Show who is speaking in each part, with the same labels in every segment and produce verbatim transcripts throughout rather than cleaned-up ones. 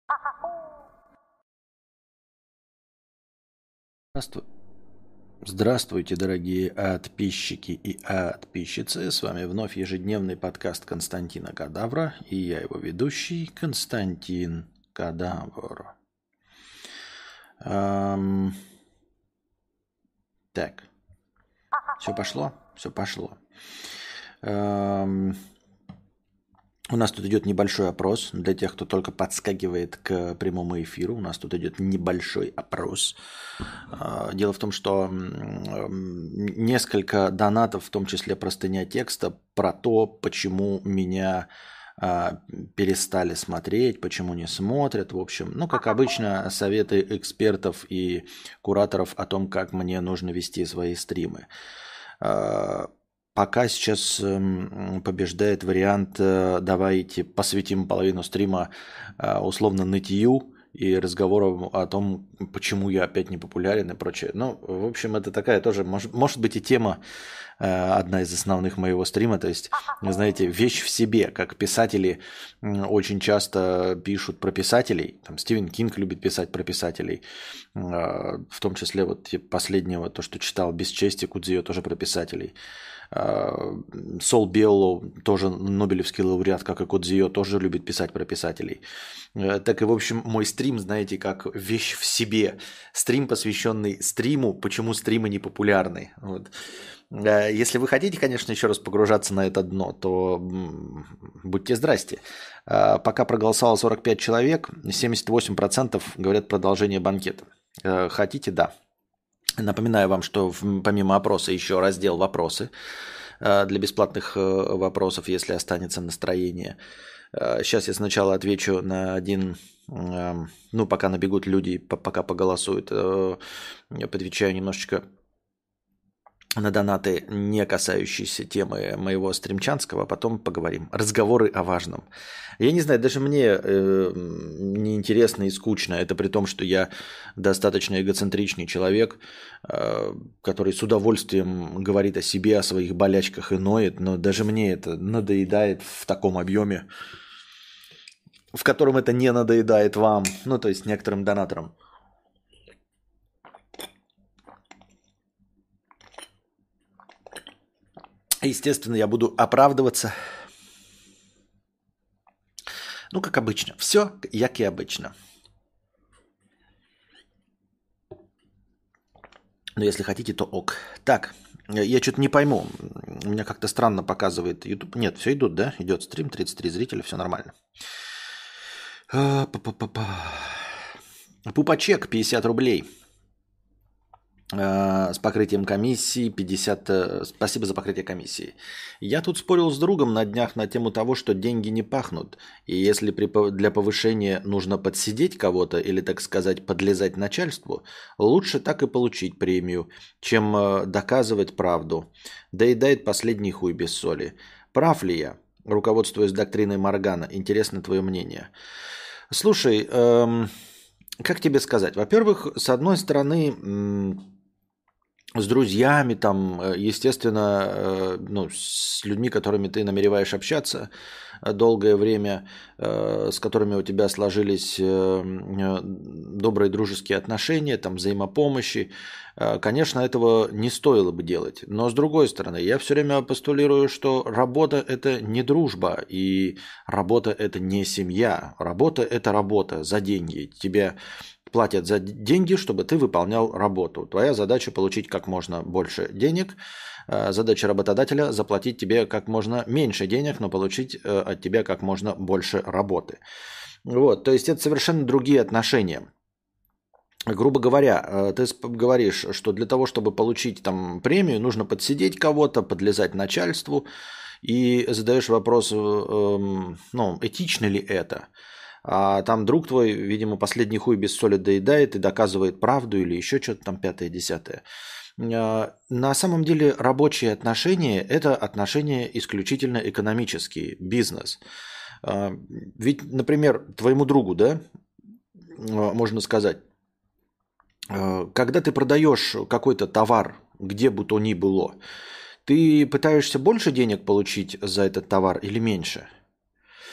Speaker 1: Здравствуй. Здравствуйте, дорогие подписчики и подписчицы. С вами вновь ежедневный подкаст Константина Кадавра. И я его ведущий Константин Кадавр. Эм... Так. Все пошло? Все пошло. Эм... У нас тут идет небольшой опрос для тех, кто только подскакивает к прямому эфиру. У нас тут идет небольшой опрос. Дело в том, что несколько донатов, в том числе простыня текста, про то, почему меня перестали смотреть, почему не смотрят. В общем, ну, как обычно, советы экспертов и кураторов о том, как мне нужно вести свои стримы. Пока сейчас побеждает вариант «давайте посвятим половину стрима условно нытью и разговорам о том, почему я опять не популярен и прочее». Ну, в общем, это такая тоже, может, может быть, и тема, одна из основных моего стрима. То есть, знаете, вещь в себе, как писатели очень часто пишут про писателей. Там Стивен Кинг любит писать про писателей. В том числе вот последнего, то, что читал «Бесчестие» Кудзио, тоже про писателей. Сол Беллоу, тоже нобелевский лауреат, как и Кодзио, тоже любит писать про писателей. Так и, в общем, мой стрим, знаете, как вещь в себе. Стрим, посвященный стриму, почему стримы не популярны. Вот. Если вы хотите, конечно, еще раз погружаться на это дно, то будьте здрасте. Пока проголосовало сорок пять человек, семьдесят восемь процентов говорят продолжение банкета. Хотите? Да. Напоминаю вам, что помимо опроса еще раздел «Вопросы» для бесплатных вопросов, если останется настроение. Сейчас я сначала отвечу на один, ну, пока набегут люди, пока поголосуют, подвечаю немножечко на донаты, не касающиеся темы моего стримчанского, а потом поговорим. Разговоры о важном. Я не знаю, даже мне э, неинтересно и скучно. Это при том, что я достаточно эгоцентричный человек, э, который с удовольствием говорит о себе, о своих болячках и ноет, но даже мне это надоедает в таком объеме, в котором это не надоедает вам, ну, то есть некоторым донаторам. Естественно, я буду оправдываться. Ну, как обычно. Все, как и обычно. Но если хотите, то ок. Так, я что-то не пойму. У меня как-то странно показывает YouTube. Нет, все идут, да? Идет стрим, тридцать три зрителя, все нормально. Пупачек, пятьдесят рублей. С покрытием комиссии пятьдесят. Спасибо за покрытие комиссии. Я тут спорил с другом на днях на тему того, что деньги не пахнут. И если при, для повышения нужно подсидеть кого-то или, так сказать, подлезать начальству, лучше так и получить премию, чем доказывать правду. Доедает последний хуй без соли. Прав ли я, руководствуясь доктриной Моргана? Интересно твое мнение. Слушай, эм, как тебе сказать? Во-первых, с одной стороны... М- С друзьями, там, естественно, ну, с людьми, которыми ты намереваешь общаться долгое время, с которыми у тебя сложились добрые дружеские отношения, там, взаимопомощи. Конечно, этого не стоило бы делать. Но с другой стороны, я все время постулирую, что работа – это не дружба, и работа – это не семья. Работа – это работа за деньги. Тебе платят за деньги, чтобы ты выполнял работу. Твоя задача получить как можно больше денег. Задача работодателя заплатить тебе как можно меньше денег, но получить от тебя как можно больше работы. Вот, то есть это совершенно другие отношения. Грубо говоря, ты говоришь, что для того, чтобы получить там премию, нужно подсидеть кого-то, подлезать начальству, и задаешь вопрос, ну, этично ли это. А там друг твой, видимо, последний хуй без соли доедает и доказывает правду или еще что-то там пятое-десятое. На самом деле рабочие отношения – это отношения исключительно экономические, бизнес. Ведь, например, твоему другу, да, можно сказать, когда ты продаешь какой-то товар, где бы то ни было, ты пытаешься больше денег получить за этот товар или меньше?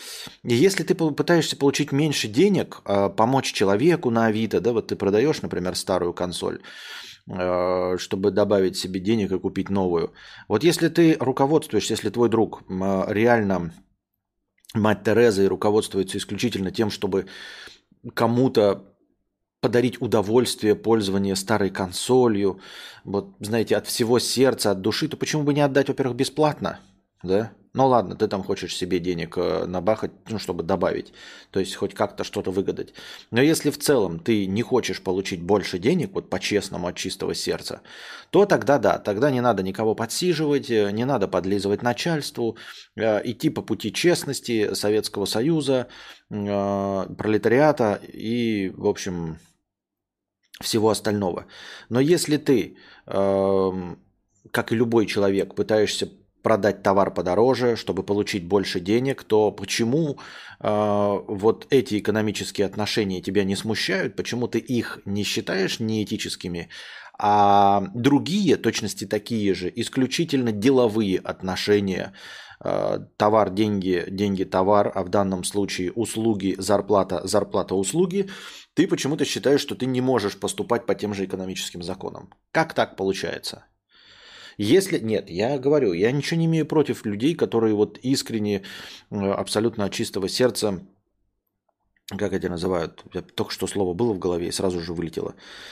Speaker 1: И если ты пытаешься получить меньше денег, а, помочь человеку на Авито, да, вот ты продаешь, например, старую консоль, а, чтобы добавить себе денег и купить новую. Вот если ты руководствуешься, если твой друг а, реально мать Тереза и руководствуется исключительно тем, чтобы кому-то подарить удовольствие пользования старой консолью, вот, знаете, от всего сердца, от души, то почему бы не отдать, во-первых, бесплатно, да? Ну ладно, ты там хочешь себе денег э, набахать, ну, чтобы добавить, то есть хоть как-то что-то выгадать. Но если в целом ты не хочешь получить больше денег, вот по-честному, от чистого сердца, то тогда да, тогда не надо никого подсиживать, э, не надо подлизывать начальству, э, идти по пути честности Советского Союза, э, пролетариата и, в общем, всего остального. Но если ты, эм, как и любой человек, пытаешься продать товар подороже, чтобы получить больше денег, то почему э, вот эти экономические отношения тебя не смущают, почему ты их не считаешь неэтическими, а другие, точности такие же, исключительно деловые отношения, э, товар, деньги, деньги, товар, а в данном случае услуги, зарплата, зарплата, услуги, ты почему-то считаешь, что ты не можешь поступать по тем же экономическим законам. Как так получается? Если нет, я говорю, я ничего не имею против людей, которые вот искренне, э, абсолютно от чистого сердца, как это называют, я- только что слово было в голове и сразу же вылетело.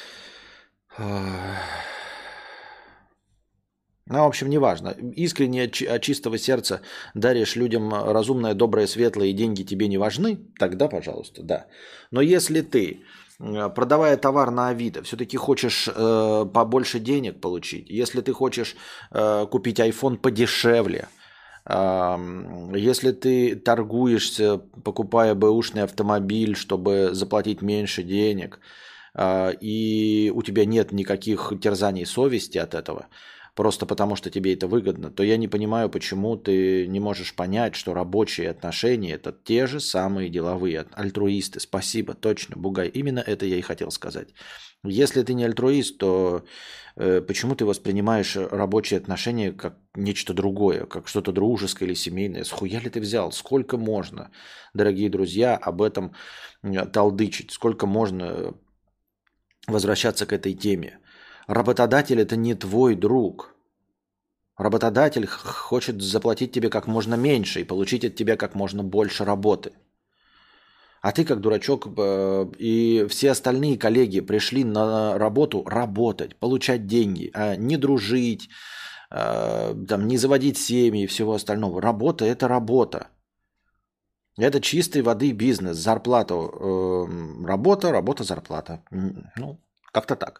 Speaker 1: Ну, в общем, неважно. Искренне от чи- от чистого сердца даришь людям разумное, доброе, светлое, и деньги тебе не важны, тогда, пожалуйста, да. Но если ты, э, продавая товар на Авито, все-таки хочешь э, побольше денег получить, если ты хочешь э, купить iPhone подешевле, ам, если ты торгуешься, покупая бэушный автомобиль, чтобы заплатить меньше денег, а, и у тебя нет никаких терзаний совести от этого, просто потому что тебе это выгодно, то я не понимаю, почему ты не можешь понять, что рабочие отношения – это те же самые деловые. Альтруисты, спасибо, точно, Бугай. Именно это я и хотел сказать. Если ты не альтруист, то э, почему ты воспринимаешь рабочие отношения как нечто другое, как что-то дружеское или семейное? Схуя ли ты взял? Сколько можно, дорогие друзья, об этом э, толдычить? Сколько можно возвращаться к этой теме? Работодатель – это не твой друг. Работодатель х- хочет заплатить тебе как можно меньше и получить от тебя как можно больше работы. А ты как дурачок э, и все остальные коллеги пришли на работу работать, получать деньги, а не дружить, э, там, не заводить семьи и всего остального. Работа – это работа. Это чистой воды бизнес, зарплата, э, работа, работа, зарплата. М, Ну, как-то так.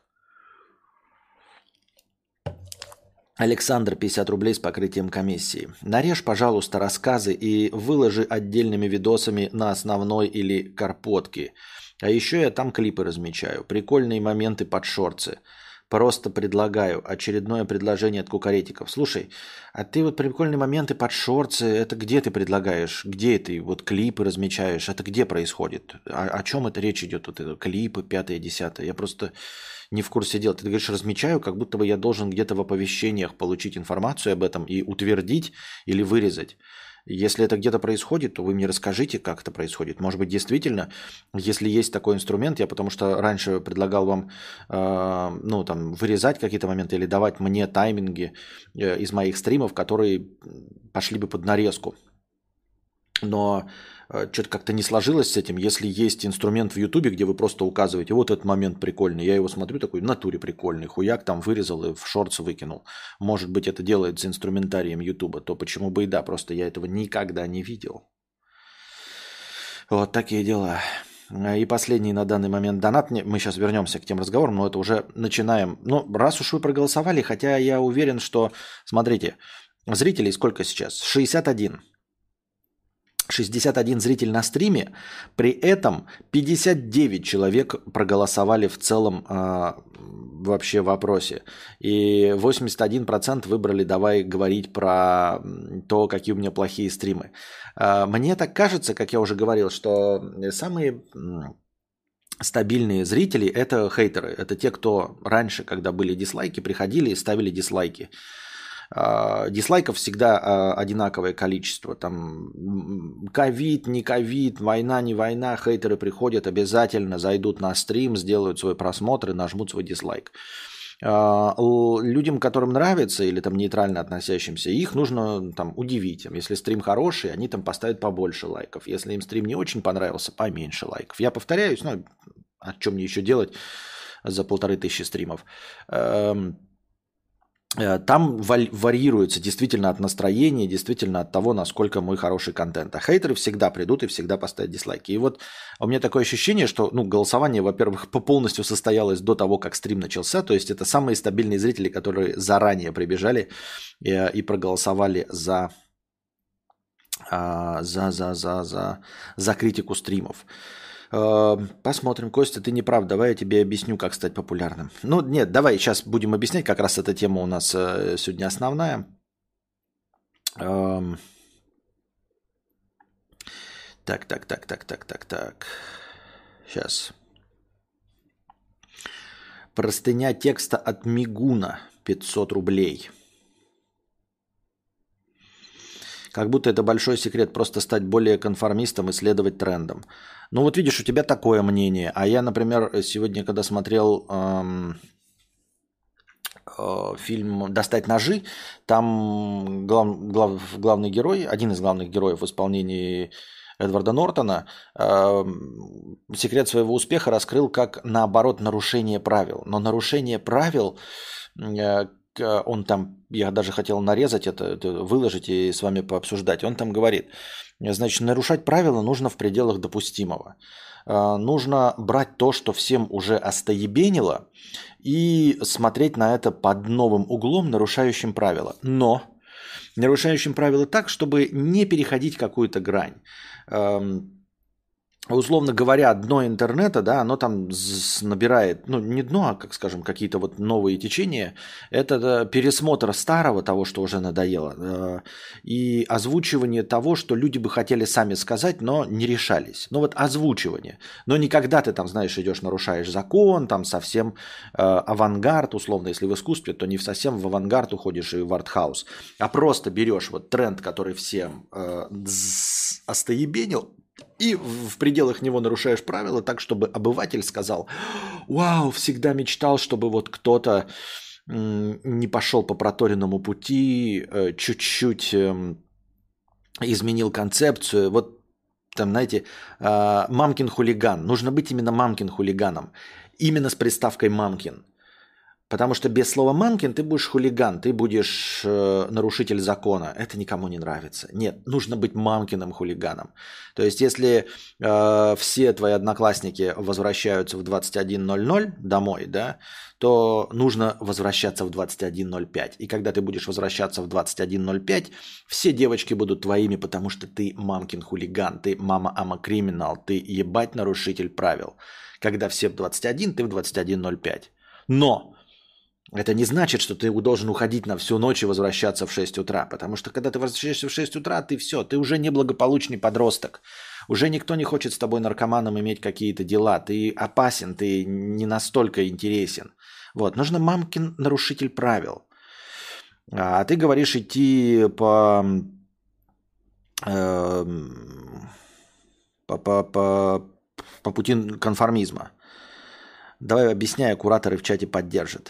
Speaker 1: Александр, пятьдесят рублей с покрытием комиссии. Нарежь, пожалуйста, рассказы и выложи отдельными видосами на основной или карпотке. А еще я там клипы размечаю. Прикольные моменты под шорцы. Просто предлагаю. Очередное предложение от кукаретиков. Слушай, а ты вот прикольные моменты под шорцы, это где ты предлагаешь? Где ты вот клипы размечаешь? Это где происходит? О, о чем это речь идет? Вот это клипы, пятое, десятое. Я просто не в курсе дела. Ты говоришь, размечаю, как будто бы я должен где-то в оповещениях получить информацию об этом и утвердить или вырезать. Если это где-то происходит, то вы мне расскажите, как это происходит. Может быть, действительно, если есть такой инструмент, я потому что раньше предлагал вам э, ну, там, вырезать какие-то моменты или давать мне тайминги э, из моих стримов, которые пошли бы под нарезку. Но э, что-то как-то не сложилось с этим. Если есть инструмент в Ютубе, где вы просто указываете, вот этот момент прикольный, я его смотрю, такой, в натуре прикольный, хуяк там вырезал и в шортс выкинул. Может быть, это делается инструментарием Ютуба, то почему бы и да, просто я этого никогда не видел. Вот такие дела. А, И последний на данный момент донат. Не- Мы сейчас вернемся к тем разговорам, но это уже начинаем. Ну, раз уж вы проголосовали, хотя я уверен, что, смотрите, зрителей сколько сейчас? шестьдесят один. шестьдесят один зритель на стриме, при этом пятьдесят девять человек проголосовали в целом а, вообще в вопросе. И восемьдесят один процент выбрали давай говорить про м, то, какие у меня плохие стримы. А, мне так кажется, как я уже говорил, что самые м, стабильные зрители – это хейтеры. Это те, кто раньше, когда были дизлайки, приходили и ставили дизлайки. А, дизлайков всегда а, одинаковое количество. Там ковид, не ковид, война, не война. Хейтеры приходят, обязательно зайдут на стрим, сделают свой просмотр и нажмут свой дизлайк. А, людям, которым нравится или там нейтрально относящимся, их нужно там удивить. Если стрим хороший, они там поставят побольше лайков. Если им стрим не очень понравился, поменьше лайков. Я повторяюсь, ну, а что мне еще делать за полторы тысячи стримов? Там варьируется действительно от настроения, действительно от того, насколько мой хороший контент. А хейтеры всегда придут и всегда поставят дизлайки. И вот у меня такое ощущение, что ну, голосование, во-первых, полностью состоялось до того, как стрим начался. То есть это самые стабильные зрители, которые заранее прибежали и, и проголосовали за, за, за, за, за, за критику стримов. Посмотрим. Костя, ты не прав. Давай я тебе объясню, как стать популярным. Ну, нет, давай сейчас будем объяснять. Как раз эта тема у нас сегодня основная. Так, так, так, так, так, так, так. Сейчас. Простыня текста от Мигуна. пятьсот рублей. Как будто это большой секрет, просто стать более конформистом и следовать трендам. Ну вот видишь, у тебя такое мнение. А я, например, сегодня, когда смотрел эм, э, фильм «Достать ножи», там глав, глав, главный герой, один из главных героев в исполнении Эдварда Нортона, э, секрет своего успеха раскрыл как, наоборот, нарушение правил. Но нарушение правил... Э, он там, я даже хотел нарезать это, это, выложить и с вами пообсуждать. Он там говорит, значит, нарушать правила нужно в пределах допустимого. Нужно брать то, что всем уже остоебенило, и смотреть на это под новым углом, нарушающим правила. Но нарушающим правила так, чтобы не переходить какую-то грань. Условно говоря, дно интернета, да, оно там набирает, ну, не дно, а, как скажем, какие-то вот новые течения. Это пересмотр старого, того, что уже надоело, и озвучивание того, что люди бы хотели сами сказать, но не решались. Ну, вот озвучивание. Но не когда ты там, знаешь, идешь, нарушаешь закон, там совсем э, авангард, условно, если в искусстве, то не совсем в авангард уходишь и в артхаус, а просто берешь вот тренд, который всем э, остоебенил, и в пределах него нарушаешь правила так, чтобы обыватель сказал: «Вау, всегда мечтал, чтобы вот кто-то не пошел по проторенному пути, чуть-чуть изменил концепцию». Вот там, знаете, мамкин хулиган. Нужно быть именно мамкин хулиганом. Именно с приставкой мамкин. Потому что без слова «мамкин» ты будешь хулиган, ты будешь э, нарушитель закона. Это никому не нравится. Нет, нужно быть мамкиным хулиганом. То есть, если э, все твои одноклассники возвращаются в двадцать один ноль ноль домой, да, то нужно возвращаться в двадцать один ноль пять. И когда ты будешь возвращаться в двадцать один ноль пять, все девочки будут твоими, потому что ты мамкин хулиган, ты мама-ама-криминал, ты ебать нарушитель правил. Когда все в двадцать один, ты в двадцать один ноль пять. Но это не значит, что ты должен уходить на всю ночь и возвращаться в шесть утра. Потому что когда ты возвращаешься в шесть утра, ты все, ты уже неблагополучный подросток. Уже никто не хочет с тобой, наркоманом, иметь какие-то дела. Ты опасен, ты не настолько интересен. Вот, нужно мамкин нарушитель правил. А ты говоришь идти по, э, по, по, по, по пути конформизма. Давай объясняй, кураторы в чате поддержат.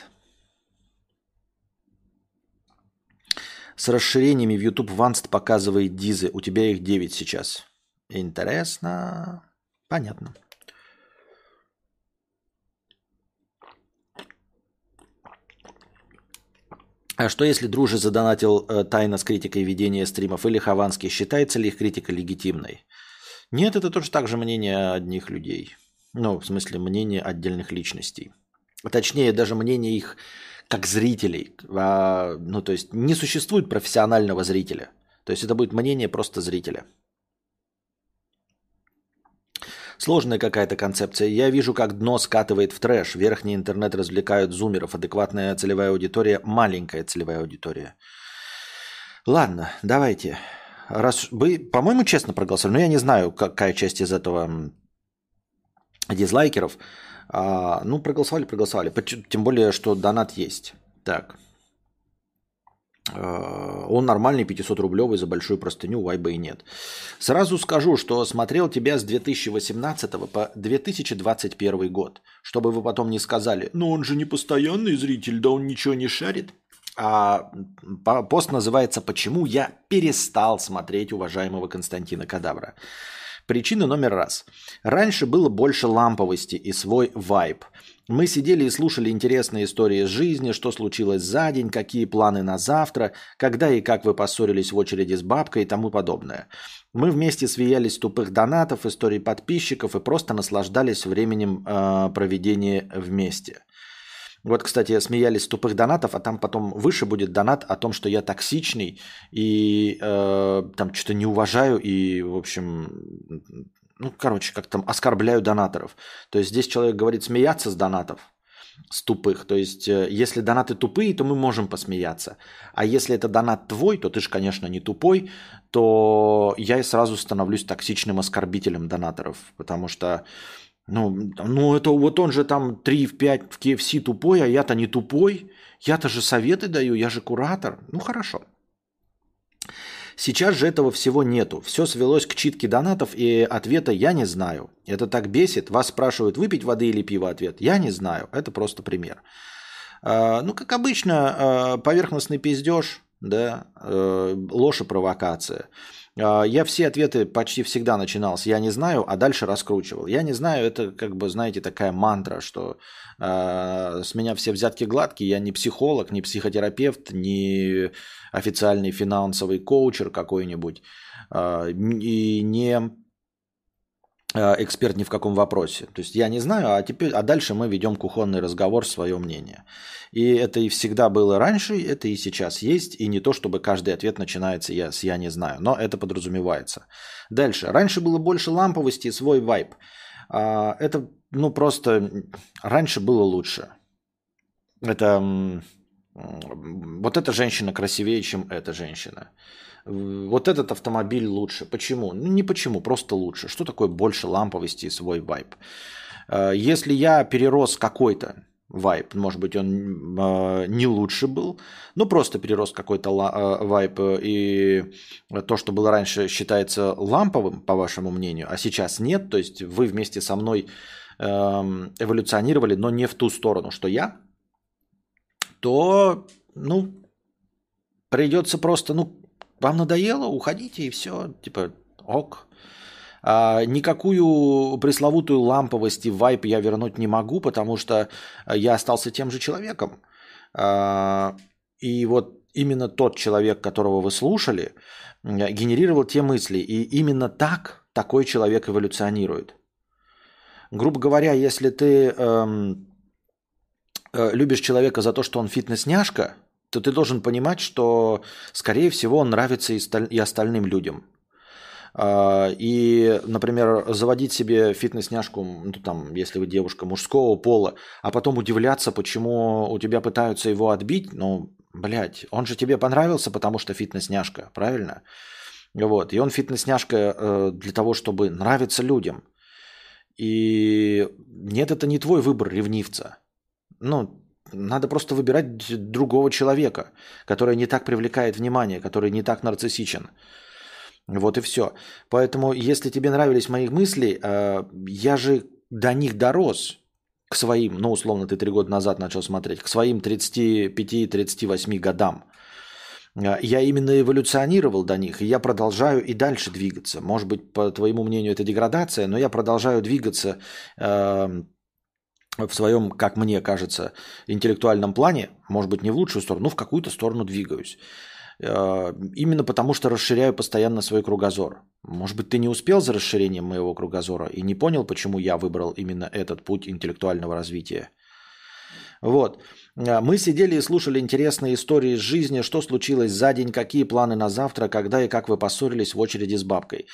Speaker 1: С расширениями в YouTube Advanced показывает дизы. У тебя их девять сейчас. Интересно. Понятно. А что если Друже задонатил э, тайно с критикой ведения стримов или Хованский? Считается ли их критика легитимной? Нет, это тоже так же мнение одних людей. Ну, в смысле, мнение отдельных личностей. Точнее, даже мнение их как зрителей. А, ну, то есть не существует профессионального зрителя. То есть это будет мнение просто зрителя. Сложная какая-то концепция. Я вижу, как дно скатывает в трэш. Верхний интернет развлекают зумеров. Адекватная целевая аудитория, маленькая целевая аудитория. Ладно, давайте. Раз вы, по-моему, честно проголосовали. Но я не знаю, какая часть из этого дизлайкеров. А, ну, проголосовали, проголосовали. Тем более, что донат есть. Так. Он нормальный, пятисотрублевый, за большую простыню, вайба и нет. Сразу скажу, что смотрел тебя с две тысячи восемнадцатого по две тысячи двадцать первый год. Чтобы вы потом не сказали, ну он же не постоянный зритель, да он ничего не шарит. А пост называется «Почему я перестал смотреть уважаемого Константина Кадавра». Причина номер раз. Раньше было больше ламповости и свой вайб. Мы сидели и слушали интересные истории из жизни, что случилось за день, какие планы на завтра, когда и как вы поссорились в очереди с бабкой и тому подобное. Мы вместе смеялись с тупых донатов, историй подписчиков и просто наслаждались временем э, проведения вместе. Вот, кстати, смеялись с тупых донатов, а там потом выше будет донат о том, что я токсичный и э, там что-то не уважаю и, в общем, ну, короче, как там оскорбляю донаторов. То есть здесь человек говорит смеяться с донатов, с тупых. То есть э, если донаты тупые, то мы можем посмеяться. А если это донат твой, то ты же, конечно, не тупой, то я и сразу становлюсь токсичным оскорбителем донаторов, потому что Ну, ну, это вот он же там три в пять в кей эф си тупой, а я-то не тупой. Я-то же советы даю, я же куратор. Ну, хорошо. Сейчас же этого всего нету. Все свелось к читке донатов, и ответа я не знаю. Это так бесит. Вас спрашивают, выпить воды или пиво? Ответ я не знаю. Это просто пример. А, ну, как обычно, а, поверхностный пиздеж, да, а, ложь и провокация. Я все ответы почти всегда начинал с «я не знаю», а дальше раскручивал. «Я не знаю» – это, как бы, знаете, такая мантра, что э, с меня все взятки гладкие, я не психолог, не психотерапевт, не официальный финансовый коучер какой-нибудь, э, и не эксперт ни в каком вопросе. То есть я не знаю, а теперь, а дальше мы ведем кухонный разговор, свое мнение. И это и всегда было раньше, это и сейчас есть, и не то, чтобы каждый ответ начинается я, с «я не знаю», но это подразумевается. Дальше. Раньше было больше ламповости и свой вайб. А, это, ну, просто раньше было лучше. Это вот эта женщина красивее, чем эта женщина. Вот этот автомобиль лучше. Почему? Ну, не почему, просто лучше. Что такое больше ламповости и свой вайб? Если я перерос какой-то вайб, может быть, он э, не лучше был, но просто перерос какой-то ла- э, вайб, и то, что было раньше, считается ламповым, по вашему мнению, а сейчас нет, то есть вы вместе со мной э, эволюционировали, но не в ту сторону, что я, то, ну, придется просто, ну, вам надоело, уходите и все, типа, ок. А, никакую пресловутую ламповость и вайп я вернуть не могу, потому что я остался тем же человеком. А, и вот именно тот человек, которого вы слушали, генерировал те мысли. И именно так такой человек эволюционирует. Грубо говоря, если ты эм, э, любишь человека за то, что он фитнес-няшка, то ты должен понимать, что, скорее всего, он нравится и, сталь- и остальным людям. И, например, заводить себе фитнес-няшку, ну, там, если вы девушка мужского пола, а потом удивляться, почему у тебя пытаются его отбить, ну, блядь, он же тебе понравился, потому что фитнес-няшка, правильно? Вот, и он фитнес-няшка э, для того, чтобы нравиться людям. И нет, это не твой выбор ревнивца. Ну, надо просто выбирать другого человека, который не так привлекает внимание, который не так нарциссичен. Вот и все. Поэтому, если тебе нравились мои мысли, э, я же до них дорос к своим, ну, условно, ты три года назад начал смотреть, к своим тридцати пяти тридцати восьми годам. Э, я именно эволюционировал до них, и я продолжаю и дальше двигаться. Может быть, по твоему мнению, это деградация, но я продолжаю двигаться э, в своем, как мне кажется, интеллектуальном плане, может быть, не в лучшую сторону, но в какую-то сторону двигаюсь. Именно потому, что расширяю постоянно свой кругозор. Может быть, ты не успел за расширением моего кругозора и не понял, почему я выбрал именно этот путь интеллектуального развития. Вот. Мы сидели и слушали интересные истории из жизни, что случилось за день, какие планы на завтра, когда и как вы поссорились в очереди с бабкой.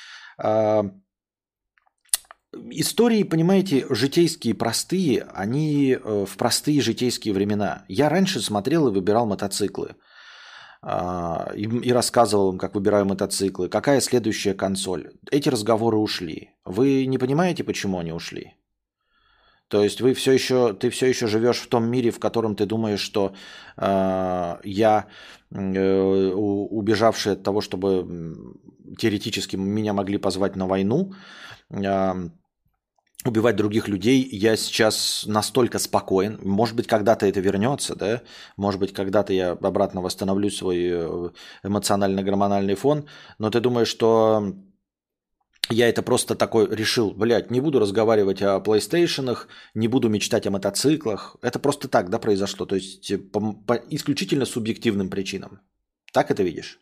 Speaker 1: Истории, понимаете, житейские, простые, они в простые житейские времена. Я раньше смотрел и выбирал мотоциклы. И, и рассказывал им, как выбираю мотоциклы, какая следующая консоль. Эти разговоры ушли. Вы не понимаете, почему они ушли? То есть вы все еще, ты все еще живешь в том мире, в котором ты думаешь, что э, я, э, убежавший от того, чтобы теоретически меня могли позвать на войну, э, убивать других людей, я сейчас настолько спокоен. Может быть, когда-то это вернется, да? Может быть, когда-то я обратно восстановлю свой эмоционально-гормональный фон. Но ты думаешь, что я это просто такой решил, блядь, не буду разговаривать о PlayStation'ах, не буду мечтать о мотоциклах. Это просто так, да, произошло. То есть по, по исключительно субъективным причинам. Так это видишь?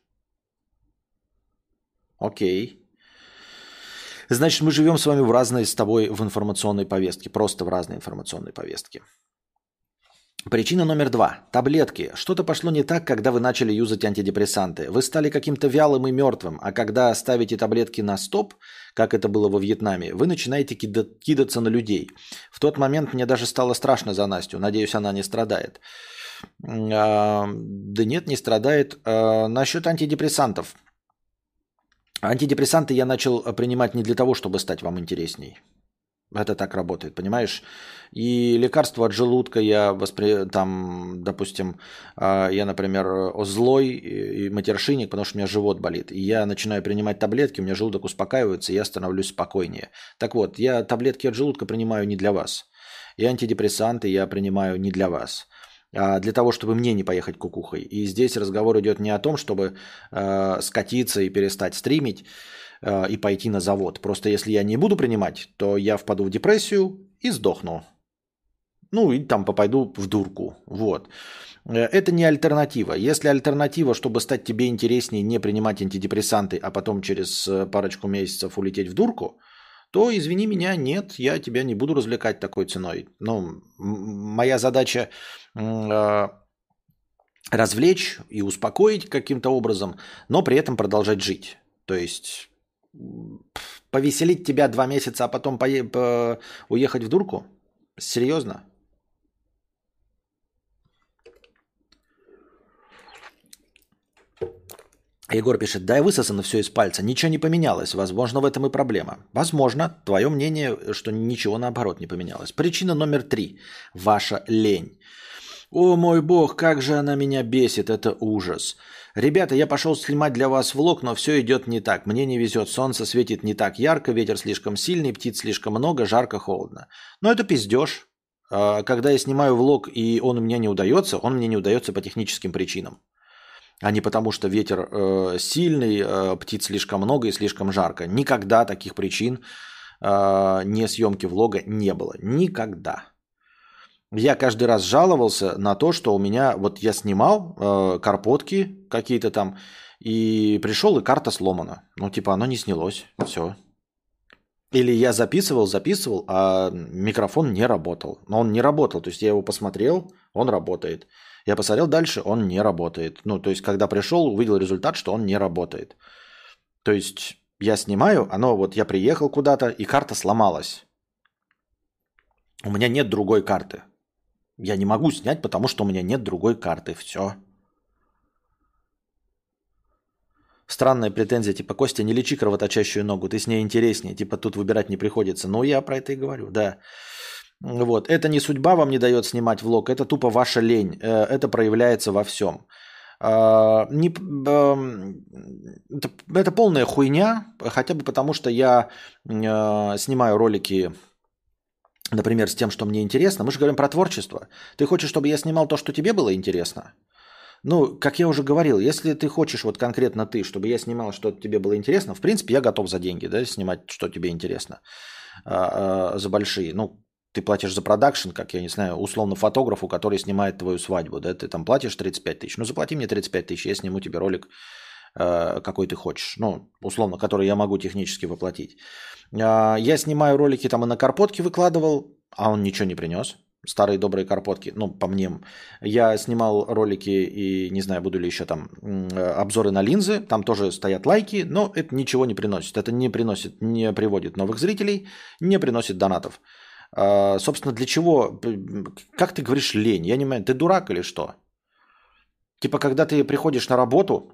Speaker 1: Окей. Значит, мы живем с вами в разной с тобой в информационной повестке. Просто в разной информационной повестке. Причина номер два. Таблетки. Что-то пошло не так, когда вы начали юзать антидепрессанты. Вы стали каким-то вялым и мертвым, а когда ставите таблетки на стоп, как это было во Вьетнаме, вы начинаете кида- кидаться на людей. В тот момент мне даже стало страшно за Настю. Надеюсь, она не страдает. А, да нет, не страдает. А, насчет антидепрессантов. Антидепрессанты я начал принимать не для того, чтобы стать вам интересней. Это так работает, понимаешь? И лекарства от желудка я воспри... там, допустим, я, например, злой и матершинник, потому что у меня живот болит. И я начинаю принимать таблетки, у меня желудок успокаивается, и я становлюсь спокойнее. Так вот, я таблетки от желудка принимаю не для вас. И антидепрессанты я принимаю не для вас. А для того, чтобы мне не поехать кукухой. И здесь разговор идет не о том, чтобы э, скатиться и перестать стримить, и пойти на завод. Просто если я не буду принимать, то я впаду в депрессию и сдохну. Ну, и там попаду в дурку. Вот. Это не альтернатива. Если альтернатива, чтобы стать тебе интереснее, не принимать антидепрессанты, а потом через парочку месяцев улететь в дурку, то, извини меня, нет, я тебя не буду развлекать такой ценой. Ну, моя задача э, развлечь и успокоить каким-то образом, но при этом продолжать жить. То есть повеселить тебя два месяца, а потом пое- по- уехать в дурку? Серьезно? Егор пишет, да и высосано все из пальца, ничего не поменялось, возможно, в этом и проблема. Возможно, твое мнение, что ничего наоборот не поменялось. Причина номер три. Ваша лень. О мой бог, как же она меня бесит, это ужас. Ребята, я пошел снимать для вас влог, но все идет не так. Мне не везет, солнце светит не так ярко, ветер слишком сильный, птиц слишком много, жарко, холодно. Но это пиздеж. Когда я снимаю влог и он мне не удается, он мне не удается по техническим причинам. А не потому, что ветер э, сильный, э, птиц слишком много и слишком жарко. Никогда таких причин э, не съемки влога не было. Никогда. Я каждый раз жаловался на то, что у меня, вот я снимал э, карпотки какие-то там, и пришел, и карта сломана. Ну, типа, оно не снялось, все. Или я записывал, записывал, а микрофон не работал. Но он не работал, то есть я его посмотрел, он работает. Я посмотрел дальше, он не работает. Ну, то есть, когда пришел, увидел результат, что он не работает. То есть, я снимаю, оно вот, я приехал куда-то, и карта сломалась. У меня нет другой карты. Я не могу снять, потому что у меня нет другой карты. Все. Странная претензия, типа, Костя, не лечи кровоточащую ногу, ты с ней интереснее. Типа, тут выбирать не приходится. Но я про это и говорю, да. Вот. Это не судьба вам не дает снимать влог, это тупо ваша лень. Это проявляется во всем. Не, это, это полная хуйня, хотя бы потому, что я снимаю ролики, например, с тем, что мне интересно. Мы же говорим про творчество. Ты хочешь, чтобы я снимал то, что тебе было интересно? Ну, как я уже говорил, если ты хочешь, вот конкретно ты, чтобы я снимал, что тебе было интересно, в принципе, я готов за деньги, да, снимать, что тебе интересно, а, а, за большие. Ну, ты платишь за продакшн, как, я не знаю, условно фотографу, который снимает твою свадьбу, да, ты там платишь тридцать пять тысяч, ну, заплати мне тридцать пять тысяч, я сниму тебе ролик, а, какой ты хочешь, ну, условно, который я могу технически воплотить. А, я снимаю ролики там и на Карпотке выкладывал, а он ничего не принес. Старые добрые карпотки, ну, по мне. Я снимал ролики и, не знаю, буду ли еще там, обзоры на линзы. Там тоже стоят лайки, но это ничего не приносит. Это не приносит, не приводит новых зрителей, не приносит донатов. А, собственно, для чего? Как ты говоришь лень? Я не понимаю, ты дурак или что? Типа, когда ты приходишь на работу,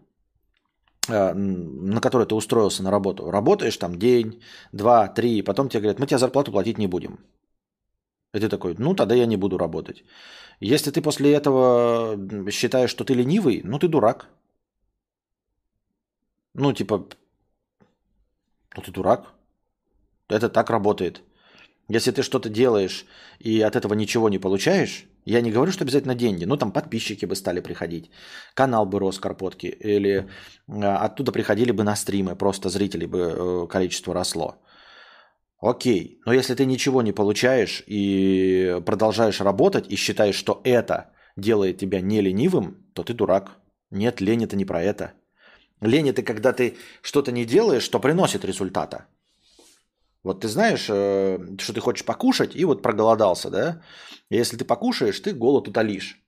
Speaker 1: на которую ты устроился на работу, работаешь там день, два, три, потом тебе говорят, мы тебе зарплату платить не будем. И ты такой, ну тогда я не буду работать. Если ты после этого считаешь, что ты ленивый, ну ты дурак. Ну типа, ну ты дурак. Это так работает. Если ты что-то делаешь и от этого ничего не получаешь, я не говорю, что обязательно деньги, но там подписчики бы стали приходить, канал бы рос Карпотки, или а, оттуда приходили бы на стримы, просто зрителей бы э, количество росло. Окей, но если ты ничего не получаешь и продолжаешь работать и считаешь, что это делает тебя не ленивым, то ты дурак. Нет, лень это не про это. Лень это когда ты что-то не делаешь, что приносит результата. Вот ты знаешь, э, что ты хочешь покушать, и вот проголодался, да? И если ты покушаешь, ты голод утолишь.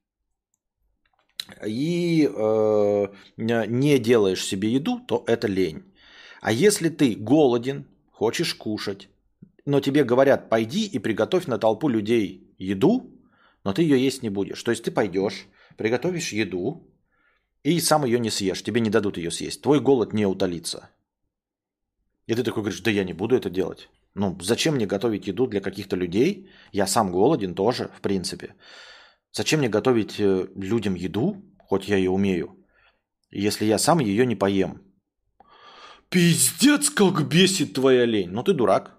Speaker 1: И э, не делаешь себе еду, то это лень. А если ты голоден, хочешь кушать, но тебе говорят, пойди и приготовь на толпу людей еду, но ты ее есть не будешь. То есть ты пойдешь, приготовишь еду, и сам ее не съешь, тебе не дадут ее съесть. Твой голод не утолится. И ты такой говоришь, да я не буду это делать. Ну, зачем мне готовить еду для каких-то людей? Я сам голоден тоже, в принципе. Зачем мне готовить людям еду, хоть я ее умею, если я сам ее не поем? Пиздец, как бесит твоя лень. Ну ты дурак.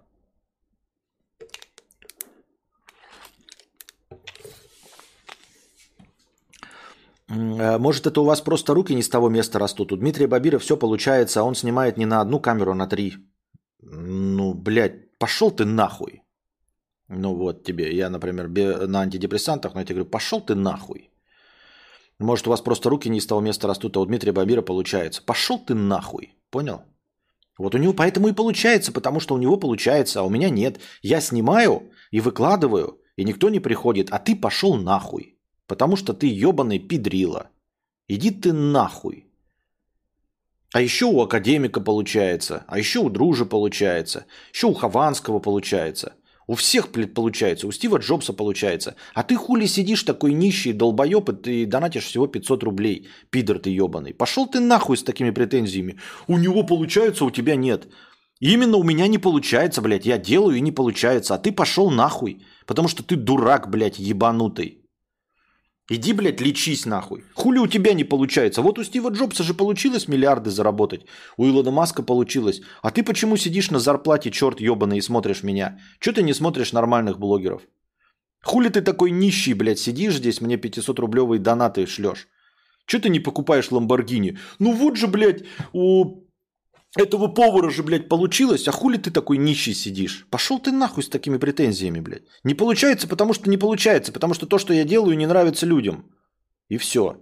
Speaker 1: Может, это у вас просто руки не с того места растут? У Дмитрия Бабира все получается, а он снимает не на одну камеру, а на три. Ну, блядь, пошел ты нахуй. Ну вот тебе, я, например, на антидепрессантах, но я тебе говорю, пошел ты нахуй. Может, у вас просто руки не с того места растут, а у Дмитрия Бабира получается. Пошел ты нахуй, понял? Вот у него поэтому и получается, потому что у него получается, а у меня нет. Я снимаю и выкладываю, и никто не приходит, а ты пошел нахуй. Потому что ты ебаный пидрила. Иди ты нахуй. А еще у академика получается. А еще у Дружи получается. Еще у Хованского получается. У всех получается. У Стива Джобса получается. А ты хули сидишь такой нищий долбоеб, и ты донатишь всего пятьсот рублей. Пидор ты ебаный. Пошел ты нахуй с такими претензиями. У него получается, у тебя нет. Именно у меня не получается, блядь. Я делаю и не получается. А ты пошел нахуй. Потому что ты дурак, блядь, ебанутый. Иди, блядь, лечись нахуй. Хули у тебя не получается? Вот у Стива Джобса же получилось миллиарды заработать. У Илона Маска получилось. А ты почему сидишь на зарплате, черт ебаный, и смотришь меня? Чего ты не смотришь нормальных блогеров? Хули ты такой нищий, блядь, сидишь здесь, мне пятисотрублевые донаты шлешь? Чего ты не покупаешь Ламборгини? Ну вот же, блядь, у этого повара же, блядь, получилось, а хули ты такой нищий сидишь? Пошел ты нахуй с такими претензиями, блядь. Не получается, потому что не получается, потому что то, что я делаю, не нравится людям. И все.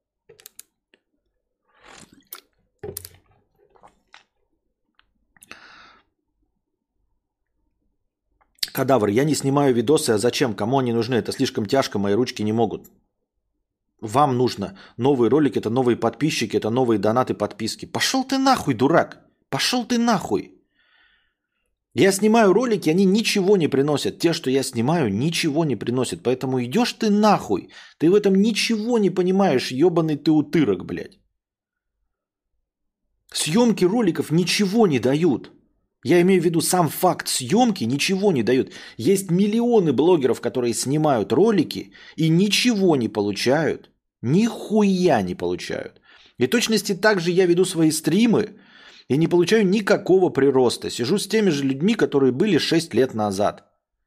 Speaker 1: Кадавр, я не снимаю видосы, а зачем? Кому они нужны? Это слишком тяжко, мои ручки не могут. Вам нужно новые ролики, это новые подписчики, это новые донаты, подписки. Пошел ты нахуй, дурак. Пошел ты нахуй. Я снимаю ролики, они ничего не приносят. Те, что я снимаю, ничего не приносят. Поэтому идешь ты нахуй. Ты в этом ничего не понимаешь, ебаный ты утырок, блядь. Съемки роликов ничего не дают. Я имею в виду сам факт съемки ничего не дают. Есть миллионы блогеров, которые снимают ролики и ничего не получают. Нихуя не получают. И точности так же я веду свои стримы и не получаю никакого прироста. Сижу с теми же людьми, которые были шесть лет назад.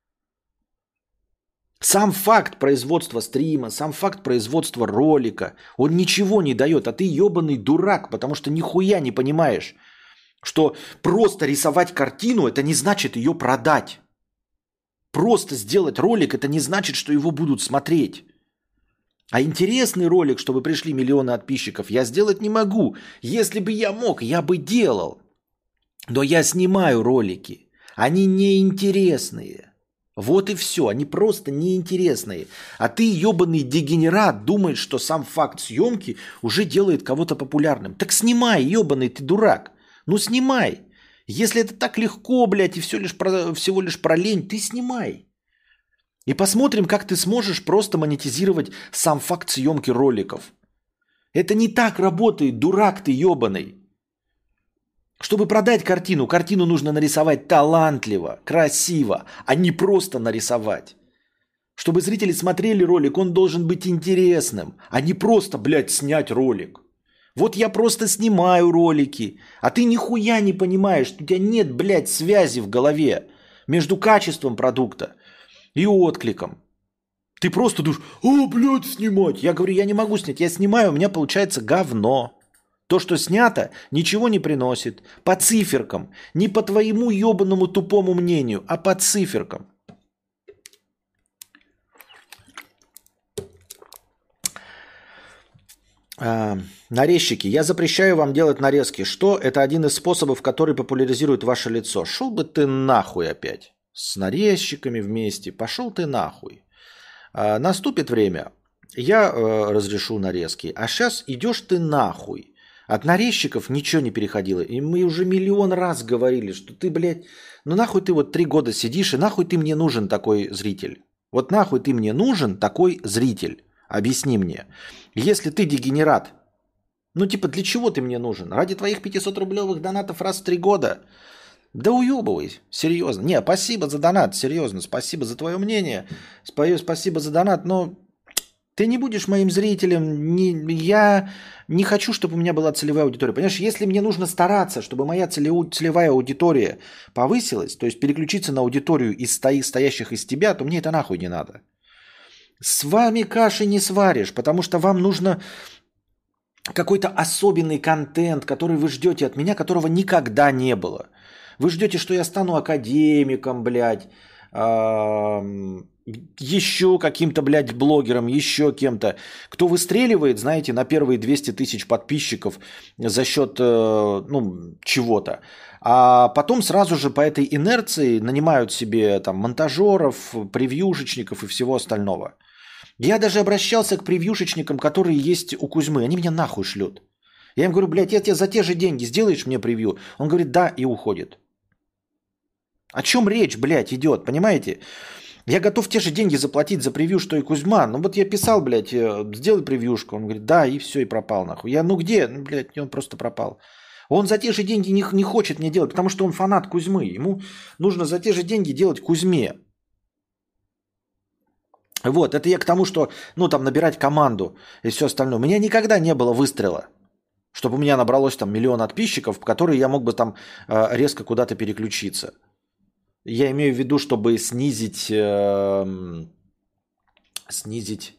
Speaker 1: Сам факт производства стрима, сам факт производства ролика, он ничего не дает. А ты ебаный дурак, потому что нихуя не понимаешь, что просто рисовать картину, это не значит ее продать. Просто сделать ролик, это не значит, что его будут смотреть. А интересный ролик, чтобы пришли миллионы подписчиков, я сделать не могу. Если бы я мог, я бы делал. Но я снимаю ролики. Они неинтересные. Вот и все. Они просто неинтересные. А ты, ебаный дегенерат, думаешь, что сам факт съемки уже делает кого-то популярным. Так снимай, ебаный ты дурак. Ну снимай. Если это так легко, блядь, и все лишь про, всего лишь про лень, ты снимай. И посмотрим, как ты сможешь просто монетизировать сам факт съемки роликов. Это не так работает, дурак ты ебаный. Чтобы продать картину, картину нужно нарисовать талантливо, красиво, а не просто нарисовать. Чтобы зрители смотрели ролик, он должен быть интересным, а не просто, блядь, снять ролик. Вот я просто снимаю ролики, а ты нихуя не понимаешь, у тебя нет, блядь, связи в голове между качеством продукта и откликом. Ты просто думаешь, о, блядь, снимать. Я говорю, я не могу снять, я снимаю, у меня получается говно. То, что снято, ничего не приносит. По циферкам. Не по твоему ебаному тупому мнению, а по циферкам. А, нарезчики. Я запрещаю вам делать нарезки. Что? Это один из способов, который популяризирует ваше лицо. Шел бы ты нахуй опять. С нарезчиками вместе. Пошел ты нахуй. А, наступит время. Я э, разрешу нарезки. А сейчас идешь ты нахуй. От нарезчиков ничего не переходило. И мы уже миллион раз говорили, что ты, блядь, ну нахуй ты вот три года сидишь, и нахуй ты мне нужен такой зритель. Вот нахуй ты мне нужен такой зритель. Объясни мне. Если ты дегенерат, ну типа для чего ты мне нужен? Ради твоих пятисот-рублевых донатов раз в три года? Да уебывай, серьезно. Не, спасибо за донат, серьезно. Спасибо за твое мнение. Спасибо за донат, но ты не будешь моим зрителем. Не, я не хочу, чтобы у меня была целевая аудитория. Понимаешь, если мне нужно стараться, чтобы моя целевая аудитория повысилась, то есть переключиться на аудиторию из стоящих из тебя, то мне это нахуй не надо. С вами каши не сваришь, потому что вам нужно какой-то особенный контент, который вы ждете от меня, которого никогда не было. Вы ждете, что я стану академиком, блядь, еще каким-то, блядь, блогером, еще кем-то, кто выстреливает, знаете, на первые двести тысяч подписчиков за счет, ну, чего-то. А потом сразу же по этой инерции нанимают себе там монтажеров, превьюшечников и всего остального. Я даже обращался к превьюшечникам, которые есть у Кузьмы. Они меня нахуй шлют. Я им говорю, блядь, я тебе за те же деньги сделаешь мне превью? Он говорит, да, и уходит. О чем речь, блядь, идет, понимаете? Я готов те же деньги заплатить за превью, что и Кузьма. Ну вот я писал, блядь, сделай превьюшку. Он говорит, да, и все, и пропал нахуй. Я, ну где? Ну, блядь, он просто пропал. Он за те же деньги не, не хочет мне делать, потому что он фанат Кузьмы. Ему нужно за те же деньги делать Кузьме. Вот, это я к тому, что, ну, там, набирать команду и все остальное. У меня никогда не было выстрела, чтобы у меня набралось там миллион подписчиков, в которые я мог бы там э, резко куда-то переключиться. Я имею в виду, чтобы снизить, э, снизить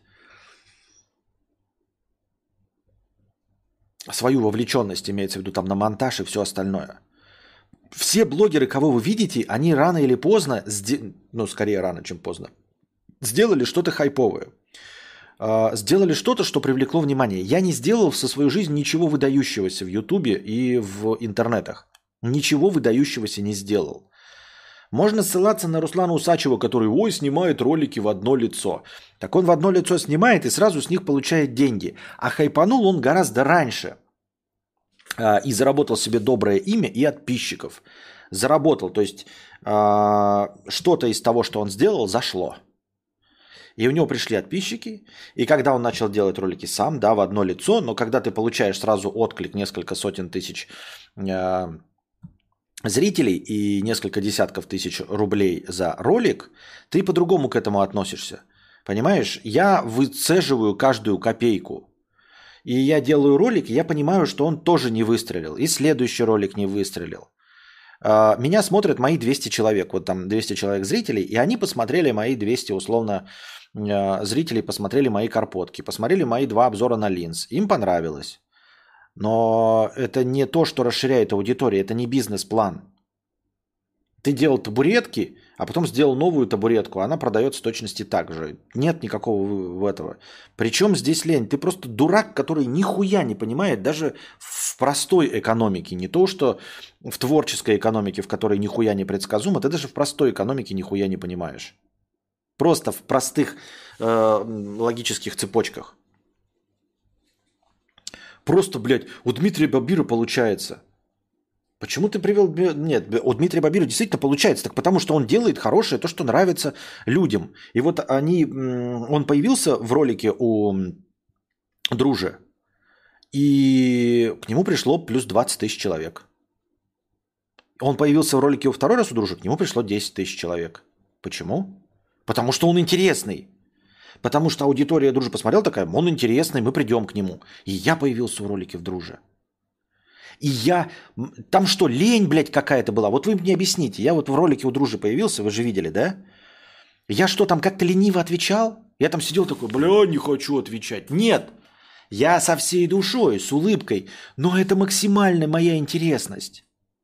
Speaker 1: свою вовлеченность, имеется в виду там на монтаж и все остальное. Все блогеры, кого вы видите, они рано или поздно, ну, скорее рано, чем поздно, сделали что-то хайповое. Сделали что-то, что привлекло внимание. Я не сделал со своей жизнью ничего выдающегося в Ютубе и в интернетах. Ничего выдающегося не сделал. Можно ссылаться на Руслана Усачева, который, ой, снимает ролики в одно лицо. Так он в одно лицо снимает и сразу с них получает деньги. А хайпанул он гораздо раньше. И заработал себе доброе имя и подписчиков. Заработал, то есть что-то из того, что он сделал, зашло. И у него пришли подписчики, и когда он начал делать ролики сам, да, в одно лицо, но когда ты получаешь сразу отклик несколько сотен тысяч э, зрителей и несколько десятков тысяч рублей за ролик, ты по-другому к этому относишься. Понимаешь, я выцеживаю каждую копейку. И я делаю ролик, и я понимаю, что он тоже не выстрелил, и следующий ролик не выстрелил. Меня смотрят мои двести человек, вот там двести человек зрителей, и они посмотрели мои двести условно зрителей, посмотрели мои карпотки, посмотрели мои два обзора на линз. Им понравилось. Но это не то, что расширяет аудиторию, это не бизнес-план. Ты делал табуретки, а потом сделал новую табуретку, она продается в точности так же. Нет никакого в этого. Причем здесь лень? Ты просто дурак, который нихуя не понимает даже в простой экономике. Не то, что в творческой экономике, в которой нихуя не предсказуемо, ты даже в простой экономике нихуя не понимаешь. Просто в простых э, логических цепочках. Просто, блядь, у Дмитрия Бабира получается. Почему ты привел... Нет, у Дмитрия Бабира действительно получается. Так потому что он делает хорошее, то, что нравится людям. И вот они... Он появился в ролике у Дружи, и к нему пришло плюс двадцать тысяч человек. Он появился в ролике у второй раз у Дружи, к нему пришло десять тысяч человек. Почему? Потому что он интересный. Потому что аудитория Дружи посмотрела такая, он интересный, мы придем к нему. И я появился в ролике в Друже. И я... Там что, лень, блядь, какая-то была? Вот вы мне объясните. Я вот в ролике у Дружи появился, вы же видели, да? Я что, там как-то лениво отвечал? Я там сидел такой, бля, не хочу отвечать. Нет, я со всей душой, с улыбкой. Но это максимальная моя интересность.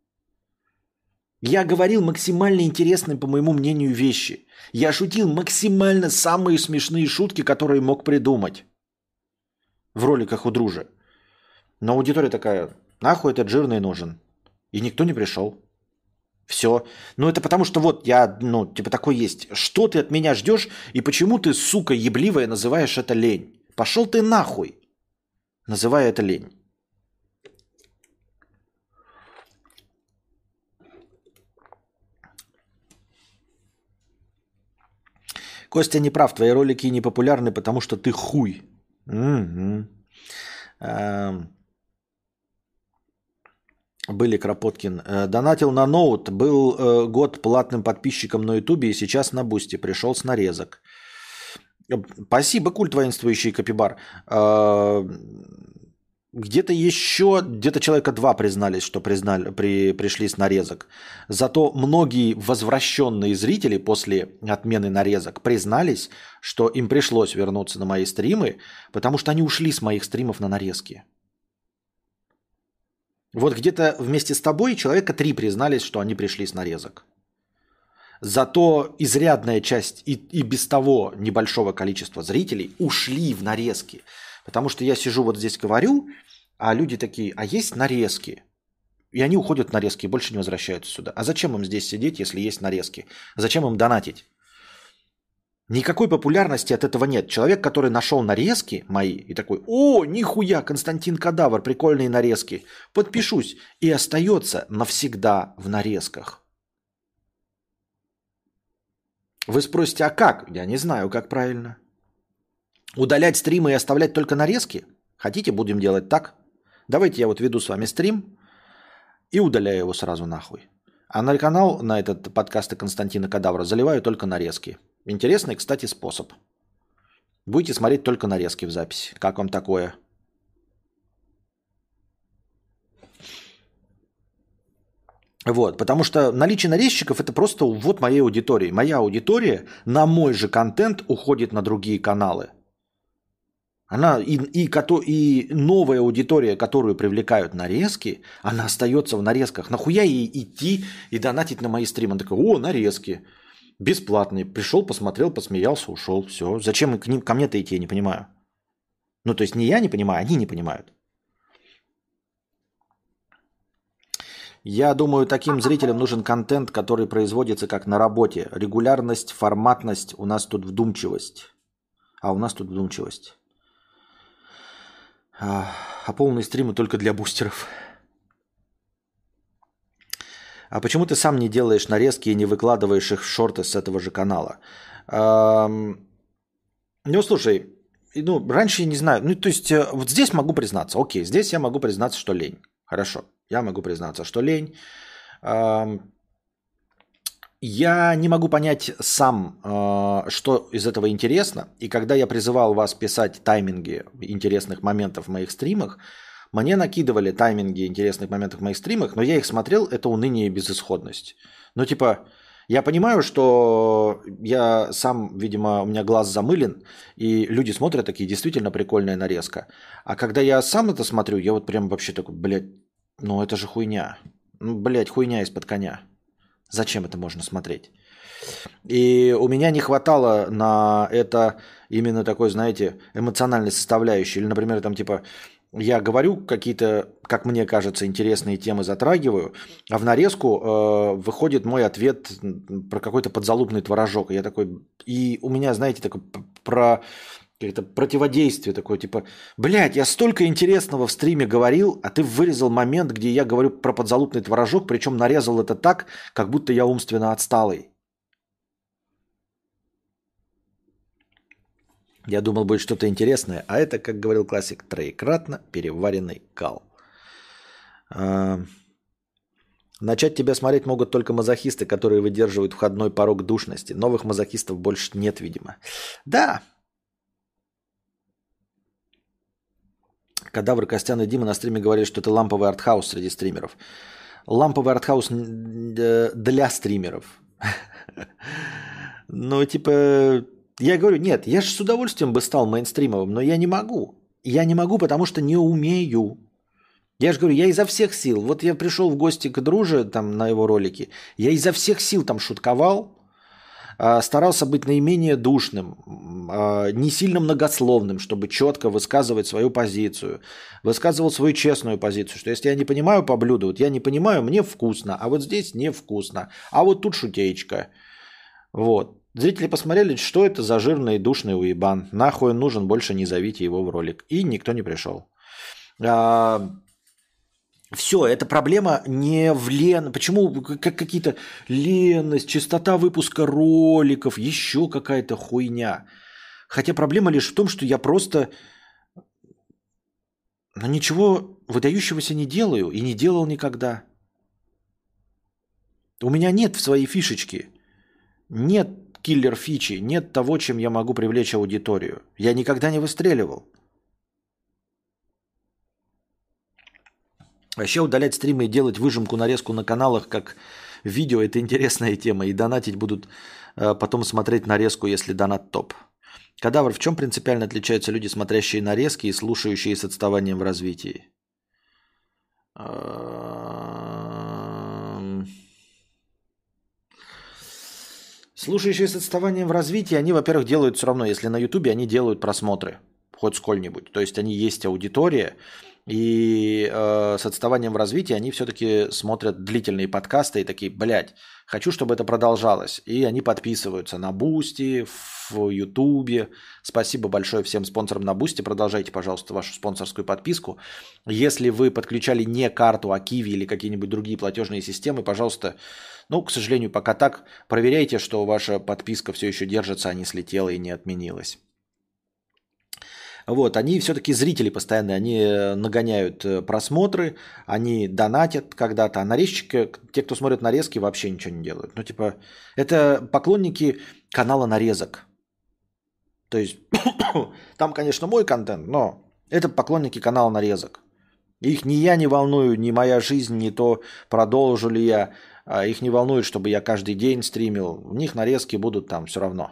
Speaker 1: Я говорил максимально интересные, по моему мнению, вещи. Я шутил максимально самые смешные шутки, которые мог придумать в роликах у Дружи. Но аудитория такая, нахуй этот жирный нужен. И никто не пришел. Все. Ну это потому что вот я, ну, типа такой есть. Что ты от меня ждешь и почему ты, сука, ебливая, называешь это лень? Пошел ты нахуй, называя это лень. Костя не прав, твои ролики не популярны, потому что ты хуй. Угу. Были Кропоткин. Донатил на ноут, был э, год платным подписчиком на Ютубе и сейчас на Бусти. Пришел с нарезок. Спасибо, культ воинствующий Капибар. Э, где-то еще, где-то человека два признались, что признали, при, пришли с нарезок. Зато многие возвращенные зрители после отмены нарезок признались, что им пришлось вернуться на мои стримы, потому что они ушли с моих стримов на нарезки. Вот где-то вместе с тобой человека три признались, что они пришли с нарезок. Зато изрядная часть и, и без того небольшого количества зрителей ушли в нарезки. Потому что я сижу вот здесь говорю, а люди такие, а есть нарезки? И они уходят в нарезки и больше не возвращаются сюда. А зачем им здесь сидеть, если есть нарезки? Зачем им донатить? Никакой популярности от этого нет. Человек, который нашел нарезки мои и такой, о, нихуя, Константин Кадавр, прикольные нарезки, подпишусь, и остается навсегда в нарезках. Вы спросите, а как? Я не знаю, как правильно. Удалять стримы и оставлять только нарезки? Хотите, будем делать так? Давайте я вот веду с вами стрим и удаляю его сразу нахуй. А на канал, на этот подкаст Константина Кадавра заливаю только нарезки. Интересный, кстати, способ. Будете смотреть только нарезки в записи. Как вам такое? Вот, потому что наличие нарезчиков – это просто увод моей аудитории. Моя аудитория на мой же контент уходит на другие каналы. Она и, и, и новая аудитория, которую привлекают нарезки, она остается в нарезках. Нахуя ей идти и донатить на мои стримы? Она такая, о, нарезки. Бесплатный. Пришел, посмотрел, посмеялся, ушел. Все. Зачем к ним, ко мне-то идти, я не понимаю. Ну, то есть не я не понимаю, они не понимают. Я думаю, таким зрителям нужен контент, который производится как на работе. Регулярность, форматность, у нас тут вдумчивость. А у нас тут вдумчивость. А, а полные стримы только для бустеров. А почему ты сам не делаешь нарезки и не выкладываешь их в шорты с этого же канала? Эм, ну, слушай, ну, раньше я не знаю. Ну, то есть, вот здесь могу признаться. Окей, здесь я могу признаться, что лень. Хорошо, я могу признаться, что лень. Эм, я не могу понять сам, э, что из этого интересно. И когда я призывал вас писать тайминги интересных моментов в моих стримах, мне накидывали тайминги интересных моментов в моих стримах, но я их смотрел, это уныние и безысходность. Ну, типа, я понимаю, что я сам, видимо, у меня глаз замылен, и люди смотрят такие, действительно прикольная нарезка. А когда я сам это смотрю, я вот прям вообще такой, блядь, ну это же хуйня. Ну, блядь, хуйня из-под коня. Зачем это можно смотреть? И у меня не хватало на это именно такой, знаете, эмоциональной составляющей. Или, например, там типа... Я говорю какие-то, как мне кажется, интересные темы затрагиваю, а в нарезку э, выходит мой ответ про какой-то подзалупный творожок. И я такой, и у меня, знаете, такое про это противодействие такое, типа, блядь, я столько интересного в стриме говорил, а ты вырезал момент, где я говорю про подзалупный творожок, причем нарезал это так, как будто я умственно отсталый. Я думал, будет что-то интересное, а это, как говорил классик, троекратно переваренный кал. Начать тебя смотреть могут только мазохисты, которые выдерживают входной порог душности. Новых мазохистов больше нет, видимо. Да. Кадавр, Костян и Дима на стриме говорили, что это ламповый артхаус среди стримеров. Ламповый артхаус для стримеров. Ну, типа, я говорю, нет, я же с удовольствием бы стал мейнстримовым, но я не могу. Я не могу, потому что не умею. Я же говорю, я изо всех сил. Вот я пришел в гости к друже там на его ролике. Я изо всех сил там шутковал, старался быть наименее душным, не сильно многословным, чтобы четко высказывать свою позицию. Высказывал свою честную позицию, что если я не понимаю по блюду, вот я не понимаю, мне вкусно, а вот здесь невкусно, а вот тут шутеечка. Вот. Зрители посмотрели, что это за жирный душный уебан. Нахуй он нужен, больше не зовите его в ролик. И никто не пришел. Все, эта проблема не в лен... Почему как какие-то ленность, частота выпуска роликов, еще какая-то хуйня. Хотя проблема лишь в том, что я просто ну, ничего выдающегося не делаю и не делал никогда. У меня нет в своей фишечке, нет киллер-фичи, нет того, чем я могу привлечь аудиторию. Я никогда не выстреливал. Вообще удалять стримы и делать выжимку, нарезку на каналах как видео – это интересная тема. И донатить будут э, потом смотреть нарезку, если донат топ. Кадавр, в чем принципиально отличаются люди, смотрящие нарезки и слушающие с отставанием в развитии? Слушающие с отставанием в развитии, они, во-первых, делают все равно, если на Ютубе, они делают просмотры, хоть сколь-нибудь. То есть они есть аудитория, и э, с отставанием в развитии они все-таки смотрят длительные подкасты и такие, блядь, хочу, чтобы это продолжалось. И они подписываются на Бусти, в Ютубе. Спасибо большое всем спонсорам на Бусти. Продолжайте, пожалуйста, вашу спонсорскую подписку. Если вы подключали не карту, а Киви или какие-нибудь другие платежные системы, пожалуйста, ну, к сожалению, пока так, проверяйте, что ваша подписка все еще держится, а не слетела и не отменилась. Вот, они все-таки зрители постоянные, они нагоняют просмотры, они донатят когда-то, а нарезчики, те, кто смотрит нарезки, вообще ничего не делают. Ну, типа, это поклонники канала нарезок. То есть, там, конечно, мой контент, но это поклонники канала нарезок. Их ни я не волную, ни моя жизнь, ни то, продолжу ли я. Их не волнует, чтобы я каждый день стримил. У них нарезки будут там все равно.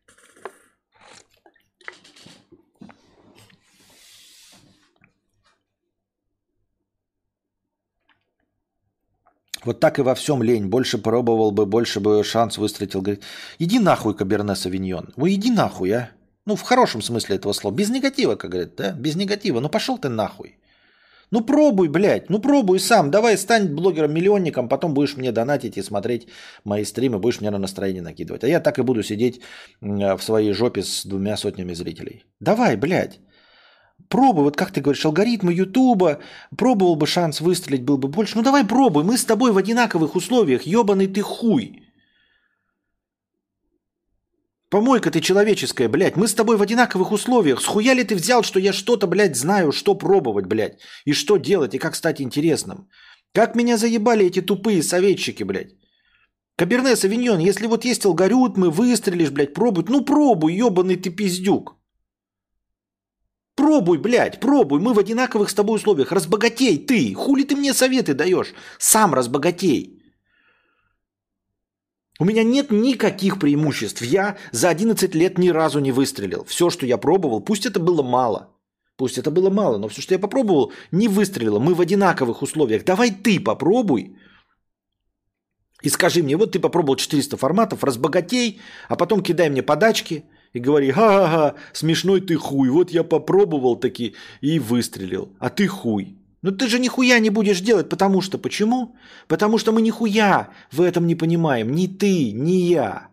Speaker 1: Вот так и во всем лень. Больше пробовал бы, больше бы шанс выстрелил. Говорит, иди нахуй, Каберне Савиньон. Вы иди нахуй, а? Ну, в хорошем смысле этого слова. Без негатива, как говорят, да? Без негатива. Ну, пошел ты нахуй. Ну, пробуй, блядь. Ну, пробуй сам. Давай стань блогером-миллионником, потом будешь мне донатить и смотреть мои стримы, будешь мне на настроение накидывать. А я так и буду сидеть в своей жопе с двумя сотнями зрителей. Давай, блядь. Пробуй, вот как ты говоришь, алгоритмы Ютуба, пробовал бы шанс выстрелить, был бы больше. Ну давай пробуй, мы с тобой в одинаковых условиях, ебаный ты хуй. Помойка ты человеческая, блядь, мы с тобой в одинаковых условиях. Схуя ли ты взял, что я что-то, блядь, знаю, что пробовать, блядь, и что делать, и как стать интересным? Как меня заебали эти тупые советчики, блядь. Каберне Савиньон, если вот есть алгоритмы, выстрелишь, блядь, пробуй, ну пробуй, ебаный ты пиздюк. Пробуй, блядь, пробуй, мы в одинаковых с тобой условиях. Разбогатей ты, хули ты мне советы даешь? Сам разбогатей. У меня нет никаких преимуществ. Я за одиннадцать лет ни разу не выстрелил. Все, что я пробовал, пусть это было мало. Пусть это было мало, но все, что я попробовал, не выстрелило. Мы в одинаковых условиях. Давай ты попробуй. И скажи мне, вот ты попробовал четыреста форматов, разбогатей, а потом кидай мне подачки. И говори, ха-ха-ха, смешной ты хуй, вот я попробовал таки и выстрелил, а ты хуй. Ну ты же нихуя не будешь делать, потому что, почему? Потому что мы нихуя в этом не понимаем, ни ты, ни я.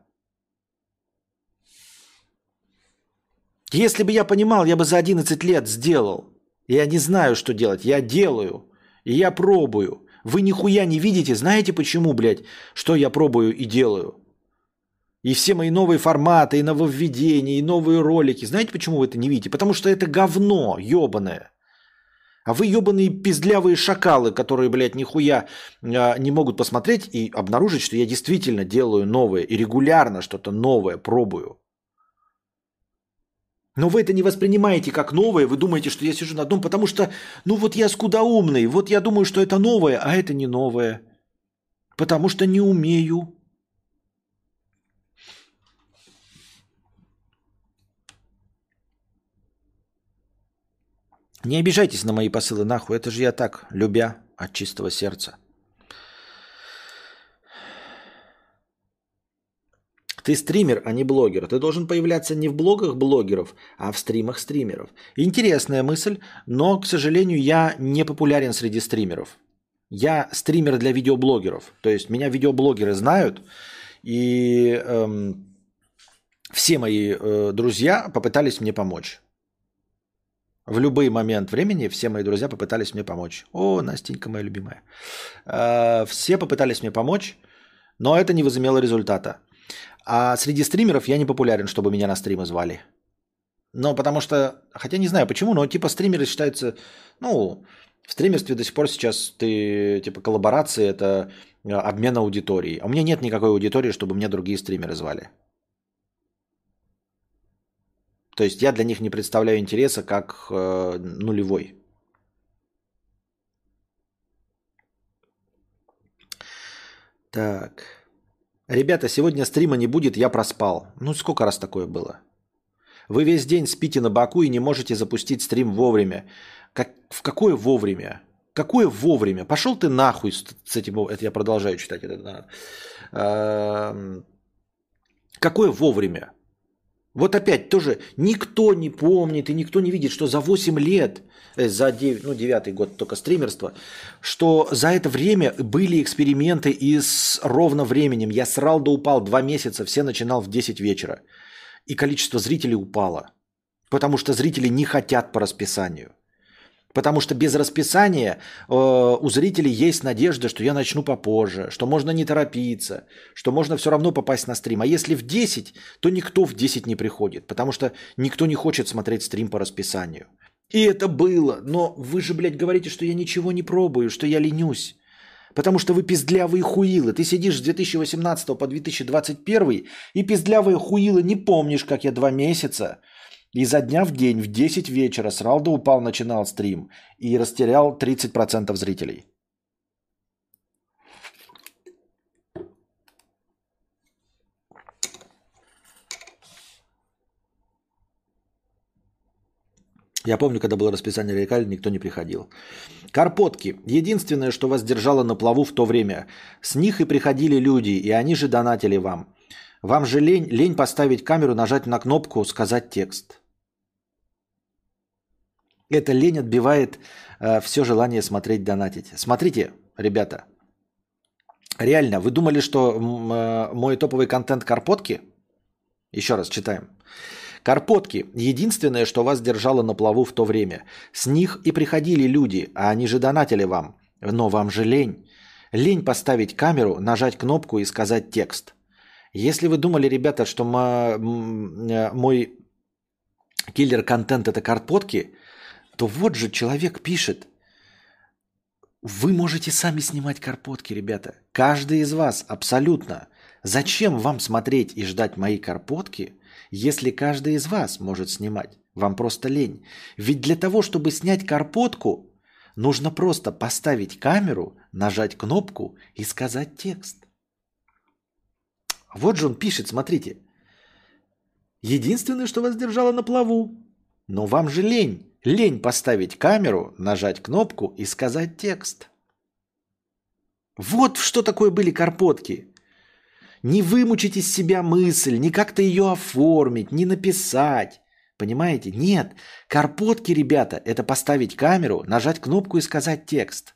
Speaker 1: Если бы я понимал, я бы за одиннадцать лет сделал. Я не знаю, что делать, я делаю, и я пробую. Вы нихуя не видите, знаете почему, блядь, что я пробую и делаю? И все мои новые форматы, и нововведения, и новые ролики. Знаете, почему вы это не видите? Потому что это говно ебаное. А вы ебаные пиздлявые шакалы, которые, блядь, нихуя а, не могут посмотреть и обнаружить, что я действительно делаю новое и регулярно что-то новое пробую. Но вы это не воспринимаете как новое, вы думаете, что я сижу на одном, потому что, ну вот я скудоумный, вот я думаю, что это новое, а это не новое. Потому что не умею. Не обижайтесь на мои посылы, нахуй. Это же я так, любя от чистого сердца. Ты стример, а не блогер. Ты должен появляться не в блогах блогеров, а в стримах стримеров. Интересная мысль, но, к сожалению, я не популярен среди стримеров. Я стример для видеоблогеров. То есть меня видеоблогеры знают, и эм, все мои э, друзья попытались мне помочь. В любой момент времени все мои друзья попытались мне помочь. О, Настенька моя любимая. Э, все попытались мне помочь, но это не возымело результата. А среди стримеров я не популярен, чтобы меня на стримы звали. Ну, потому что, хотя не знаю почему, но типа стримеры считаются, ну, в стримерстве до сих пор сейчас ты, типа, коллаборации – это обмен аудиторией. А у меня нет никакой аудитории, чтобы меня другие стримеры звали. То есть я для них не представляю интереса как э, нулевой. Так. Ребята, сегодня стрима не будет, я проспал. Ну, сколько раз такое было? Вы весь день спите на боку и не можете запустить стрим вовремя. Как, в какое вовремя? Какое вовремя? Пошел ты нахуй с, с этим. Это я продолжаю читать. Это, а, какое вовремя? Вот опять тоже никто не помнит и никто не видит, что за восемь лет, э, за девять, ну, девятый год только стримерства, что за это время были эксперименты и с ровно временем. Я срал да упал два месяца, все начинал в десять вечера. И количество зрителей упало. Потому что зрители не хотят по расписанию. Потому что без расписания э, у зрителей есть надежда, что я начну попозже, что можно не торопиться, что можно все равно попасть на стрим. А если в десять, то никто в десять не приходит, потому что никто не хочет смотреть стрим по расписанию. И это было. Но вы же, блядь, говорите, что я ничего не пробую, что я ленюсь. Потому что вы пиздлявые хуилы. Ты сидишь с две тысячи восемнадцатого по две тысячи двадцать первый и пиздлявые хуилы не помнишь, как я два месяца изо дня в день в десять вечера срал да упал, начинал стрим и растерял тридцать процентов зрителей. Я помню, когда было расписание Рекали, никто не приходил. Карпотки. Единственное, что вас держало на плаву в то время. С них и приходили люди, и они же донатили вам. Вам же лень, лень поставить камеру, нажать на кнопку, сказать текст. Эта лень отбивает э, все желание смотреть, донатить. Смотрите, ребята. Реально, вы думали, что м, э, мой топовый контент карпотки? Еще раз читаем. Карпотки. Единственное, что вас держало на плаву в то время. С них и приходили люди, а они же донатили вам. Но вам же лень. Лень поставить камеру, нажать кнопку и сказать текст. Если вы думали, ребята, что мой киллер-контент – это карпотки, то вот же человек пишет. Вы можете сами снимать карпотки, ребята. Каждый из вас, абсолютно. Зачем вам смотреть и ждать мои карпотки, если каждый из вас может снимать? Вам просто лень. Ведь для того, чтобы снять карпотку, нужно просто поставить камеру, нажать кнопку и сказать текст. Вот же он пишет, смотрите. Единственное, что вас держало на плаву. Но вам же лень. Лень поставить камеру, нажать кнопку и сказать текст. Вот что такое были карпотки. Не вымучить из себя мысль, не как-то ее оформить, не написать. Понимаете? Нет. Карпотки, ребята, это поставить камеру, нажать кнопку и сказать текст.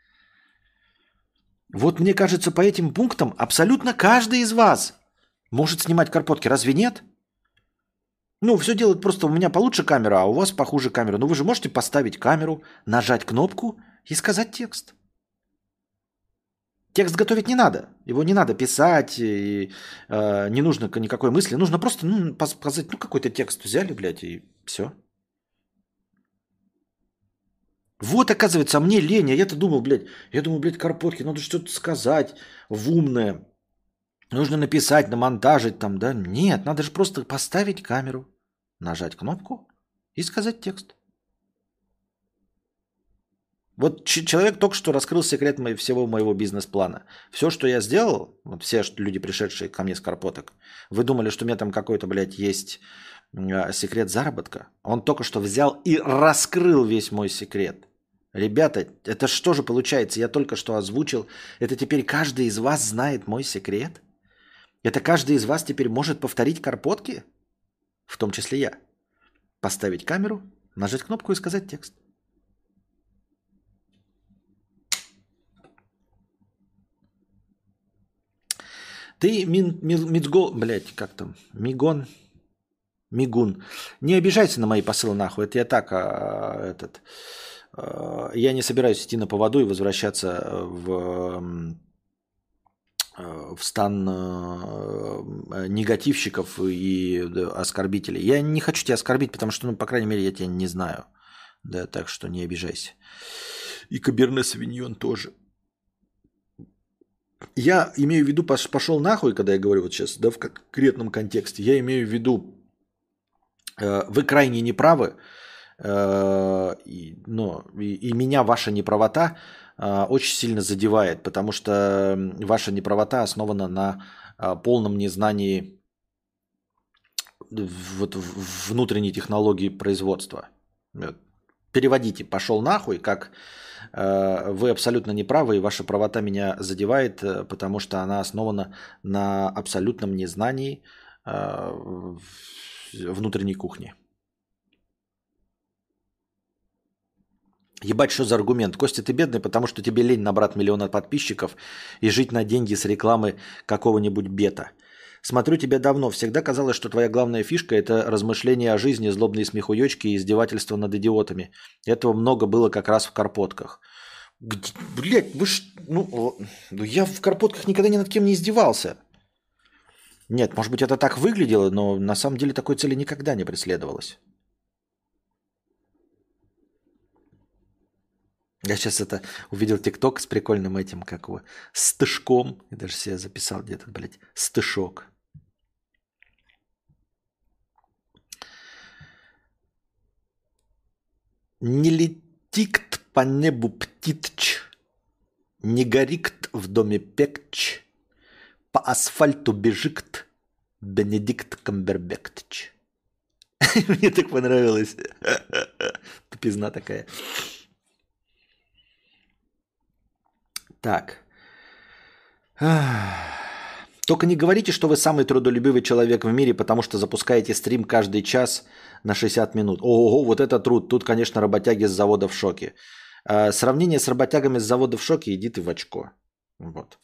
Speaker 1: Вот мне кажется, по этим пунктам абсолютно каждый из вас может снимать карпотки. Разве нет? Ну, все делать просто у меня получше камера, а у вас похуже камера. Ну, вы же можете поставить камеру, нажать кнопку и сказать текст. Текст готовить не надо. Его не надо писать, и, э, не нужно никакой мысли. Нужно просто ну, сказать, ну, какой-то текст взяли, блядь, и все. Вот, оказывается, а мне лень. А я-то думал, блядь, я думал, блядь, Карпотки, надо что-то сказать в умное. Нужно написать, намонтажить там, да? Нет, надо же просто поставить камеру, нажать кнопку и сказать текст. Вот ч- человек только что раскрыл секрет моей, всего моего бизнес-плана. Все, что я сделал, вот все что люди, пришедшие ко мне с Карпоток, вы думали, что у меня там какой-то, блядь, есть э, секрет заработка? Он только что взял и раскрыл весь мой секрет. Ребята, это что же получается? Я только что озвучил. Это теперь каждый из вас знает мой секрет? Это каждый из вас теперь может повторить Карпотки? В том числе я. Поставить камеру, нажать кнопку и сказать текст. Ты, Мин, Мил- Мицго, блядь, как там, Мигон, Мигун, не обижайся на мои посылы нахуй, это я так, а, этот, а, я не собираюсь идти на поводу и возвращаться в, м, а, в стан а, негативщиков и да, оскорбителей. Я не хочу тебя оскорбить, потому что, ну, по крайней мере, я тебя не знаю, да, так что не обижайся. И Каберне Савиньон тоже. Я имею в виду, пош- пошел нахуй, когда я говорю вот сейчас, да, в конкретном контексте, я имею в виду, э, вы крайне неправы, э, и, но, и, и меня ваша неправота э, очень сильно задевает, потому что м, ваша неправота основана на э, полном незнании в- вот, в- внутренней технологии производства. Вот. Переводите «пошел нахуй», как э, вы абсолютно неправы, и ваша правота меня задевает, э, потому что она основана на абсолютном незнании э, в- внутренней кухни. Ебать, что за аргумент? Костя, ты бедный, потому что тебе лень набрать миллиона подписчиков и жить на деньги с рекламы какого-нибудь бета. Смотрю тебя давно. Всегда казалось, что твоя главная фишка – это размышления о жизни, злобные смехуёчки и издевательства над идиотами. Этого много было как раз в Карпотках. Где, блядь, вы ж... Ну, о, ну, я в Карпотках никогда ни над кем не издевался. Нет, может быть, это так выглядело, но на самом деле такой цели никогда не преследовалось. Я сейчас это увидел ТикТок с прикольным этим, как его, стышком. Я даже себе записал где-то, блядь, стышок. Не летит по небу птитч, не горит в доме пекч, по асфальту бежит Бенедикт Камбербектч. Мне так понравилось. Тупизна такая. Так. Только не говорите, что вы самый трудолюбивый человек в мире, потому что запускаете стрим каждый час на шестьдесят минут. Ого, вот это труд. Тут, конечно, работяги с завода в шоке. А, сравнение с работягами с завода в шоке, иди ты в очко. Вот.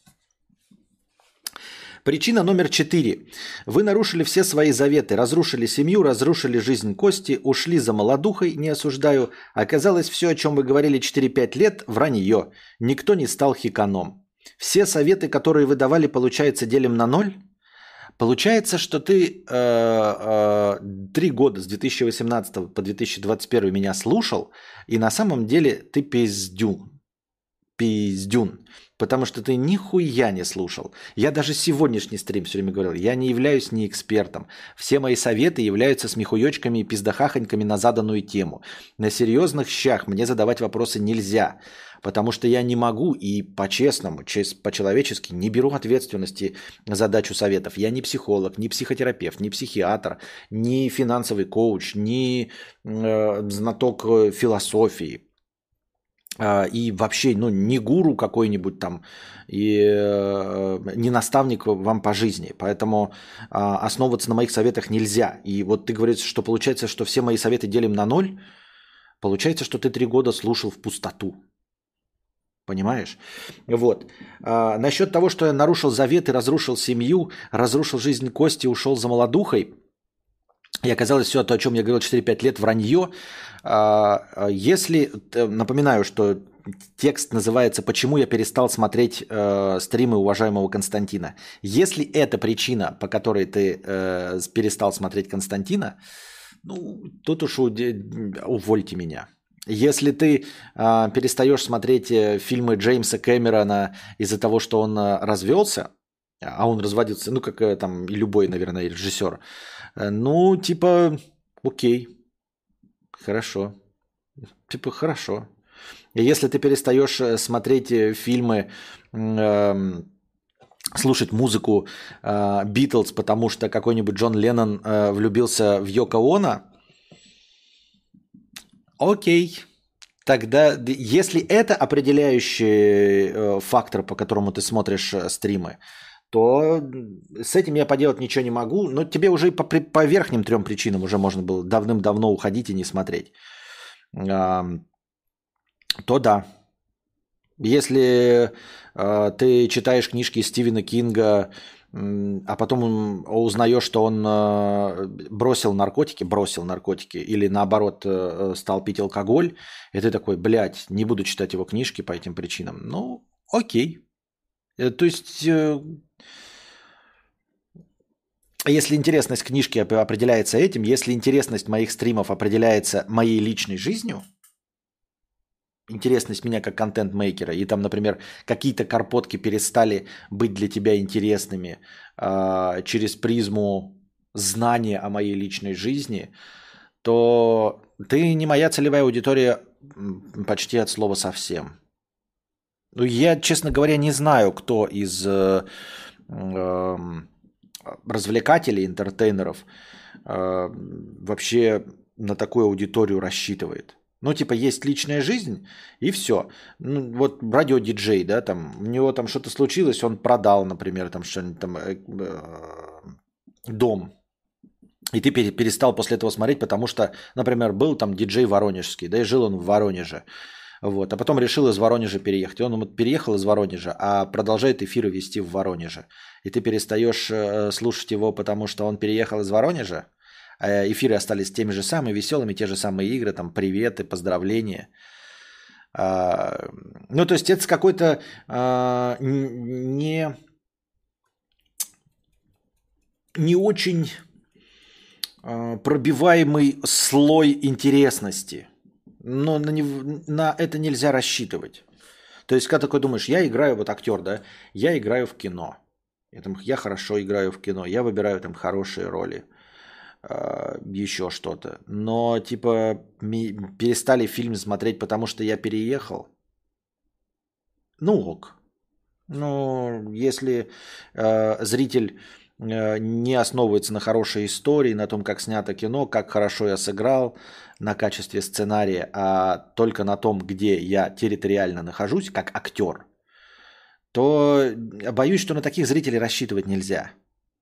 Speaker 1: Причина номер четыре. Вы нарушили все свои заветы, разрушили семью, разрушили жизнь Кости, ушли за молодухой, не осуждаю. Оказалось, все, о чем вы говорили четыре-пять лет, вранье. Никто не стал хиканом. Все советы, которые вы давали, получается, делим на ноль? Получается, что ты э, э, три года с две тысячи восемнадцатого по две тысячи двадцать первый меня слушал, и на самом деле ты пиздюн. Пиздюн. Потому что ты нихуя не слушал. Я даже сегодняшний стрим все время говорил, я не являюсь ни экспертом. Все мои советы являются смехуёчками и пиздахахоньками на заданную тему. На серьезных щах мне задавать вопросы нельзя. Потому что я не могу и по-честному, чес- по-человечески не беру ответственности за дачу советов. Я не психолог, не психотерапевт, не психиатр, не финансовый коуч, не э, знаток э, философии. А, и вообще, ну, не гуру какой-нибудь там, и э, не наставник вам по жизни. Поэтому а, основываться на моих советах нельзя. И вот ты говоришь, что получается, что все мои советы делим на ноль. Получается, что ты три года слушал в пустоту. Понимаешь? Вот. А, насчет того, что я нарушил заветы, разрушил семью, разрушил жизнь Кости, ушел за молодухой. И оказалось все то, о чем я говорил четыре-пять лет, вранье. А, а, Если, т- напоминаю, что текст называется «Почему я перестал смотреть э, стримы уважаемого Константина». Если это причина, по которой ты э, с- перестал смотреть Константина, ну, тут уж уде- увольте меня. Если ты а, перестаешь смотреть э, фильмы Джеймса Кэмерона из-за того, что он а, развелся, а он разводится, ну, как э, там и любой, наверное, режиссер, э, ну, типа, окей, хорошо. Типа, хорошо. И если ты перестаешь э, смотреть э, фильмы, м, эм, слушать музыку Битлз, потому что какой-нибудь Джон Леннон э, влюбился в Йоко Оно, окей. Тогда, д- если это определяющий э, фактор, по которому ты смотришь э, стримы, то м, с этим я поделать ничего не могу. Но тебе уже и по, при- по верхним трем причинам уже можно было давным-давно уходить и не смотреть. Ам, то да. Если э, ты читаешь книжки Стивена Кинга, м, а потом м, узнаешь, что он э, бросил наркотики, бросил наркотики, или наоборот э, стал пить алкоголь, и ты такой, блядь, не буду читать его книжки по этим причинам. Ну, окей. Э, То есть, э, если интересность книжки оп- определяется этим, если интересность моих стримов определяется моей личной жизнью, интересность меня как контент-мейкера, и там, например, какие-то карпотки перестали быть для тебя интересными а, через призму знания о моей личной жизни, то ты не моя целевая аудитория м, почти от слова совсем. Ну, я, честно говоря, не знаю, кто из э, эм, развлекателей, интертейнеров э, вообще на такую аудиторию рассчитывает. Ну, типа, есть личная жизнь, и все. Ну, вот радиодиджей, да, там, у него там что-то случилось, он продал, например, там что-нибудь там, э, э, дом. И ты пере- перестал после этого смотреть, потому что, например, был там диджей воронежский, да, и жил он в Воронеже. Вот, а потом решил из Воронежа переехать. И он вот переехал из Воронежа, а продолжает эфиры вести в Воронеже. И ты перестаешь э, слушать его, потому что он переехал из Воронежа, а эфиры остались теми же самыми, веселыми, те же самые игры, там, приветы, поздравления. А, ну, то есть это какой-то а, н- не, не очень а, пробиваемый слой интересности. Но на, него- на это нельзя рассчитывать. То есть, когда такой думаешь, я играю, вот актер, да, я играю в кино. Я, там, я хорошо играю в кино, я выбираю там хорошие роли, а, еще что-то. Но, типа, ми- перестали фильм смотреть, потому что я переехал. Ну ок. Ну, если э, зритель э, не основывается на хорошей истории, на том, как снято кино, как хорошо я сыграл, на качестве сценария, а только на том, где я территориально нахожусь, как актер, то боюсь, что на таких зрителей рассчитывать нельзя.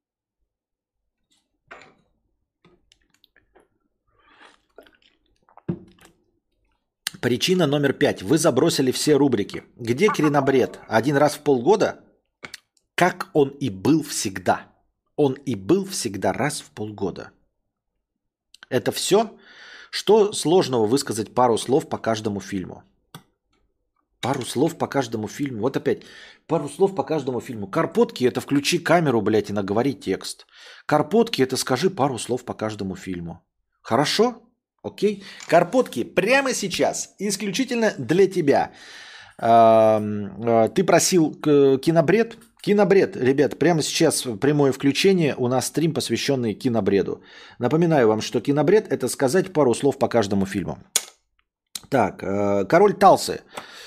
Speaker 1: Причина номер пять. Вы забросили все рубрики. Где Кринобред? Один раз в полгода? Как он и был всегда. Он и был всегда раз в полгода. Это все? Что сложного высказать пару слов по каждому фильму? Пару слов по каждому фильму. Вот опять, пару слов по каждому фильму. Карпотки – это включи камеру, блядь, и наговори текст. Карпотки – это скажи пару слов по каждому фильму. Хорошо? Окей. Карпотки прямо сейчас, исключительно для тебя. Ам, а, Ты просил к- кинобред? Кинобред, ребят, прямо сейчас прямое включение. У нас стрим, посвященный кинобреду. Напоминаю вам, что кинобред – это сказать пару слов по каждому фильму. Так, э, Король Талсы.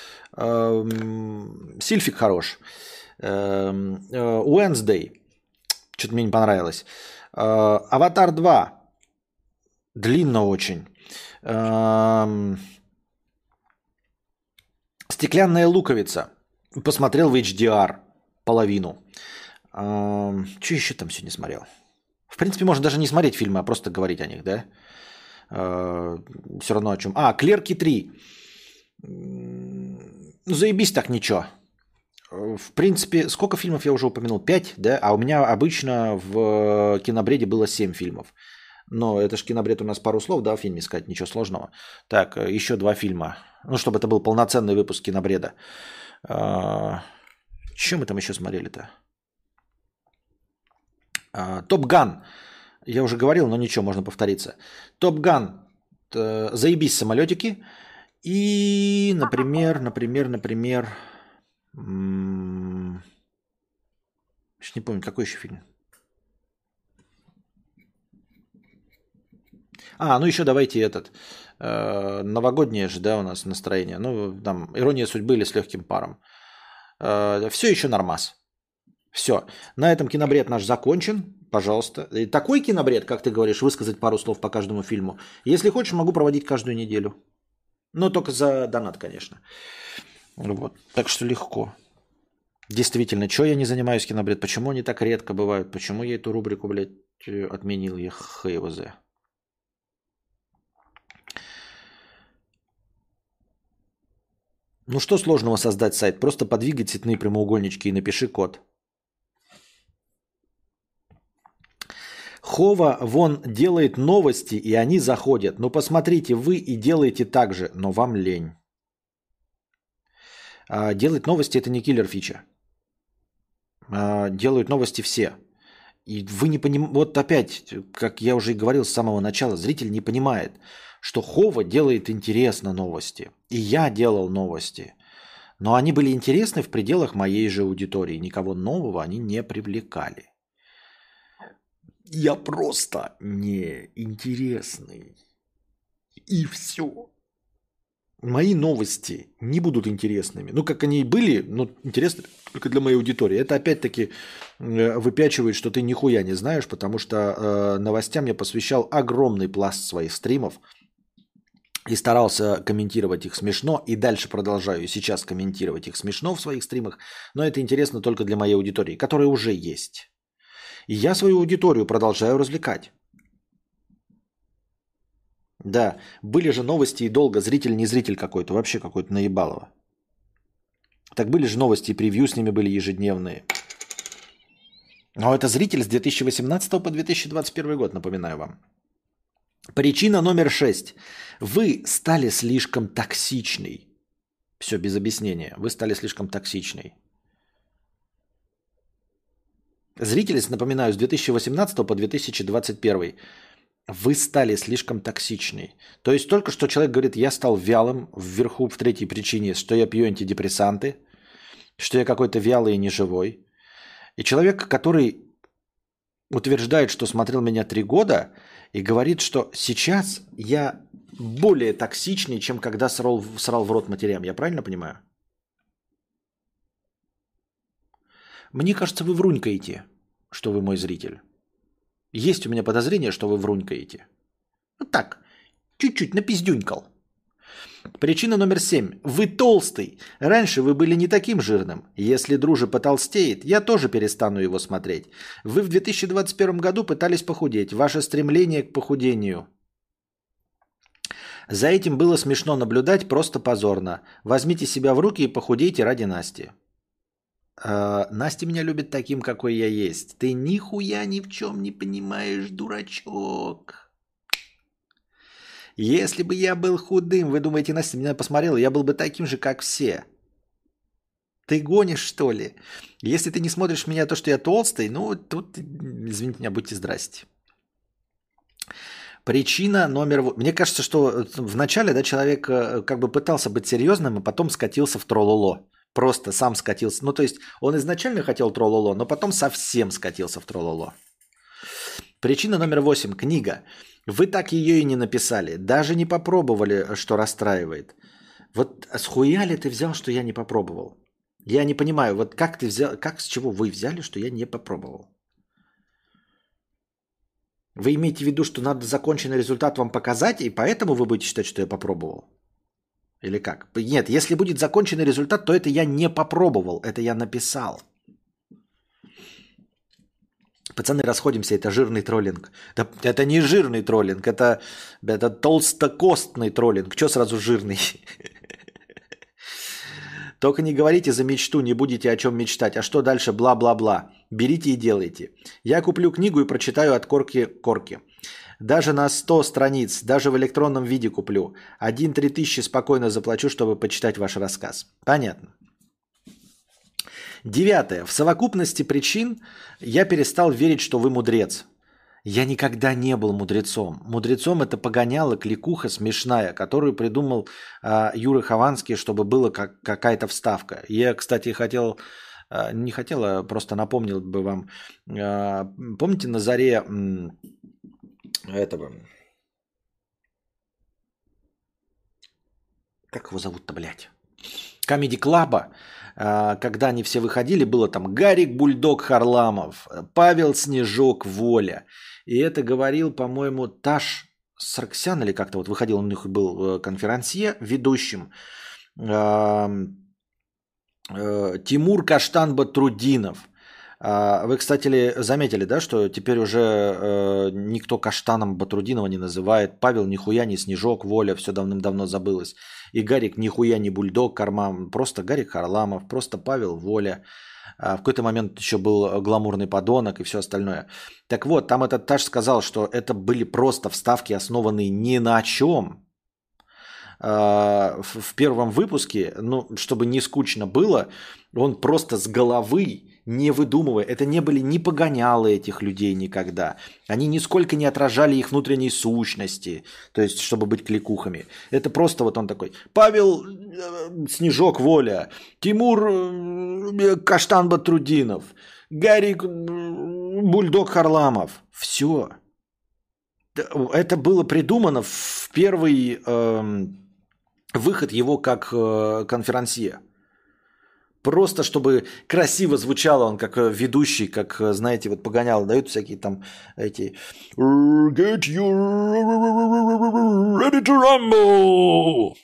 Speaker 1: Эм, Сильфик хорош. Эм, э, Уэнсдей. Что-то мне не понравилось. Э, Аватар два. Длинно очень. Эм, Стеклянная луковица. Посмотрел в эйч ди ар половину. Эм, Что еще там сегодня смотрел? В принципе, можно даже не смотреть фильмы, а просто говорить о них, да? Все равно о чем. А, Клерки три. Ну, заебись так ничего. Э, В принципе, сколько фильмов я уже упомянул? Пять, да? А у меня обычно в кинобреде было семь фильмов. Но это же кинобред у нас пару слов, да, в фильме сказать, ничего сложного. Так, э, еще два фильма. Ну, чтобы это был полноценный выпуск кинобреда. А, Что мы там еще смотрели-то? А, Топ Ган. Я уже говорил, но ничего, можно повториться. Топ Ган. э, Заебись самолетики. И, например, например, например... м, Сейчас не помню, какой еще фильм. А, ну еще давайте этот. э, новогоднее же, да, у нас настроение. Ну, там, «Ирония судьбы» или «С легким паром». Все еще нормас. Все. На этом кинобред наш закончен. Пожалуйста. И такой кинобред, как ты говоришь, высказать пару слов по каждому фильму. Если хочешь, могу проводить каждую неделю. Но только за донат, конечно. Вот. Так что легко. Действительно, что я не занимаюсь кинобред? Почему они так редко бывают? Почему я эту рубрику, блядь, э, отменил? Я х его за. Ну что сложного создать сайт? Просто подвигай цветные прямоугольнички и напиши код. Хова вон делает новости, и они заходят. Ну посмотрите, вы и делаете так же, но вам лень. А, делать новости – это не киллер фича. А, делают новости все. И вы не понимаете, вот опять, как я уже и говорил с самого начала, зритель не понимает, что Хова делает интересно новости. И я делал новости. Но они были интересны в пределах моей же аудитории. Никого нового они не привлекали. Я просто не интересный. И все. Мои новости не будут интересными. Ну, как они и были, но интересны только для моей аудитории. Это опять-таки э, выпячивает, что ты нихуя не знаешь, потому что э, новостям я посвящал огромный пласт своих стримов и старался комментировать их смешно, и дальше продолжаю сейчас комментировать их смешно в своих стримах, но это интересно только для моей аудитории, которая уже есть. И я свою аудиторию продолжаю развлекать. Да, были же новости и долго, зритель не зритель какой-то, вообще какой-то наебалово. Так были же новости, и превью с ними были ежедневные. Но это зритель с две тысячи восемнадцатого по две тысячи двадцать первый год, напоминаю вам. Причина номер шесть. Вы стали слишком токсичный. Все, без объяснения. Вы стали слишком токсичный. Зрители, напоминаю, с две тысячи восемнадцатого по две тысячи двадцать первый. Вы стали слишком токсичный. То есть только что человек говорит, я стал вялым вверху в третьей причине, что я пью антидепрессанты, что я какой-то вялый и неживой. И человек, который утверждает, что смотрел меня три года и говорит, что сейчас я более токсичный, чем когда срал, срал в рот матерям. Я правильно понимаю? Мне кажется, вы врунькаете, что вы мой зритель. Есть у меня подозрение, что вы врунькаете. Вот так, чуть-чуть напиздюнькал. Причина номер семь. Вы толстый. Раньше вы были не таким жирным. Если дружи потолстеет, я тоже перестану его смотреть. Вы в две тысячи двадцать первом году пытались похудеть. Ваше стремление к похудению. За этим было смешно наблюдать, просто позорно. Возьмите себя в руки и похудейте ради Насти. Э, Настя меня любит таким, какой я есть. Ты нихуя ни в чем не понимаешь, дурачок. Если бы я был худым, вы думаете, Настя меня посмотрела, я был бы таким же, как все. Ты гонишь, что ли? Если ты не смотришь меня то, что я толстый, ну, тут, извините меня, будьте здрасте. Причина номер... во- Мне кажется, что вначале, да, человек э, как бы пытался быть серьезным, и потом скатился в трололо. Просто сам скатился. Ну, то есть он изначально хотел трололо, но потом совсем скатился в трололо. Причина номер восемь. Книга. Вы так ее и не написали. Даже не попробовали, что расстраивает. Вот с хуя ли ты взял, что я не попробовал? Я не понимаю, вот как ты взял, как с чего вы взяли, что я не попробовал? Вы имеете в виду, что надо законченный результат вам показать, и поэтому вы будете считать, что я попробовал? Или как? Нет, если будет законченный результат, то это я не попробовал, это я написал. Пацаны, расходимся, это жирный троллинг. Да, это не жирный троллинг, это, это толстокостный троллинг. Че сразу жирный? Только не говорите за мечту, не будете о чем мечтать. А что дальше? Бла-бла-бла. Берите и делайте. Я куплю книгу и прочитаю от корки к корке. Даже на сто страниц, даже в электронном виде куплю. Один-три тысячи спокойно заплачу, чтобы почитать ваш рассказ. Понятно. Девятое. В совокупности причин я перестал верить, что вы мудрец. Я никогда не был мудрецом. Мудрецом это погоняла кликуха смешная, которую придумал э, Юра Хованский, чтобы была как, какая-то вставка. Я, кстати, хотел, э, не хотел, а просто напомнил бы вам. Э, помните на заре м, этого... Как его зовут-то, блядь? Comedy Club, когда они все выходили, было там Гарик Бульдог Харламов, Павел Снежок Воля. И это говорил, по-моему, Таш Сарксян или как-то вот выходил, у них был конферансье ведущим. Тимур Каштан Батрудинов. Вы, кстати, заметили, да, что теперь уже э, никто Каштаном Батрудинова не называет. Павел нихуя не Снежок, Воля, все давным-давно забылось. И Гарик нихуя не Бульдог, Карман, просто Гарик Харламов, просто Павел Воля. А в какой-то момент еще был гламурный подонок и все остальное. Так вот, там этот Таш сказал, что это были просто вставки, основанные ни на чем. А, в, в первом выпуске, ну, чтобы не скучно было, он просто с головы, не выдумывая, это не были ни погонялы этих людей никогда. Они нисколько не отражали их внутренней сущности, то есть, чтобы быть кликухами. Это просто вот он такой, Павел э, Снежок Воля, Тимур э, Каштан Батрудинов, Гарик э, Бульдог Харламов. Все. Это было придумано в первый э, выход его как э, конферансье. Просто чтобы красиво звучало он как ведущий, как, знаете, вот погонял, дают всякие там эти Get you ready to rumble.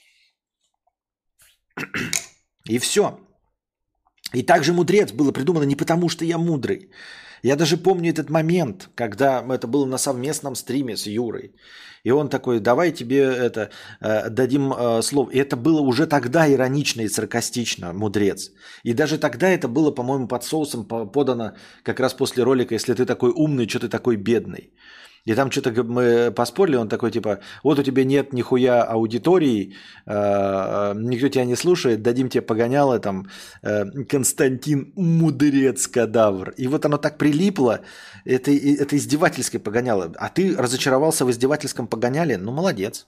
Speaker 1: И все. И также «Мудрец» было придумано не потому, что я мудрый. Я даже помню этот момент, когда это было на совместном стриме с Юрой. И он такой, давай тебе это э, дадим э, слово. И это было уже тогда иронично и саркастично, «Мудрец». И даже тогда это было, по-моему, под соусом подано как раз после ролика «Если ты такой умный, что ты такой бедный». И там что-то мы поспорили, он такой типа, вот у тебя нет нихуя аудитории, э, никто тебя не слушает, дадим тебе погоняло там э, Константин Мудрец-кадавр. И вот оно так прилипло, это, это издевательское погоняло. А ты разочаровался в издевательском погоняле? Ну, молодец.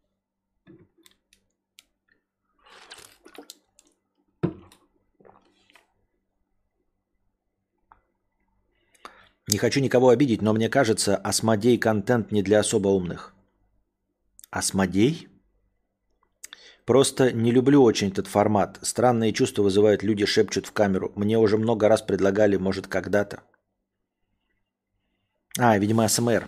Speaker 1: Не хочу никого обидеть, но мне кажется, Асмодей контент не для особо умных. Асмодей? Просто не люблю очень этот формат. Странные чувства вызывают, люди шепчут в камеру. Мне уже много раз предлагали, может, когда-то. А, видимо, АСМР.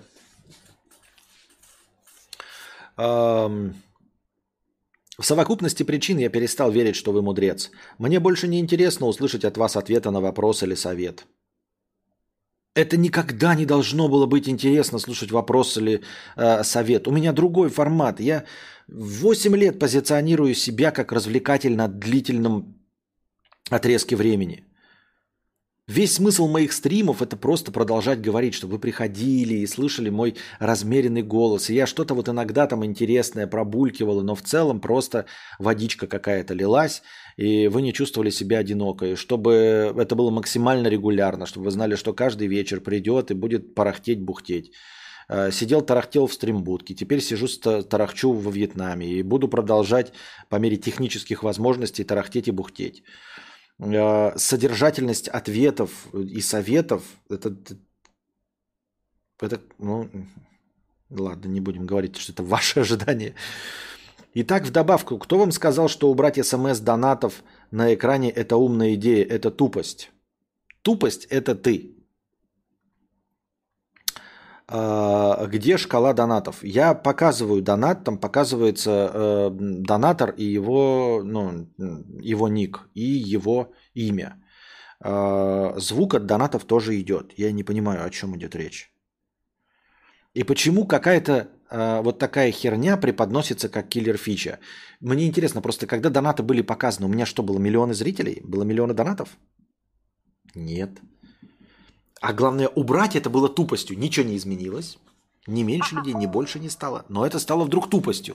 Speaker 1: Эм... В совокупности причин я перестал верить, что вы мудрец. Мне больше не интересно услышать от вас ответа на вопрос или совет. Это никогда не должно было быть интересно слушать вопрос или э, совет. У меня другой формат. Я восемь лет позиционирую себя как развлекатель на длительном отрезке времени. Весь смысл моих стримов – это просто продолжать говорить, чтобы вы приходили и слышали мой размеренный голос. И я что-то вот иногда там интересное пробулькивал, но в целом просто водичка какая-то лилась, и вы не чувствовали себя одинокой. Чтобы это было максимально регулярно, чтобы вы знали, что каждый вечер придет и будет тарахтеть-бухтеть. Сидел, тарахтел в стримбудке, теперь сижу, тарахчу во Вьетнаме и буду продолжать по мере технических возможностей тарахтеть и бухтеть. Содержательность ответов и советов, это, это, ну, ладно, не будем говорить, что это ваше ожидание. Итак, в добавку, кто вам сказал, что убрать смс донатов на экране – это умная идея, это тупость? Тупость – это ты. Где шкала донатов? Я показываю донат, там показывается э, донатор и его, ну, его ник, и его имя. Э, звук от донатов тоже идет. Я не понимаю, о чем идет речь. И почему какая-то э, вот такая херня преподносится как киллер-фича? Мне интересно, просто когда донаты были показаны, у меня что, было миллионы зрителей? Было миллионы донатов? Нет. А главное, убрать это было тупостью. Ничего не изменилось. Ни меньше людей, ни больше не стало. Но это стало вдруг тупостью.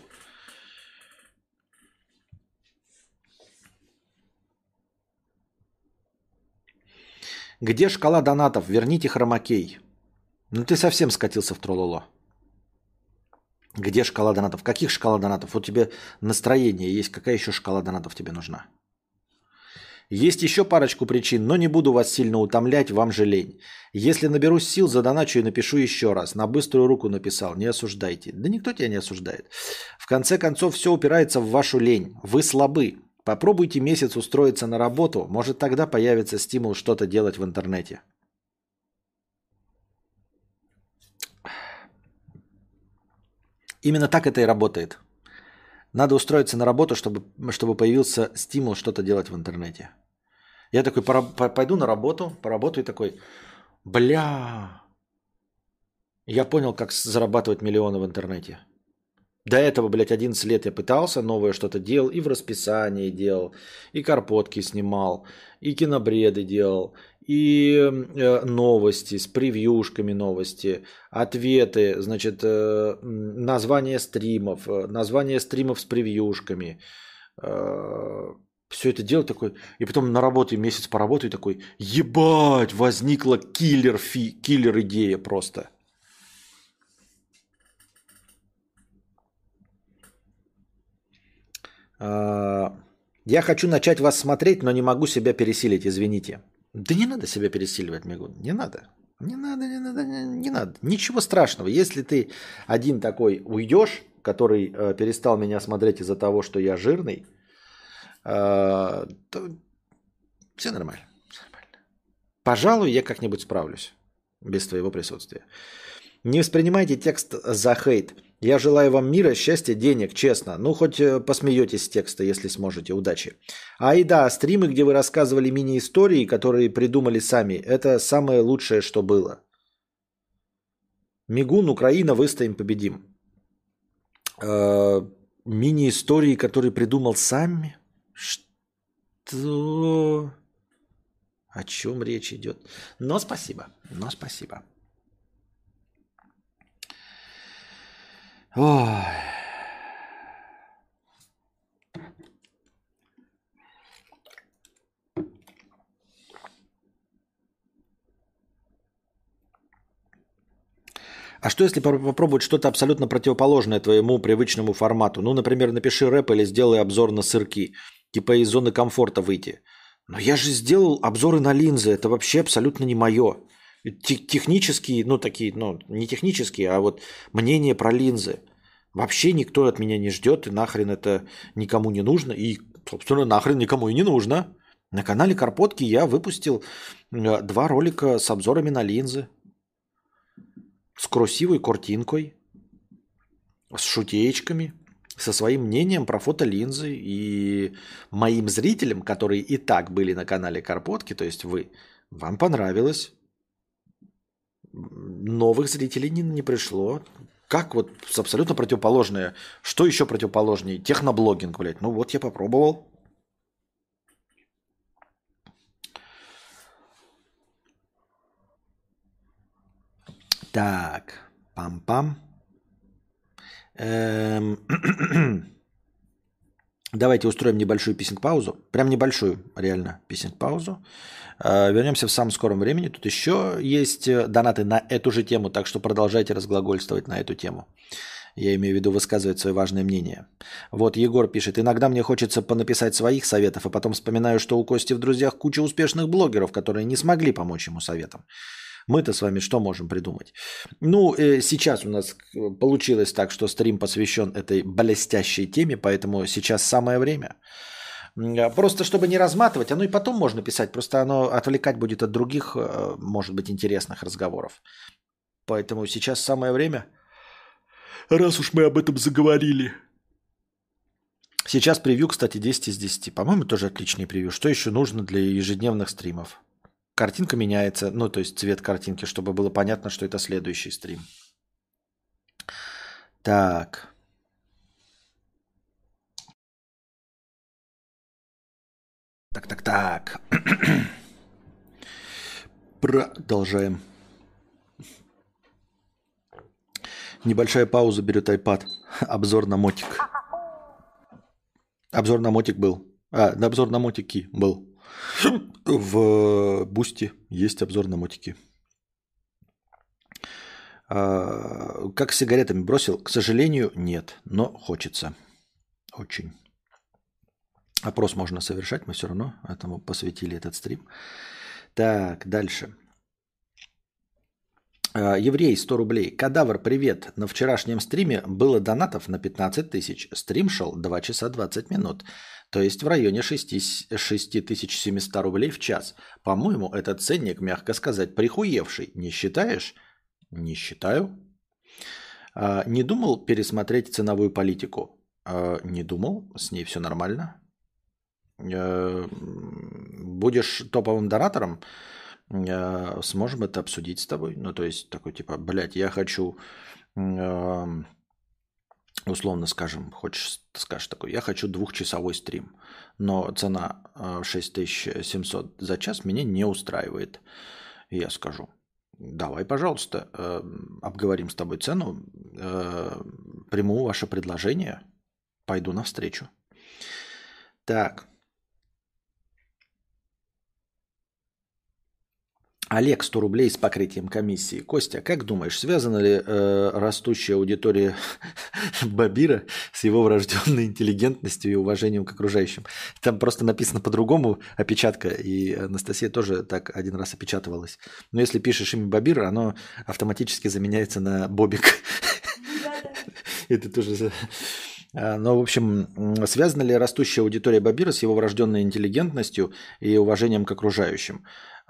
Speaker 1: Где шкала донатов? Верните хромакей. Ну ты совсем скатился в трололо. Где шкала донатов? Каких шкала донатов? Вот тебе настроение есть. Какая еще шкала донатов тебе нужна? Есть еще парочку причин, но не буду вас сильно утомлять, вам же лень. Если наберусь сил, задоначу и напишу еще раз. На быструю руку написал, не осуждайте. Да никто тебя не осуждает. В конце концов, все упирается в вашу лень. Вы слабы. Попробуйте месяц устроиться на работу, может тогда появится стимул что-то делать в интернете. Именно так это и работает. Надо устроиться на работу, чтобы, чтобы появился стимул что-то делать в интернете. Я такой пойду на работу, поработаю и такой, бля, я понял, как зарабатывать миллионы в интернете. До этого, блядь, одиннадцать лет я пытался, новое что-то делал, и в расписании делал, и карпотки снимал, и кинобреды делал, и э, новости с превьюшками новости, ответы, значит, э, название стримов, э, название стримов с превьюшками. Э, все это делал такой, и потом на работе месяц поработаю такой, ебать, возникла киллер, фи, киллер идея просто. Я хочу начать вас смотреть, но не могу себя пересилить, извините. Да не надо себя пересиливать, Мигун, не надо. Не надо, не надо, не, не надо. Ничего страшного. Если ты один такой уйдешь, который э, перестал меня смотреть из-за того, что я жирный, э, то все нормально, все нормально. Пожалуй, я как-нибудь справлюсь без твоего присутствия. Не воспринимайте текст за хейт. Я желаю вам мира, счастья, денег, честно. Ну, хоть посмеетесь с текста, если сможете. Удачи. А и да, стримы, где вы рассказывали мини-истории, которые придумали сами, это самое лучшее, что было. Мигун, Украина, выстоим, победим. Э-э- мини-истории, которые придумал сами? Что? О чем речь идет? Но спасибо, но спасибо. Ой. А что если попробовать что-то абсолютно противоположное твоему привычному формату? Ну, например, напиши рэп или сделай обзор на сырки. Типа из зоны комфорта выйти. Но я же сделал обзоры на линзы. Это вообще абсолютно не мое. Технические, ну такие, ну не технические, а вот мнение про линзы. Вообще никто от меня не ждет, и нахрен это никому не нужно. И, собственно, нахрен никому и не нужно. На канале Карпотки я выпустил два ролика с обзорами на линзы. С красивой картинкой, с шутеечками, со своим мнением про фотолинзы. И моим зрителям, которые и так были на канале Карпотки, то есть вы, вам понравилось. Новых зрителей не, не пришло. Как вот абсолютно противоположное? Что еще противоположнее? Техноблогинг, блядь. Ну вот я попробовал. Так, пам-пам. Эм... Давайте устроим небольшую писинг-паузу. Прям небольшую, реально, писинг-паузу. Э, вернемся в самом скором времени. Тут еще есть донаты на эту же тему, так что продолжайте разглагольствовать на эту тему. Я имею в виду высказывать свое важное мнение. Вот Егор пишет. Иногда мне хочется понаписать своих советов, а потом вспоминаю, что у Кости в друзьях куча успешных блогеров, которые не смогли помочь ему советом. Мы-то с вами что можем придумать? Ну, э, сейчас у нас получилось так, что стрим посвящен этой блестящей теме, поэтому сейчас самое время. Просто чтобы не разматывать, оно и потом можно писать, просто оно отвлекать будет от других, может быть, интересных разговоров. Поэтому сейчас самое время, раз уж мы об этом заговорили. Сейчас превью, кстати, десять из десяти. По-моему, тоже отличный превью. Что еще нужно для ежедневных стримов? Картинка меняется, ну, то есть цвет картинки, чтобы было понятно, что это следующий стрим. Так. Так, так, так. Продолжаем. Небольшая пауза, берет iPad. Обзор на мотик. Обзор на мотик был. А, обзор на мотики был. В Бусти есть обзор на мотики. А, как с сигаретами бросил? К сожалению, нет, но хочется. Очень. Опрос можно совершать, мы все равно этому посвятили этот стрим. Так, дальше. А, Еврей, сто рублей. Кадавр, привет. На вчерашнем стриме было донатов на пятнадцать тысяч. Стрим шел два часа двадцать минут. То есть в районе шесть тысяч семьсот рублей в час. По-моему, этот ценник, мягко сказать, прихуевший. Не считаешь? Не считаю. А, не думал пересмотреть ценовую политику? А, не думал. С ней все нормально. А, будешь топовым донатором? А, сможем это обсудить с тобой. Ну, то есть, такой типа, блядь, я хочу, а, условно скажем, хочешь, скажешь такой, я хочу двухчасовой стрим, но цена а, шесть тысяч семьсот за час меня не устраивает. И я скажу, давай, пожалуйста, э, обговорим с тобой цену, э, приму ваше предложение, пойду навстречу. Так. Олег, сто рублей с покрытием комиссии. Костя, как думаешь, связана ли э, растущая аудитория Бабира с его врожденной интеллигентностью и уважением к окружающим? Там просто написано по-другому опечатка, и Анастасия тоже так один раз опечатывалась. Но если пишешь имя Бабира, оно автоматически заменяется на Бобик. Это тоже... Но, в общем, связана ли растущая аудитория Бабира с его врожденной интеллигентностью и уважением к окружающим?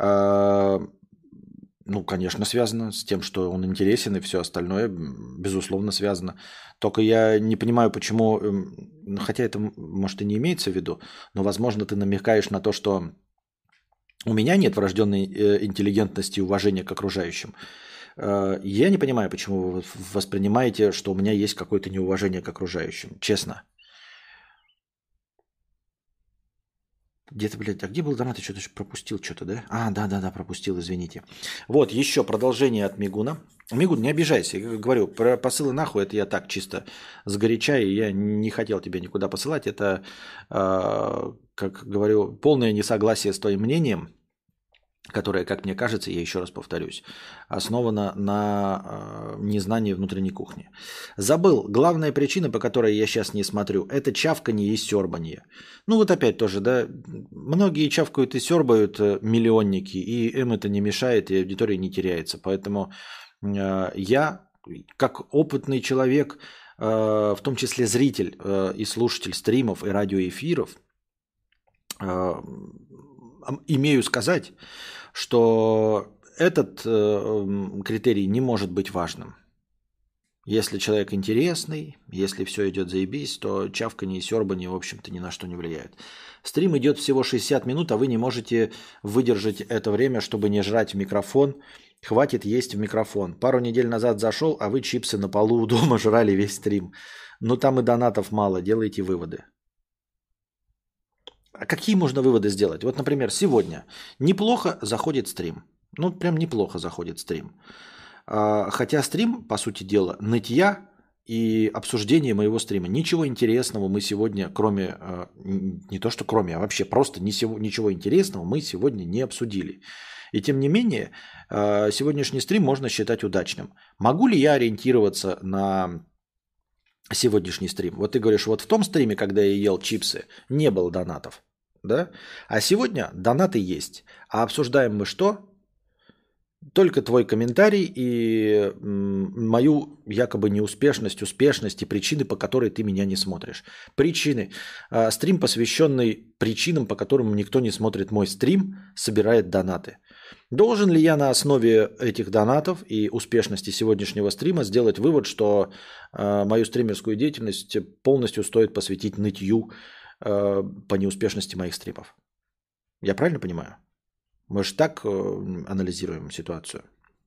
Speaker 1: Ну, конечно, связано с тем, что он интересен, и все остальное, безусловно, связано. Только я не понимаю, почему, хотя это, может, и не имеется в виду, но, возможно, ты намекаешь на то, что у меня нет врожденной интеллигентности и уважения к окружающим. Я не понимаю, почему вы воспринимаете, что у меня есть какое-то неуважение к окружающим. Честно. Где-то, блядь, а где был донат? Я что-то пропустил что-то, да? А, да-да-да, пропустил, извините. Вот, еще продолжение от Мигуна. Мигун, не обижайся. Я говорю, про посылы нахуй, это я так чисто сгоряча, и я не хотел тебя никуда посылать. Это, э, как говорю, полное несогласие с твоим мнением, которое, как мне кажется, я еще раз повторюсь, основано на э, незнании внутренней кухни. Забыл. Главная причина, по которой я сейчас не смотрю, это чавканье и сёрбанье. Ну вот опять тоже, да, многие чавкают и сёрбают э, миллионники, и им это не мешает, и аудитория не теряется. Поэтому э, я, как опытный человек, э, в том числе зритель э, и слушатель стримов и радиоэфиров, э, имею сказать, что этот э, критерий не может быть важным. Если человек интересный, если все идет заебись, то чавканье и сёрбанье, в общем-то, ни на что не влияет. Стрим идет всего шестьдесят минут, а вы не можете выдержать это время, чтобы не жрать в микрофон. Хватит есть в микрофон. Пару недель назад зашел, а вы чипсы на полу у дома жрали весь стрим. Но там и донатов мало, делайте выводы. А какие можно выводы сделать? Вот, например, сегодня неплохо заходит стрим. Ну, прям неплохо заходит стрим. А, хотя стрим, по сути дела, нытья и обсуждение моего стрима. Ничего интересного мы сегодня, кроме, а, не то что кроме, а вообще просто ничего интересного мы сегодня не обсудили. И тем не менее, а, сегодняшний стрим можно считать удачным. Могу ли я ориентироваться на сегодняшний стрим? Вот ты говоришь, вот в том стриме, когда я ел чипсы, не было донатов, да? А сегодня донаты есть. А обсуждаем мы что? Только твой комментарий и м, мою якобы неуспешность, успешность и причины, по которой ты меня не смотришь. Причины. А, стрим, посвященный причинам, по которым никто не смотрит мой стрим, собирает донаты. Должен ли я на основе этих донатов и успешности сегодняшнего стрима сделать вывод, что э, мою стримерскую деятельность полностью стоит посвятить нытью э, по неуспешности моих стримов? Я правильно понимаю? Мы же так э, анализируем ситуацию.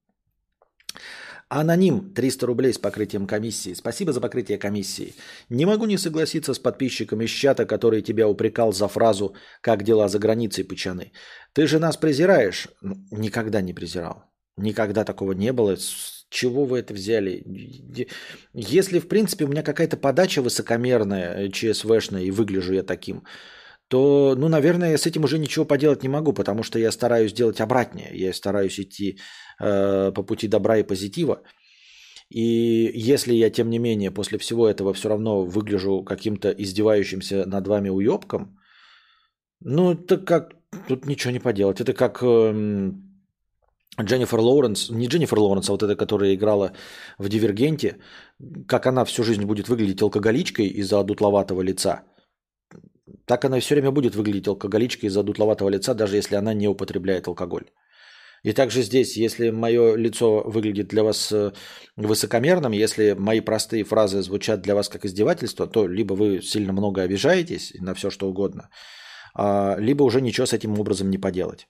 Speaker 1: Аноним, триста рублей с покрытием комиссии. Спасибо за покрытие комиссии. Не могу не согласиться с подписчиком из чата, который тебя упрекал за фразу «Как дела за границей, пычаны?» Ты же нас презираешь? Никогда не презирал. Никогда такого не было. С чего вы это взяли? Если, в принципе, у меня какая-то подача высокомерная, ЧСВшная, и выгляжу я таким, то, ну, наверное, я с этим уже ничего поделать не могу, потому что я стараюсь делать обратнее. Я стараюсь идти э, по пути добра и позитива. И если я, тем не менее, после всего этого все равно выгляжу каким-то издевающимся над вами уебком, ну, это как... Тут ничего не поделать. Это как эм, Дженнифер Лоуренс, не Дженнифер Лоуренс, а вот эта, которая играла в «Дивергенте», как она всю жизнь будет выглядеть алкоголичкой из-за одутловатого лица. Так она все время будет выглядеть алкоголичкой из-за дутловатого лица, даже если она не употребляет алкоголь. И также здесь, если мое лицо выглядит для вас э, высокомерным, если мои простые фразы звучат для вас как издевательство, то либо вы сильно много обижаетесь на все, что угодно, а, либо уже ничего с этим образом не поделать.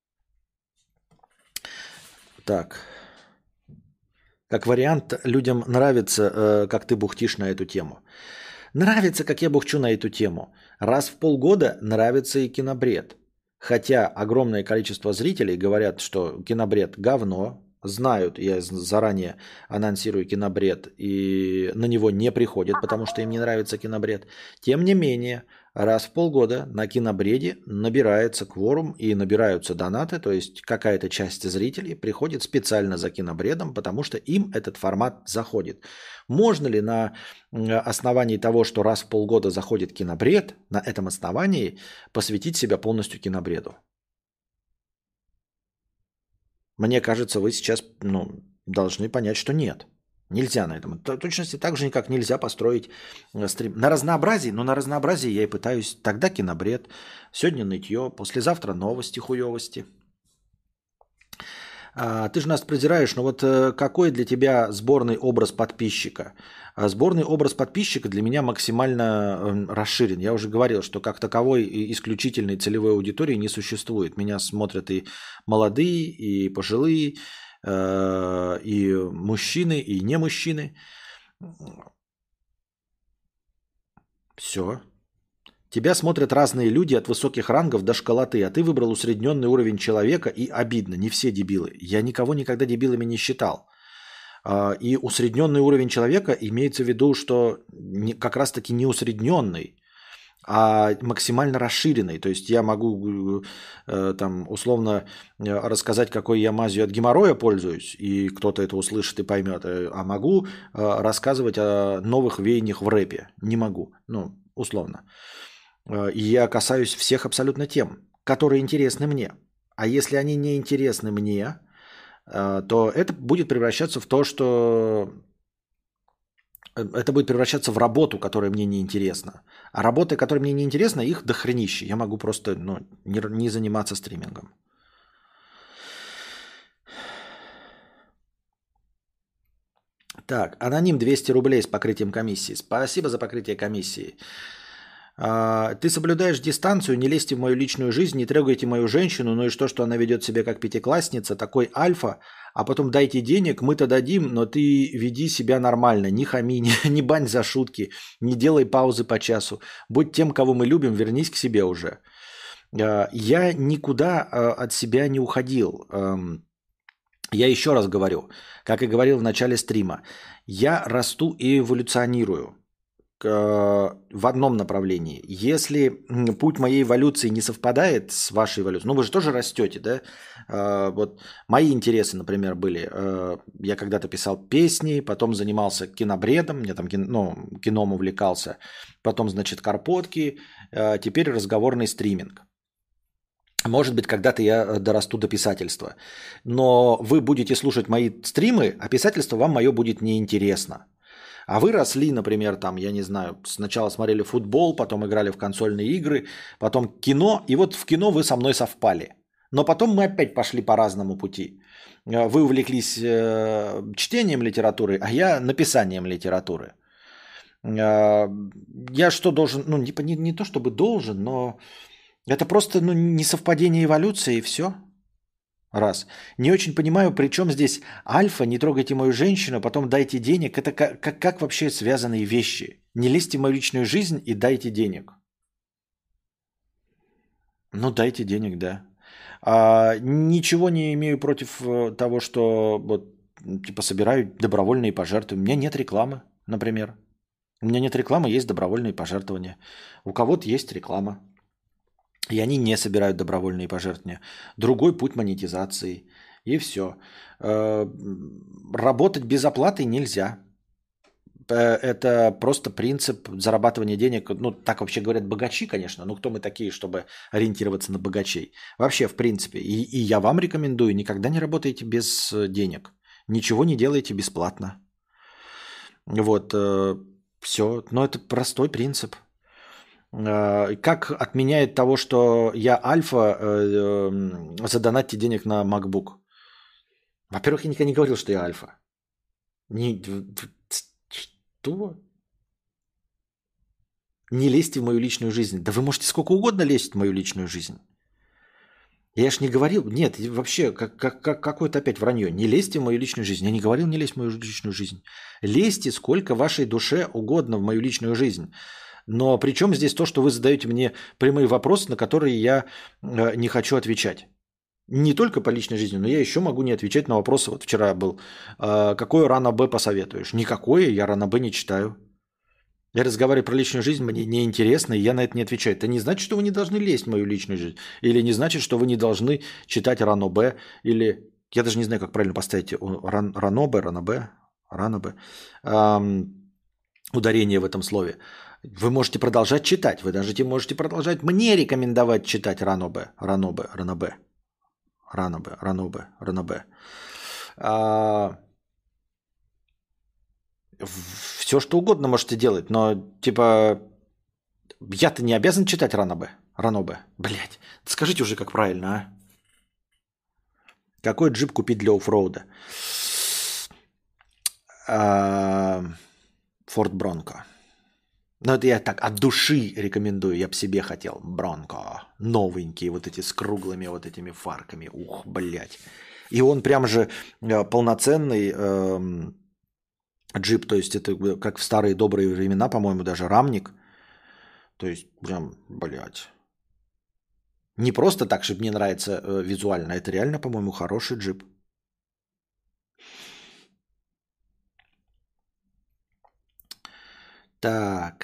Speaker 1: Так. Как вариант, людям нравится, э, как ты бухтишь на эту тему. Нравится, как я бухчу на эту тему. Раз в полгода нравится и кинобред. Хотя огромное количество зрителей говорят, что кинобред говно, знают, я заранее анонсирую кинобред, и на него не приходят, потому что им не нравится кинобред. Тем не менее, раз в полгода на кинобреде набирается кворум и набираются донаты, то есть какая-то часть зрителей приходит специально за кинобредом, потому что им этот формат заходит. Можно ли на основании того, что раз в полгода заходит кинобред, на этом основании посвятить себя полностью кинобреду? Мне кажется, вы сейчас ну, должны понять, что нет. Нельзя на этом. В точности так же никак нельзя построить стрим. На разнообразии, но на разнообразии я и пытаюсь. Тогда кинобред, сегодня нытье, послезавтра новости, хуевости. А, ты же нас презираешь, но вот э, какой для тебя сборный образ подписчика? А сборный образ подписчика для меня максимально э, расширен. Я уже говорил, что как таковой и исключительной целевой аудитории не существует. Меня смотрят и молодые, и пожилые, э, и мужчины, и не мужчины. Все. Тебя смотрят разные люди от высоких рангов до школоты, а ты выбрал усредненный уровень человека, и обидно, не все дебилы. Я никого никогда дебилами не считал. А, И усредненный уровень человека имеется в виду, что не- как раз-таки не усредненный, а максимально расширенный. То есть я могу э, там условно э, рассказать, какой я мазью от геморроя пользуюсь, и кто-то это услышит и поймет, э, а могу э, рассказывать о новых веяниях в рэпе. Не могу, ну, условно. Э, И я касаюсь всех абсолютно тем, которые интересны мне. А если они не интересны мне, э, то это будет превращаться в то, что э, это будет превращаться в работу, которая мне не интересна. А работы, которые мне не интересны, их дохренище. Я могу просто ну, не, не заниматься стримингом. Так, аноним двести рублей с покрытием комиссии. Спасибо за покрытие комиссии. А, Ты соблюдаешь дистанцию, не лезьте в мою личную жизнь, не трогайте мою женщину, ну и что, что она ведет себя как пятиклассница, такой альфа, а потом дайте денег, мы-то дадим, но ты веди себя нормально, не хами, не, не бань за шутки, не делай паузы по часу, будь тем, кого мы любим, вернись к себе уже. А, Я никуда а, от себя не уходил. Ам, Я еще раз говорю, как и говорил в начале стрима, я расту и эволюционирую к- в одном направлении. Если м, путь моей эволюции не совпадает с вашей эволюцией, ну вы же тоже растете, да? А, Вот мои интересы, например, были. э, Я когда-то писал песни, потом занимался кинобредом, мне там кин- ну, кином увлекался, потом, значит, карпотки, э, теперь разговорный стриминг. Может быть, когда-то я э, дорасту до писательства. Но вы будете слушать мои стримы, а писательство вам мое будет неинтересно. А вы росли, например, там, я не знаю, сначала смотрели футбол, потом играли в консольные игры, потом кино, и вот в кино вы со мной совпали. Но потом мы опять пошли по разному пути. Э, Вы увлеклись э, чтением литературы, а я написанием литературы. Э, Я что должен, ну не, по- не, не то чтобы должен, но это просто ну, несовпадение эволюции и все. Раз. Не очень понимаю, при чем здесь альфа, не трогайте мою женщину, потом дайте денег. Это как, как, как вообще связанные вещи? Не лезьте в мою личную жизнь и дайте денег. Ну, дайте денег, да. А, ничего не имею против э, того, что вот, м, типа собираю добровольные пожертвования. У меня нет рекламы, например. У меня нет рекламы, есть добровольные пожертвования. У кого-то есть реклама. И они не собирают добровольные пожертвования. Другой путь монетизации. И все. Работать без оплаты нельзя. Это просто принцип зарабатывания денег. Ну, так вообще говорят богачи, конечно. Ну, кто мы такие, чтобы ориентироваться на богачей? Вообще, в принципе. И, и я вам рекомендую, никогда не работайте без денег. Ничего не делайте бесплатно. Вот, все. Но это простой принцип. Как отменяет того, что я альфа, задонатьте денег на MacBook? Во-первых, я никогда не говорил, что я альфа. Не... Что? Не лезьте в мою личную жизнь. Да вы можете сколько угодно лезть в мою личную жизнь. Я ж не говорил, нет, вообще, как, как, как, какое-то опять вранье. Не лезьте в мою личную жизнь. Я не говорил, не лезьте в мою личную жизнь. Лезьте сколько вашей душе угодно в мою личную жизнь. Но при чем здесь то, что вы задаете мне прямые вопросы, на которые я э, не хочу отвечать? Не только по личной жизни, но я еще могу не отвечать на вопросы. Вот вчера был. Э, какое рано Б посоветуешь? Никакое, я рано Б не читаю. Я разговариваю про личную жизнь, мне неинтересно, и я на это не отвечаю. Это не значит, что вы не должны лезть в мою личную жизнь. Или не значит, что вы не должны читать рано Б. Или я даже не знаю, как правильно поставить ран, рано Б, рано Б, рано Б. Эм, ударение в этом слове. Вы можете продолжать читать. Вы даже можете продолжать мне рекомендовать читать рано Б, рано Б, рано Б. Рано Б, рано Б, рано Б. А, все, что угодно можете делать, но типа я-то не обязан читать рано Б, рано Б. Блять, скажите уже, как правильно, а? Какой джип купить для оффроуда? Форд Бронко. Ну, это я так от души рекомендую. Я бы себе хотел. Бронко. Новенькие, вот эти с круглыми вот этими фарками. Ух, блядь. И он прям же э, полноценный э, джип. То есть это как в старые добрые времена, по-моему, даже рамник. То есть прям, блядь. Не просто так, чтобы мне нравится э, визуально. Это реально, по-моему, хороший джип. Так.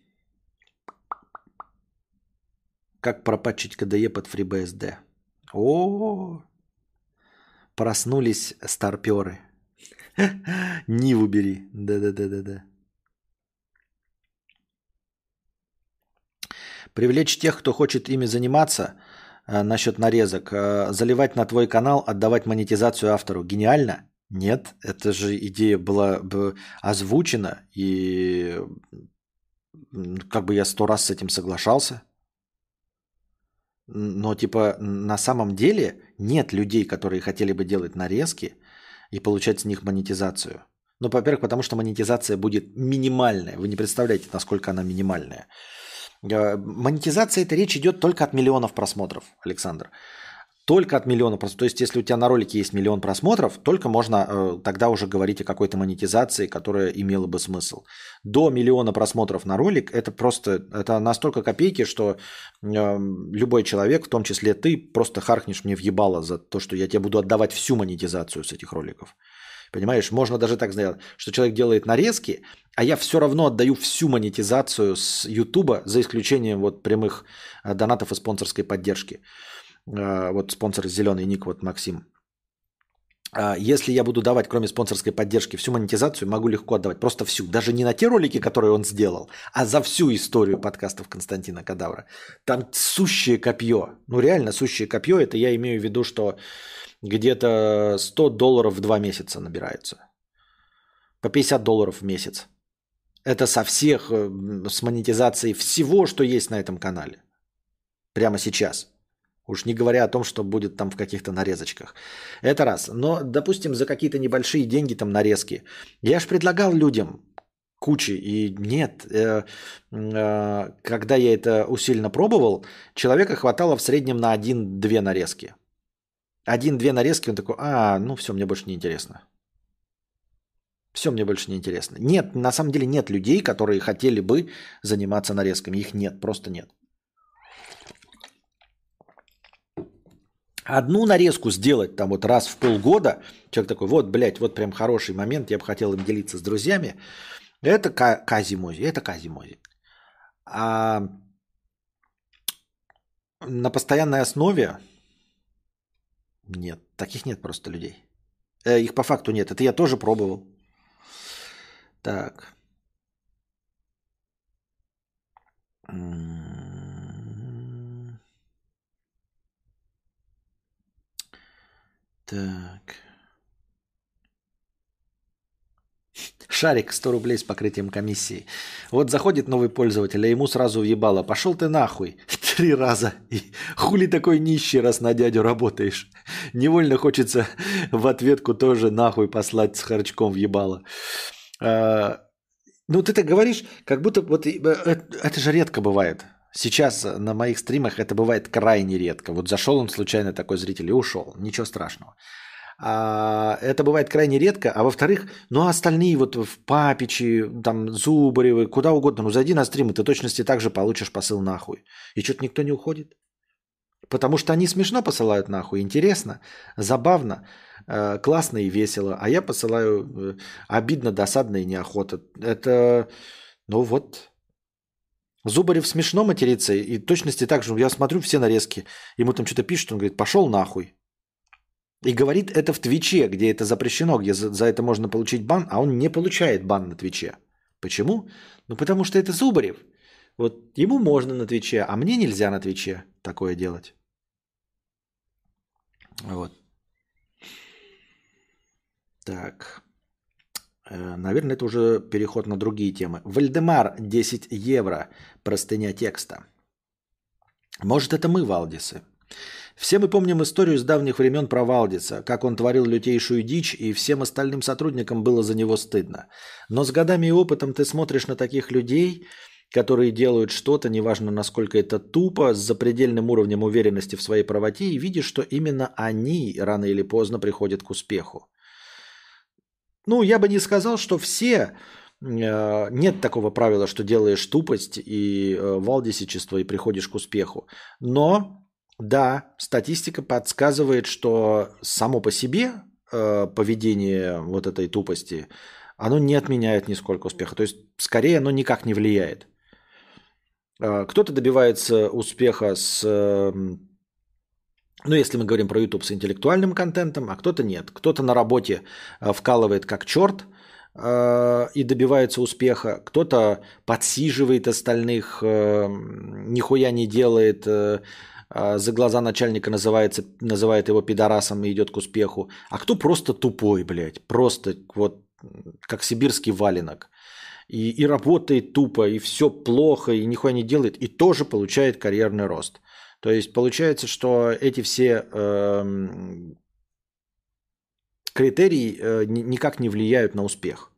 Speaker 1: Как пропатчить КДЕ под FreeBSD? О, проснулись старперы. Ниву бери. Да-да-да-да-да. Привлечь тех, кто хочет ими заниматься, э, насчет нарезок, э, заливать на твой канал, отдавать монетизацию автору. Гениально? Нет, это же идея была бы озвучена, и как бы я сто раз с этим соглашался. Но типа на самом деле нет людей, которые хотели бы делать нарезки и получать с них монетизацию. Ну, во-первых, потому что монетизация будет минимальная. Вы не представляете, насколько она минимальная. Монетизация, это речь идет только от миллионов просмотров, Александр. Только от миллиона просмотров. То есть, если у тебя на ролике есть миллион просмотров, только можно э, тогда уже говорить о какой-то монетизации, которая имела бы смысл. До миллиона просмотров на ролик это просто это настолько копейки, что э, любой человек, в том числе ты, просто харкнешь мне в ебало за то, что я тебе буду отдавать всю монетизацию с этих роликов. Понимаешь, можно даже так сделать, что человек делает нарезки, а я все равно отдаю всю монетизацию с Ютуба, за исключением вот прямых э, донатов и спонсорской поддержки. Вот спонсор зеленый ник, вот Максим. Если я буду давать, кроме спонсорской поддержки, всю монетизацию, могу легко отдавать. Просто всю. Даже не на те ролики, которые он сделал, а за всю историю подкастов Константина Кадавра. Там сущее копье. Ну реально сущее копье. Это я имею в виду, что где-то сто долларов в два месяца набирается. По пятьдесят долларов в месяц. Это со всех, с монетизацией всего, что есть на этом канале. Прямо сейчас. Уж не говоря о том, что будет там в каких-то нарезочках. Это раз. Но, допустим, за какие-то небольшие деньги, там нарезки. Я же предлагал людям кучи. И нет, э, э, когда я это усиленно пробовал, человека хватало в среднем на один-две нарезки. Один-две нарезки, он такой, а, ну все, мне больше не интересно. Все, мне больше не интересно. Нет, на самом деле нет людей, которые хотели бы заниматься нарезками. Их нет, просто нет. Одну нарезку сделать там вот раз в полгода, человек такой, вот, блядь, вот прям хороший момент, я бы хотел им делиться с друзьями, это казимози, это казимози. А на постоянной основе Нет, таких нет просто людей. Э, их по факту нет. Это я тоже пробовал. Так. Так. Шарик сто рублей с покрытием комиссии. Вот заходит новый пользователь, а ему сразу въебало. Пошел ты нахуй. Три раза. И хули такой нищий, раз на дядю работаешь. Невольно хочется в ответку тоже нахуй послать с харчком въебало. А, ну ты так говоришь, как будто вот это же редко бывает. Сейчас на моих стримах это бывает крайне редко. Вот зашел он случайно такой зритель и ушел. Ничего страшного. А, это бывает крайне редко. А во-вторых, ну а остальные вот в Папичи, там Зубаревы, куда угодно. Ну зайди на стрим, и ты точности так же получишь посыл нахуй. И что-то никто не уходит. Потому что они смешно посылают нахуй. Интересно, забавно, э, классно и весело. А я посылаю э, обидно, досадно и неохота. Это, ну вот... Зубарев смешно матерится, и точности так же. Я смотрю все нарезки, ему там что-то пишут, он говорит, пошел нахуй. И говорит это в Твиче, где это запрещено, где за, за это можно получить бан, а он не получает бан на Твиче. Почему? Ну, потому что это Зубарев. Вот ему можно на Твиче, а мне нельзя на Твиче такое делать. Вот. Так. Наверное, это уже переход на другие темы. Вальдемар, десять евро. Простыня текста. Может, это мы, Валдисы? Все мы помним историю с давних времен про Валдиса, как он творил лютейшую дичь, и всем остальным сотрудникам было за него стыдно. Но с годами и опытом ты смотришь на таких людей, которые делают что-то, неважно насколько это тупо, с запредельным уровнем уверенности в своей правоте, и видишь, что именно они рано или поздно приходят к успеху. Ну, я бы не сказал, что все. Э, нет такого правила, что делаешь тупость и э, валдисичество и приходишь к успеху. Но, да, статистика подсказывает, что само по себе э, поведение вот этой тупости, оно не отменяет нисколько успеха. То есть, скорее, оно никак не влияет. Э, кто-то добивается успеха с... Э, Ну, если мы говорим про YouTube с интеллектуальным контентом, а кто-то нет. Кто-то на работе э, вкалывает как черт э, и добивается успеха, кто-то подсиживает остальных, э, нихуя не делает, э, э, за глаза начальника называется, называет его пидорасом и идет к успеху, а кто просто тупой, блядь, просто вот как сибирский валенок. И, и работает тупо, и все плохо, и нихуя не делает, и тоже получает карьерный рост. То есть получается, что эти все э, критерии э, никак не влияют на успех.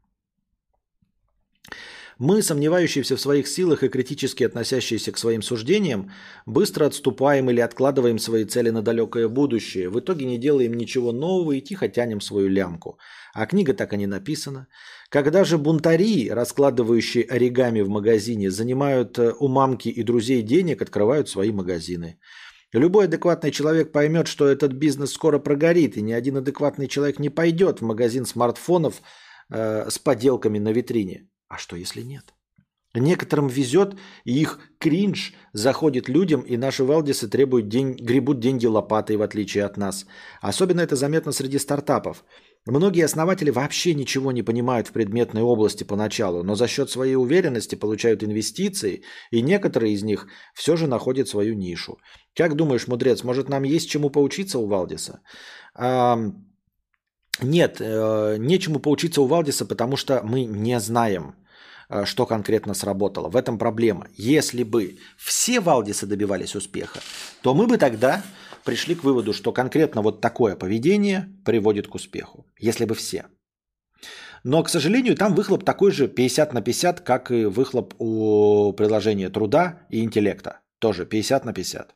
Speaker 1: Мы, сомневающиеся в своих силах и критически относящиеся к своим суждениям, быстро отступаем или откладываем свои цели на далекое будущее. В итоге не делаем ничего нового и тихо тянем свою лямку. А книга так и не написана. Когда же бунтари, раскладывающие оригами в магазине, занимают у мамки и друзей денег, открывают свои магазины. Любой адекватный человек поймет, что этот бизнес скоро прогорит, и ни один адекватный человек не пойдет в магазин смартфонов э, с поделками на витрине. А что, если нет? Некоторым везет, и их кринж заходит людям, и наши валдисы требуют день, гребут деньги лопатой, в отличие от нас. Особенно это заметно среди стартапов. Многие основатели вообще ничего не понимают в предметной области поначалу, но за счет своей уверенности получают инвестиции, и некоторые из них все же находят свою нишу. Как думаешь, мудрец, может нам есть чему поучиться у Валдиса? А, нет, э, нечему поучиться у Валдиса, потому что мы не знаем, что конкретно сработало. В этом проблема. Если бы все Валдисы добивались успеха, то мы бы тогда пришли к выводу, что конкретно вот такое поведение приводит к успеху. Если бы все. Но, к сожалению, там выхлоп такой же пятьдесят на пятьдесят, как и выхлоп у приложения труда и интеллекта. Тоже пятьдесят на пятьдесят.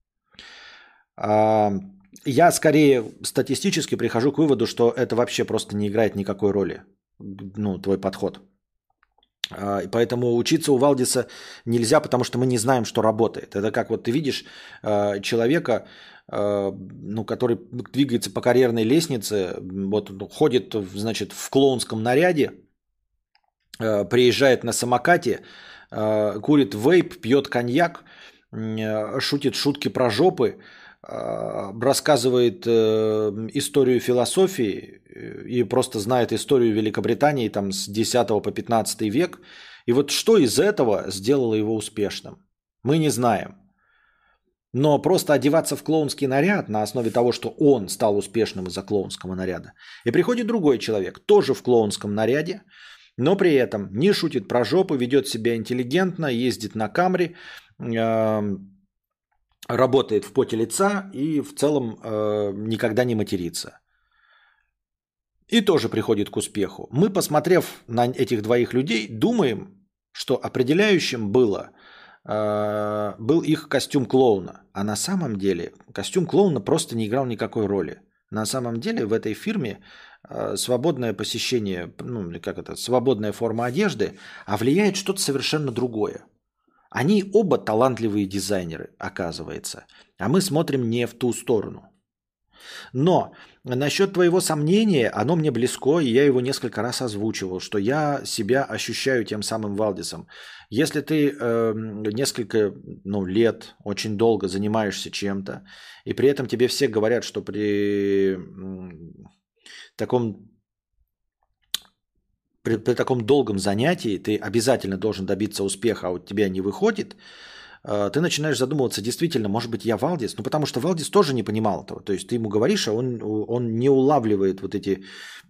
Speaker 1: Я скорее статистически прихожу к выводу, что это вообще просто не играет никакой роли. Ну, твой подход. И поэтому учиться у Валдиса нельзя, потому что мы не знаем, что работает. Это как вот ты видишь человека, ну, который двигается по карьерной лестнице, вот ходит, значит, в клоунском наряде, приезжает на самокате, курит вейп, пьет коньяк, шутит шутки про жопы, рассказывает историю философии и просто знает историю Великобритании там, с десятого по пятнадцатый век. И вот что из этого сделало его успешным? Мы не знаем. Но просто одеваться в клоунский наряд на основе того, что он стал успешным из-за клоунского наряда. И приходит другой человек, тоже в клоунском наряде, но при этом не шутит про жопу, ведет себя интеллигентно, ездит на Камри, э, работает в поте лица и в целом э, никогда не матерится. И тоже приходит к успеху. Мы, посмотрев на этих двоих людей, думаем, что определяющим было, э, был их костюм клоуна. А на самом деле костюм клоуна просто не играл никакой роли. На самом деле в этой фирме э, свободное посещение, ну, как это, свободная форма одежды, а влияет что-то совершенно другое. Они оба талантливые дизайнеры, оказывается. А мы смотрим не в ту сторону. Но насчет твоего сомнения, оно мне близко, и я его несколько раз озвучивал, что я себя ощущаю тем самым Валдисом. Если ты э, несколько ну, лет, очень долго занимаешься чем-то, и при этом тебе все говорят, что при э, таком... При, при таком долгом занятии ты обязательно должен добиться успеха, а у тебя не выходит, э, ты начинаешь задумываться, действительно, может быть, я Валдис? Ну, потому что Валдис тоже не понимал этого. То есть ты ему говоришь, а он, он не улавливает вот эти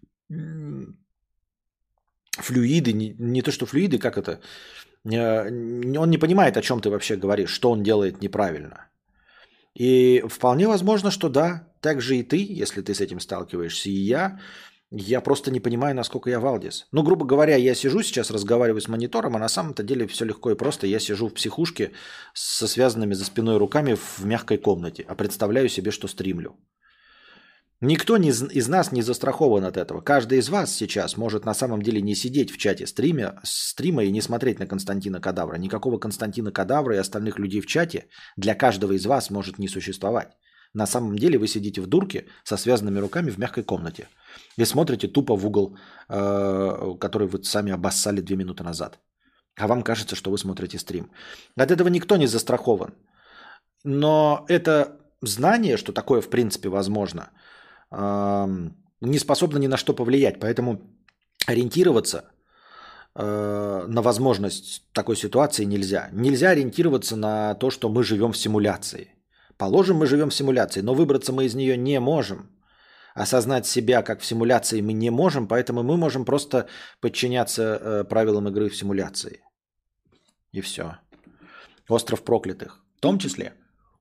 Speaker 1: флюиды, не, не то что флюиды, как это, э, он не понимает, о чем ты вообще говоришь, что он делает неправильно. И вполне возможно, что да, так же и ты, если ты с этим сталкиваешься, и я... Я просто не понимаю, насколько я Валдис. Ну, грубо говоря, я сижу сейчас, разговариваю с монитором, а на самом-то деле все легко и просто. Я сижу в психушке со связанными за спиной руками в мягкой комнате, а представляю себе, что стримлю. Никто из нас не застрахован от этого. Каждый из вас сейчас может на самом деле не сидеть в чате стрима, стрима и не смотреть на Константина Кадавра. Никакого Константина Кадавра и остальных людей в чате для каждого из вас может не существовать. На самом деле вы сидите в дурке со связанными руками в мягкой комнате и смотрите тупо в угол, который вы сами обоссали две минуты назад. А вам кажется, что вы смотрите стрим. От этого никто не застрахован. Но это знание, что такое в принципе возможно, не способно ни на что повлиять. Поэтому ориентироваться на возможность такой ситуации нельзя. Нельзя ориентироваться на то, что мы живем в симуляции. Положим, мы живем в симуляции, но выбраться мы из нее не можем. Осознать себя как в симуляции мы не можем, поэтому мы можем просто подчиняться э, правилам игры в симуляции. И все. Остров проклятых. В том числе.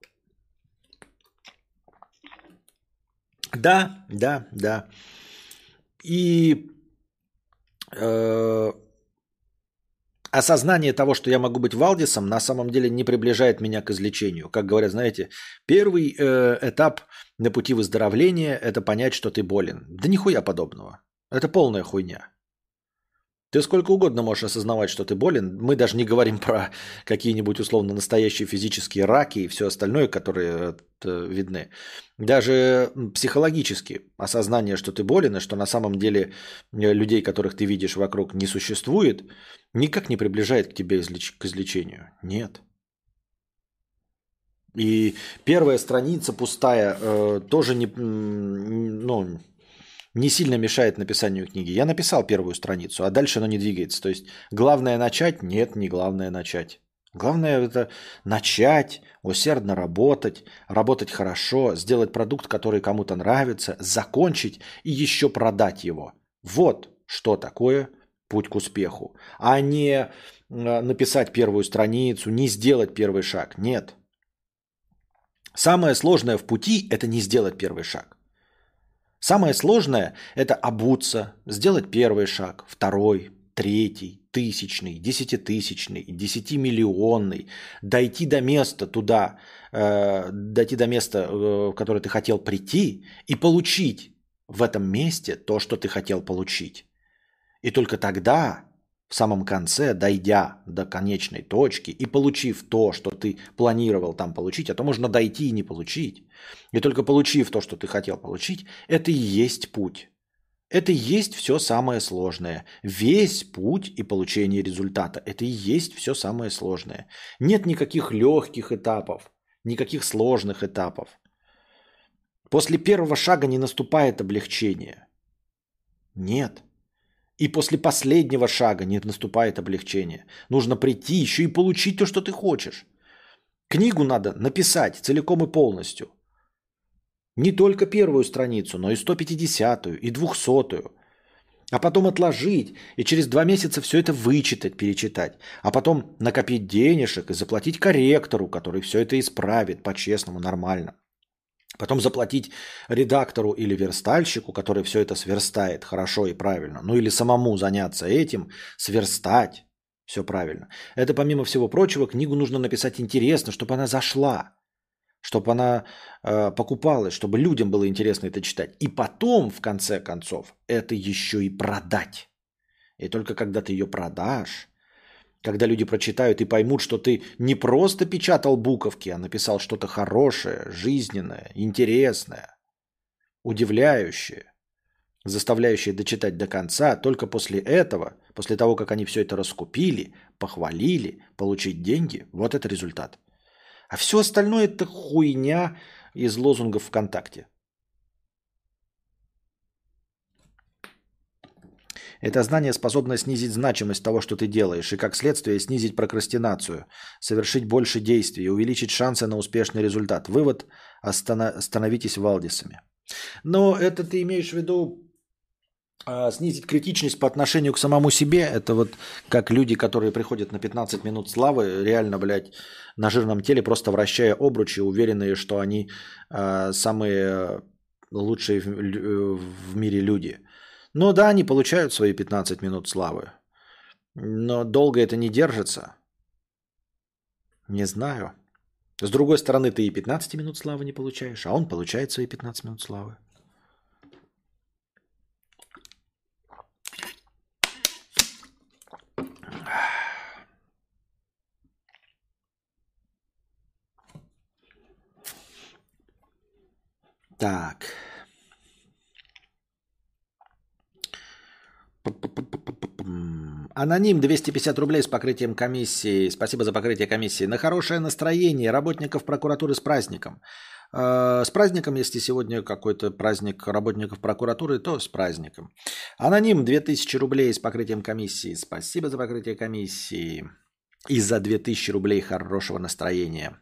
Speaker 1: Да, да, да. И э, осознание того, что я могу быть Валдисом, на самом деле не приближает меня к излечению. Как говорят, знаете, первый э, этап на пути выздоровления – это понять, что ты болен. Да нихуя подобного. Это полная хуйня. Ты сколько угодно можешь осознавать, что ты болен. Мы даже не говорим про какие-нибудь условно настоящие физические раки и все остальное, которые э, видны. Даже психологически осознание, что ты болен, и что на самом деле людей, которых ты видишь вокруг, не существует, никак не приближает к тебе излеч... к излечению. Нет. И первая страница пустая э, тоже не... Ну, не сильно мешает написанию книги. Я написал первую страницу, а дальше оно не двигается. То есть главное начать? Нет, не главное начать. Главное это начать, усердно работать, работать хорошо, сделать продукт, который кому-то нравится, закончить и еще продать его. Вот что такое путь к успеху. А не написать первую страницу, не сделать первый шаг. Нет. Самое сложное в пути – это не сделать первый шаг. Самое сложное – это обуться, сделать первый шаг, второй, третий, тысячный, десятитысячный, десятимиллионный, дойти до места туда, э, дойти до места, э, в которое ты хотел прийти, и получить в этом месте то, что ты хотел получить. И только тогда, в самом конце, дойдя до конечной точки и получив то, что ты планировал там получить, а то можно дойти и не получить, и только получив то, что ты хотел получить, это и есть путь. Это и есть все самое сложное. Весь путь и получение результата – это и есть все самое сложное. Нет никаких легких этапов, никаких сложных этапов. После первого шага не наступает облегчение. Нет. И после последнего шага не наступает облегчение. Нужно прийти еще и получить то, что ты хочешь. Книгу надо написать целиком и полностью. Не только первую страницу, но и сто пятидесятую, и двухсотую. А потом отложить, и через два месяца все это вычитать, перечитать. А потом накопить денежек и заплатить корректору, который все это исправит по-честному, нормально. Потом заплатить редактору или верстальщику, который все это сверстает хорошо и правильно. Ну или самому заняться этим, сверстать все правильно. Это, помимо всего прочего, книгу нужно написать интересно, чтобы она зашла, чтобы она э, покупалась, чтобы людям было интересно это читать. И потом, в конце концов, это еще и продать. И только когда ты ее продашь, когда люди прочитают и поймут, что ты не просто печатал буковки, а написал что-то хорошее, жизненное, интересное, удивляющее, заставляющее дочитать до конца, только после этого, после того, как они все это раскупили, похвалили, получить деньги, вот это результат. А все остальное это хуйня из лозунгов ВКонтакте. Это знание способно снизить значимость того, что ты делаешь, и как следствие снизить прокрастинацию, совершить больше действий и увеличить шансы на успешный результат. Вывод – остана- становитесь валдисами. Но это ты имеешь в виду а, снизить критичность по отношению к самому себе? Это вот как люди, которые приходят на пятнадцать минут славы, реально, блядь, на жирном теле, просто вращая обручи, уверенные, что они а, самые лучшие в, в мире люди. Ну да, они получают свои пятнадцать минут славы. Но долго это не держится. Не знаю. С другой стороны, ты и пятнадцать минут славы не получаешь, а он получает свои пятнадцать минут славы. Так. Аноним двести пятьдесят рублей с покрытием комиссии. Спасибо за покрытие комиссии. На хорошее настроение работников прокуратуры с праздником. Э, с праздником, если сегодня какой-то праздник работников прокуратуры, то с праздником. Аноним две тысячи рублей с покрытием комиссии. Спасибо за покрытие комиссии. И за две тысячи рублей хорошего настроения.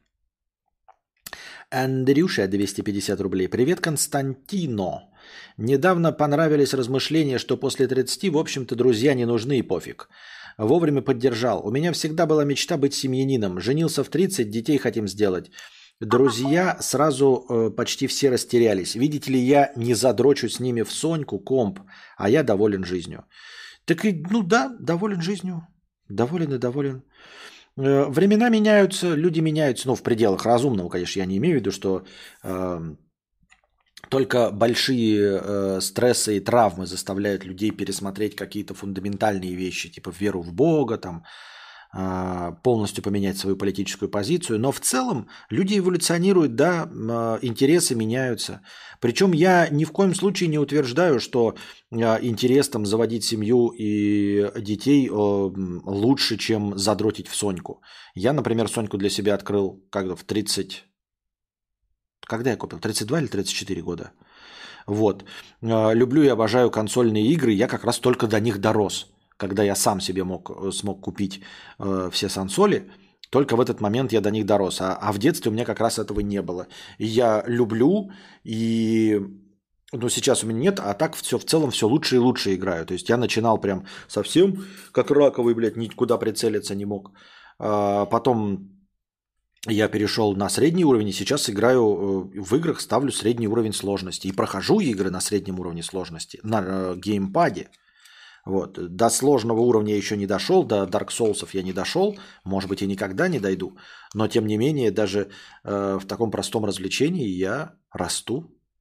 Speaker 1: Андрюша двести пятьдесят рублей. Привет, Константино. Недавно понравились размышления, что после тридцати, в общем-то, друзья не нужны и пофиг. Вовремя поддержал. У меня всегда была мечта быть семьянином. Женился в тридцать, детей хотим сделать. Друзья сразу э, почти все растерялись. Видите ли, я не задрочу с ними в Соньку, комп, а я доволен жизнью. Так и, ну да, доволен жизнью. Доволен и доволен. Э, времена меняются, люди меняются. Ну, в пределах разумного, конечно, я не имею в виду, что... Э, Только большие э, стрессы и травмы заставляют людей пересмотреть какие-то фундаментальные вещи, типа веру в Бога, там, э, полностью поменять свою политическую позицию. Но в целом люди эволюционируют, да, э, интересы меняются. Причем я ни в коем случае не утверждаю, что э, интерес там, заводить семью и детей э, лучше, чем задротить в Соньку. Я, например, Соньку для себя открыл когда в тридцать... Когда я купил? тридцать два или тридцать четыре года. Вот. Люблю и обожаю консольные игры. Я как раз только до них дорос. Когда я сам себе мог, смог купить э, все сансоли, только в этот момент я до них дорос. А, а в детстве у меня как раз этого не было. И я люблю, и... Ну, сейчас у меня нет, а так все, в целом все лучше и лучше играю. То есть я начинал прям совсем как раковый, блядь, никуда прицелиться не мог. А потом... Я перешел на средний уровень, и сейчас играю в играх, ставлю средний уровень сложности. И прохожу игры на среднем уровне сложности, на э, геймпаде. Вот. До сложного уровня я еще не дошел, до Dark Souls я не дошел, может быть, и никогда не дойду. Но, тем не менее, даже э, в таком простом развлечении я расту.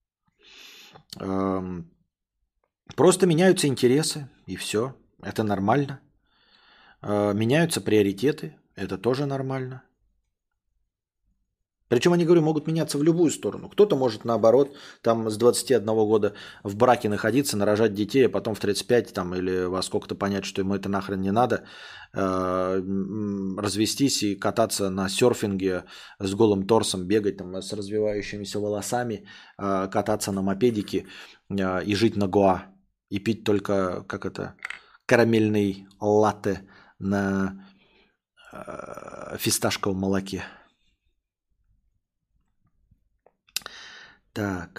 Speaker 1: Эм, просто меняются интересы, и все. Это нормально. Э, меняются приоритеты, это тоже нормально. Причем они, говорю, могут меняться в любую сторону. Кто-то может, наоборот, там с двадцати одного года в браке находиться, нарожать детей, а потом в тридцать пять там, или во сколько-то понять, что ему это нахрен не надо, э, развестись и кататься на серфинге с голым торсом, бегать там с развивающимися волосами, э, кататься на мопедике э, и жить на Гоа. И пить только, как это, карамельный латте на э, фисташковом молоке. Так.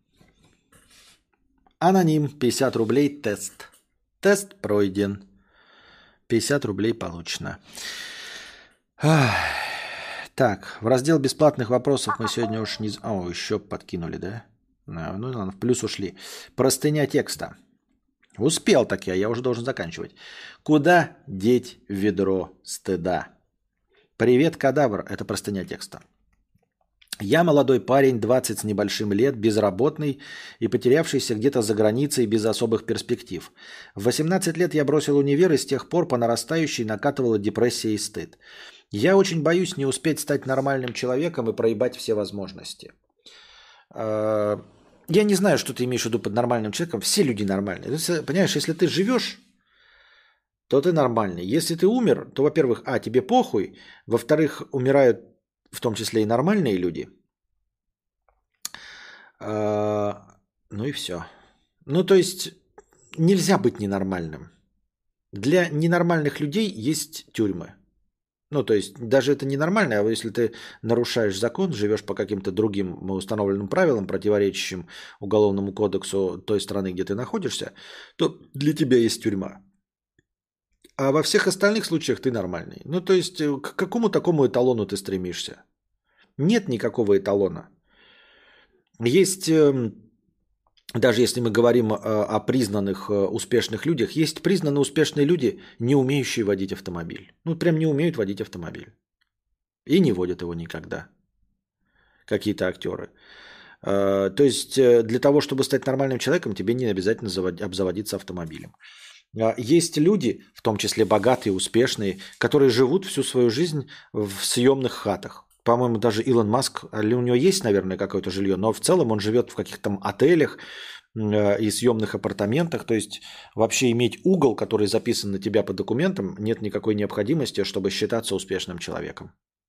Speaker 1: Аноним, пятьдесят рублей, тест. Тест пройден. пятьдесят рублей получено. Ах. Так, в раздел бесплатных вопросов мы сегодня уж не... О, еще подкинули, да? Ну ладно, в плюс ушли. Простыня текста. Успел так я, я уже должен заканчивать. Куда деть ведро стыда? Привет, кадавр. Это простыня текста. Я молодой парень, двадцать с небольшим лет, безработный и потерявшийся где-то за границей без особых перспектив. В восемнадцать лет я бросил универ, и с тех пор по нарастающей накатывала депрессия и стыд. Я очень боюсь не успеть стать нормальным человеком и проебать все возможности. Я не знаю, что ты имеешь в виду под нормальным человеком. Все люди нормальные. Понимаешь, если ты живешь, то ты нормальный. Если ты умер, то, во-первых, а, тебе похуй. Во-вторых, умирают в том числе и нормальные люди. А, ну и все. Ну, то есть, нельзя быть ненормальным. Для ненормальных людей есть тюрьмы. Ну, то есть, даже это ненормально, а если ты нарушаешь закон, живешь по каким-то другим установленным правилам, противоречащим Уголовному кодексу той страны, где ты находишься, то для тебя есть тюрьма. А во всех остальных случаях ты нормальный. Ну, то есть, к какому такому эталону ты стремишься? Нет никакого эталона. Есть, даже если мы говорим о признанных успешных людях, есть признанные успешные люди, не умеющие водить автомобиль. Ну, прям не умеют водить автомобиль. И не водят его никогда. Какие-то актеры. То есть, для того, чтобы стать нормальным человеком, тебе не обязательно обзаводиться автомобилем. Есть люди, в том числе богатые, успешные, которые живут всю свою жизнь в съемных хатах. По-моему, даже Илон Маск, у него есть, наверное, какое-то жилье, но в целом он живет в каких-то там отелях и съемных апартаментах. То есть вообще иметь угол, который записан на тебя по документам, нет никакой необходимости, чтобы считаться успешным человеком.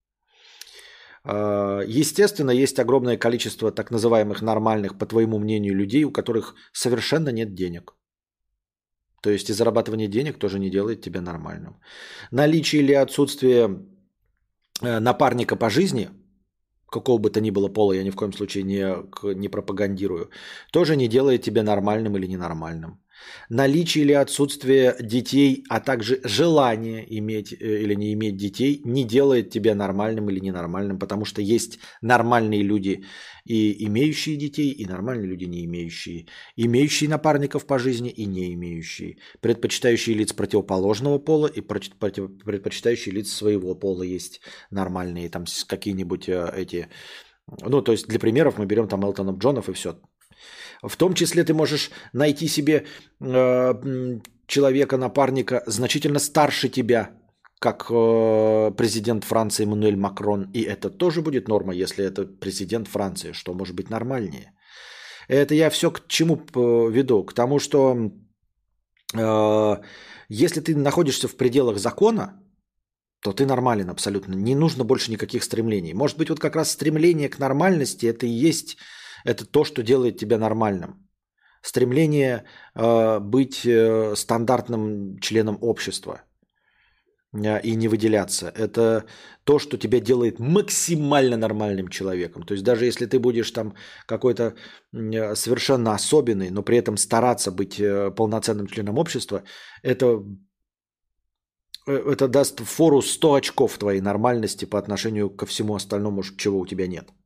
Speaker 1: Естественно, есть огромное количество так называемых нормальных, по твоему мнению, людей, у которых совершенно нет денег. То есть и зарабатывание денег тоже не делает тебя нормальным. Наличие или отсутствие напарника по жизни, какого бы то ни было пола, я ни в коем случае не, не пропагандирую, тоже не делает тебя нормальным или ненормальным. Наличие или отсутствие детей, а также желание иметь или не иметь детей не делает тебя нормальным или ненормальным, потому что есть нормальные люди, и имеющие детей, и нормальные люди, не имеющие, имеющие напарников по жизни и не имеющие, предпочитающие лиц противоположного пола и предпочитающие лиц своего пола есть нормальные, там какие-нибудь эти, ну то есть для примеров мы берем там Элтона Джонов и все. В том числе ты можешь найти себе э, человека, напарника значительно старше тебя, как э, президент Франции Эммануэль Макрон. И это тоже будет норма, если это президент Франции, что может быть нормальнее. Это я все к чему веду? К тому, что э, если ты находишься в пределах закона, то ты нормален абсолютно. Не нужно больше никаких стремлений. Может быть, вот как раз стремление к нормальности – это и есть... Это то, что делает тебя нормальным. Стремление э, быть э, стандартным членом общества э, и не выделяться. Это то, что тебя делает максимально нормальным человеком. То есть даже если ты будешь там какой-то э, совершенно особенный, но при этом стараться быть э, полноценным членом общества, это, э, это даст фору сто очков твоей нормальности по отношению ко всему остальному, чего у тебя нет.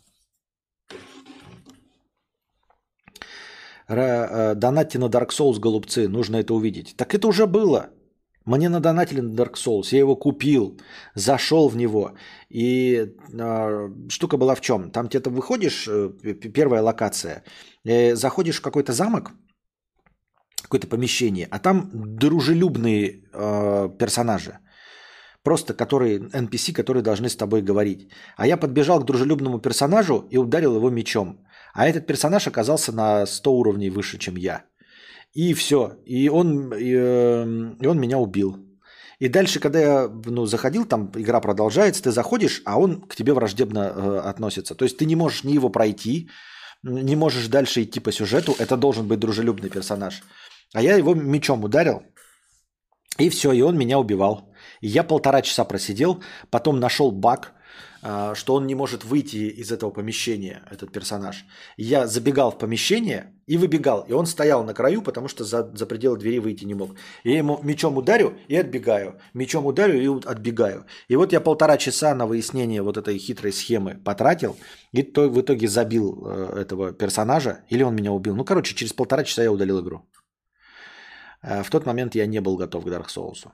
Speaker 1: Донатьте на Dark Souls, голубцы, нужно это увидеть. Так это уже было. Мне надонатили на Dark Souls, я его купил, зашел в него. И э, штука была в чем? Там где-то выходишь, э, первая локация, э, заходишь в какой-то замок, какое-то помещение, а там дружелюбные э, персонажи. просто которые эн пи си, которые должны с тобой говорить. А я подбежал к дружелюбному персонажу и ударил его мечом. А этот персонаж оказался на сто уровней выше, чем я. И все. И он, и, э, и он меня убил. И дальше, когда я ну, заходил, там игра продолжается, ты заходишь, а он к тебе враждебно э, относится. То есть ты не можешь ни его пройти, не можешь дальше идти по сюжету. Это должен быть дружелюбный персонаж. А я его мечом ударил, и все, и он меня убивал. И я полтора часа просидел, потом нашел баг, а, что он не может выйти из этого помещения, этот персонаж. И я забегал в помещение и выбегал. И он стоял на краю, потому что за, за пределы двери выйти не мог. И я ему мечом ударю и отбегаю. Мечом ударю и отбегаю. И вот я полтора часа на выяснение вот этой хитрой схемы потратил. И то в итоге забил э, этого персонажа. Или он меня убил. Ну, короче, через полтора часа я удалил игру. В тот момент я не был готов к Dark Souls.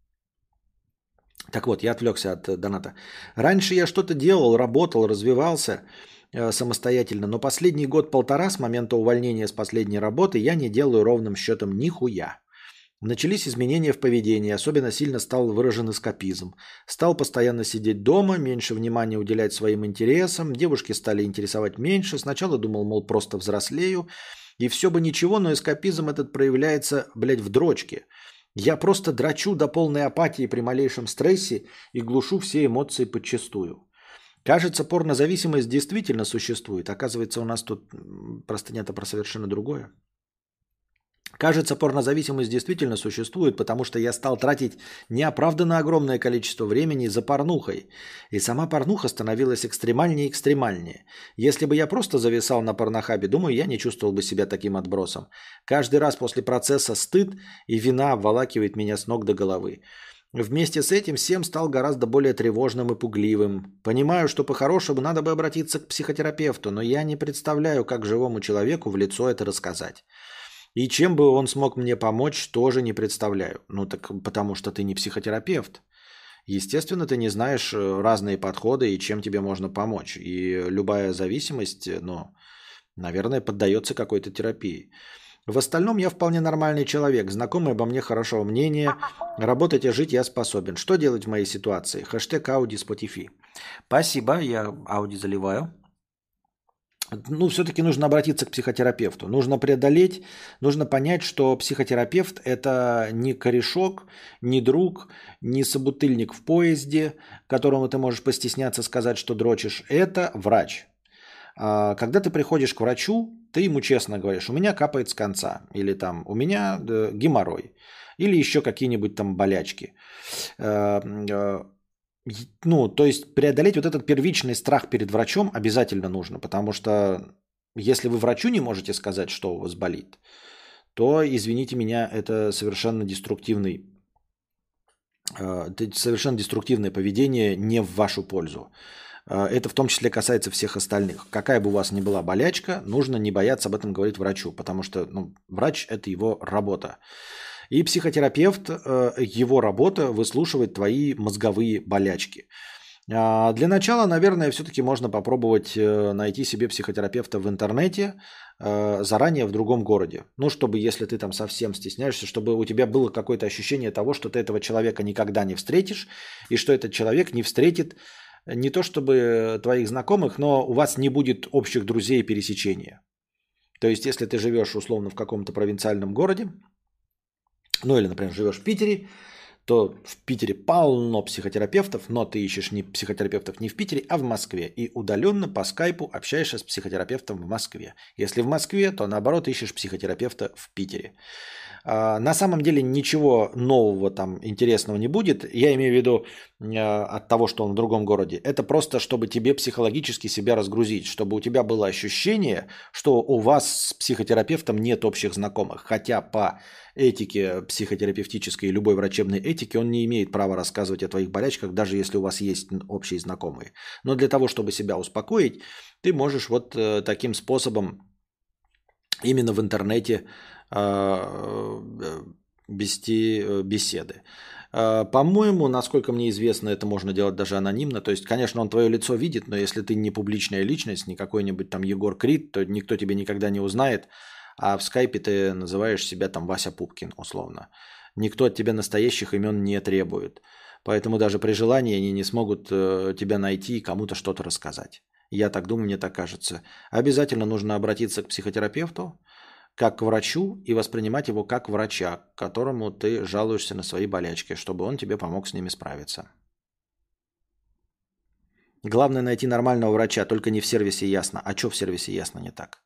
Speaker 1: Так вот, я отвлекся от доната. Раньше я что-то делал, работал, развивался э, самостоятельно, но последний год-полтора с момента увольнения с последней работы я не делаю ровным счетом нихуя. Начались изменения в поведении, особенно сильно стал выражен эскапизм. Стал постоянно сидеть дома, меньше внимания уделять своим интересам, девушки стали интересовать меньше. Сначала думал, мол, просто взрослею, и все бы ничего, но эскапизм этот проявляется, блядь, в дрочке. Я просто дрочу до полной апатии при малейшем стрессе и глушу все эмоции подчистую. Кажется, порнозависимость действительно существует. Оказывается, у нас тут простынято про совершенно другое. Кажется, порнозависимость действительно существует, потому что я стал тратить неоправданно огромное количество времени за порнухой. И сама порнуха становилась экстремальнее и экстремальнее. Если бы я просто зависал на порнохабе, думаю, я не чувствовал бы себя таким отбросом. Каждый раз после процесса стыд и вина обволакивает меня с ног до головы. Вместе с этим всем стал гораздо более тревожным и пугливым. Понимаю, что по-хорошему надо бы обратиться к психотерапевту, но я не представляю, как живому человеку в лицо это рассказать. И чем бы он смог мне помочь, тоже не представляю. Ну так потому что ты не психотерапевт. Естественно, ты не знаешь разные подходы и чем тебе можно помочь. И любая зависимость, ну, наверное, поддается какой-то терапии. В остальном я вполне нормальный человек. Знакомый обо мне хорошего мнения. Работать и жить я способен. Что делать в моей ситуации? Хэштег Ауди Spotify. Спасибо, я Ауди заливаю. Ну, все-таки нужно обратиться к психотерапевту. Нужно преодолеть, нужно понять, что психотерапевт – это не корешок, не друг, не собутыльник в поезде, которому ты можешь постесняться сказать, что дрочишь. Это врач. Когда ты приходишь к врачу, ты ему честно говоришь, у меня капает с конца, или там у меня геморрой, или еще какие-нибудь там болячки. Ну, то есть преодолеть вот этот первичный страх перед врачом обязательно нужно, потому что если вы врачу не можете сказать, что у вас болит, то, извините меня, это совершенно деструктивный, это совершенно деструктивное поведение не в вашу пользу. Это в том числе касается всех остальных. Какая бы у вас ни была болячка, нужно не бояться об этом говорить врачу, потому что ну, врач – это его работа. И психотерапевт, его работа выслушивать твои мозговые болячки. Для начала, наверное, все-таки можно попробовать найти себе психотерапевта в интернете заранее в другом городе. Ну, чтобы, если ты там совсем стесняешься, чтобы у тебя было какое-то ощущение того, что ты этого человека никогда не встретишь, и что этот человек не встретит не то чтобы твоих знакомых, но у вас не будет общих друзей и пересечения. То есть, если ты живешь условно в каком-то провинциальном городе, ну или, например, живешь в Питере, то в Питере полно психотерапевтов, но ты ищешь не психотерапевтов не в Питере, а в Москве. И удаленно по скайпу общаешься с психотерапевтом в Москве. Если в Москве, то наоборот ищешь психотерапевта в Питере. А, на самом деле ничего нового там интересного не будет. Я имею в виду а, от того, что он в другом городе. Это просто, чтобы тебе психологически себя разгрузить, чтобы у тебя было ощущение, что у вас с психотерапевтом нет общих знакомых. Хотя по этике психотерапевтической и любой врачебной этике он не имеет права рассказывать о твоих болячках, даже если у вас есть общие знакомые. Но для того, чтобы себя успокоить, ты можешь вот э, таким способом именно в интернете э, вести э, беседы. Э, по-моему, насколько мне известно, это можно делать даже анонимно. То есть, конечно, он твое лицо видит, но если ты не публичная личность, не какой-нибудь там Егор Крид, то никто тебя никогда не узнает. А в скайпе ты называешь себя там Вася Пупкин, условно. Никто от тебя настоящих имен не требует. Поэтому даже при желании они не смогут э, тебя найти и кому-то что-то рассказать. Я так думаю, мне так кажется. Обязательно нужно обратиться к психотерапевту, как к врачу, и воспринимать его как врача, к которому ты жалуешься на свои болячки, чтобы он тебе помог с ними справиться. Главное найти нормального врача, только не в сервисе Ясно. А что в сервисе Ясно не так?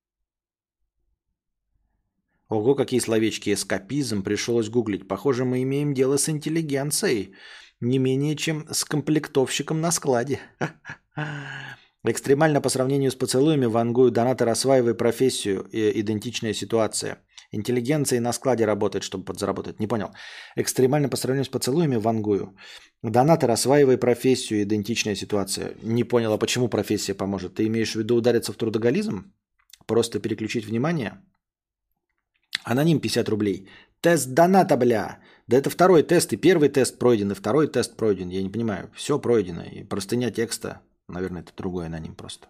Speaker 1: Ого, какие словечки. Эскапизм. Пришлось гуглить. Похоже, мы имеем дело с интеллигенцией. Не менее, чем с комплектовщиком на складе. Экстремально по сравнению с поцелуями вангую донатор осваивай профессию и идентичная ситуация. Интеллигенция на складе работает, чтобы подзаработать. Не понял. Экстремально по сравнению с поцелуями вангую. Донатор осваивай профессию, идентичная ситуация. Не понял, а почему профессия поможет? Ты имеешь в виду удариться в трудоголизм? Просто переключить внимание? Аноним пятьдесят рублей. Тест доната, бля. Да это второй тест, и первый тест пройден, и второй тест пройден. Я не понимаю. Все пройдено. И простыня текста. Наверное, это другой аноним просто.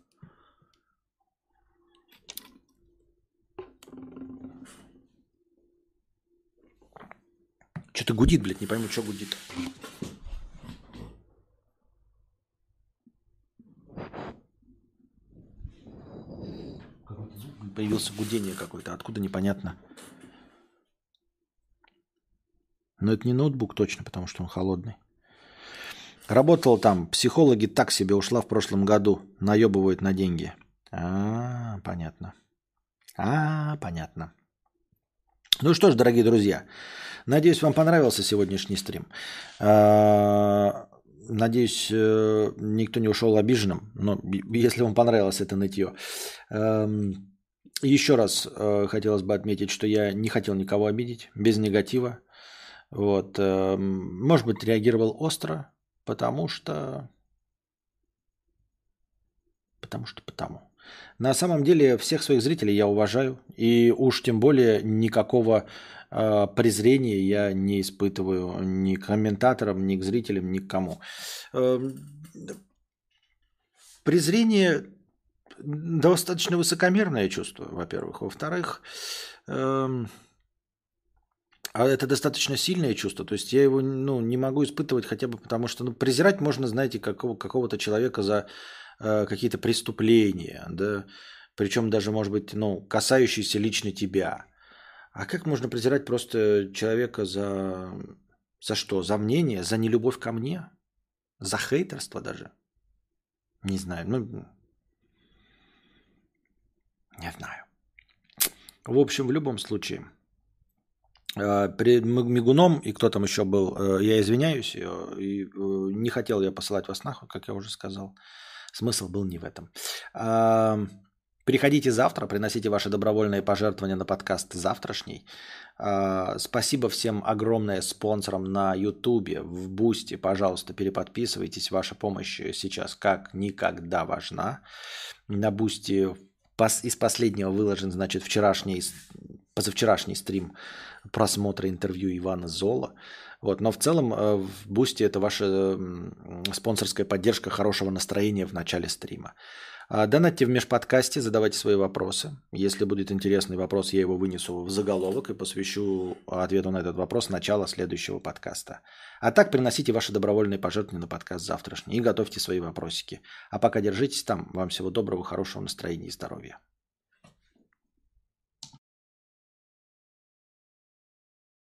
Speaker 1: Что-то гудит, блядь, не пойму, что гудит. Появился гудение какое-то, откуда непонятно. Но это не ноутбук точно, потому что он холодный. Работала там, психологи так себе, ушла в прошлом году, наебывают на деньги. А, понятно. А, понятно. Ну что ж, дорогие друзья, надеюсь, вам понравился сегодняшний стрим. Надеюсь, никто не ушел обиженным, но если вам понравилось это нытье. Еще раз хотелось бы отметить, что я не хотел никого обидеть, без негатива. Вот. Может быть, реагировал остро, потому что... Потому что потому. На самом деле всех своих зрителей я уважаю. И уж тем более никакого э, презрения я не испытываю ни к комментаторам, ни к зрителям, ни к кому. Э, презрение достаточно высокомерное чувство, во-первых. Во-вторых, э, а это достаточно сильное чувство. То есть я его ну, не могу испытывать хотя бы потому, что ну, презирать можно, знаете, какого- какого-то человека за э, какие-то преступления, да, причем даже, может быть, ну, касающиеся лично тебя. А как можно презирать просто человека за, за что? За мнение? За нелюбовь ко мне? За хейтерство даже? Не знаю. Ну, не знаю. В общем, в любом случае, э, перед М- Мигуном и кто там еще был, э, я извиняюсь, э, и, э, не хотел я посылать вас нахуй, как я уже сказал. Смысл был не в этом. А, Приходите завтра, приносите ваши добровольные пожертвования на подкаст завтрашний. А, Спасибо всем огромное спонсорам на Ютубе, в Бусти. Пожалуйста, переподписывайтесь. Ваша помощь сейчас как никогда важна. На Бусти пос- из последнего выложен, значит, вчерашний, с- позавчерашний стрим просмотра интервью Ивана Зола. Вот. Но в целом э, в Бусти это ваша м, спонсорская поддержка хорошего настроения в начале стрима. А, Донатьте в межподкасте, задавайте свои вопросы. Если будет интересный вопрос, я его вынесу в заголовок и посвящу ответу на этот вопрос начала следующего подкаста. А так приносите ваши добровольные пожертвования на подкаст завтрашний и готовьте свои вопросики. А пока держитесь там. Вам всего доброго, хорошего настроения и здоровья.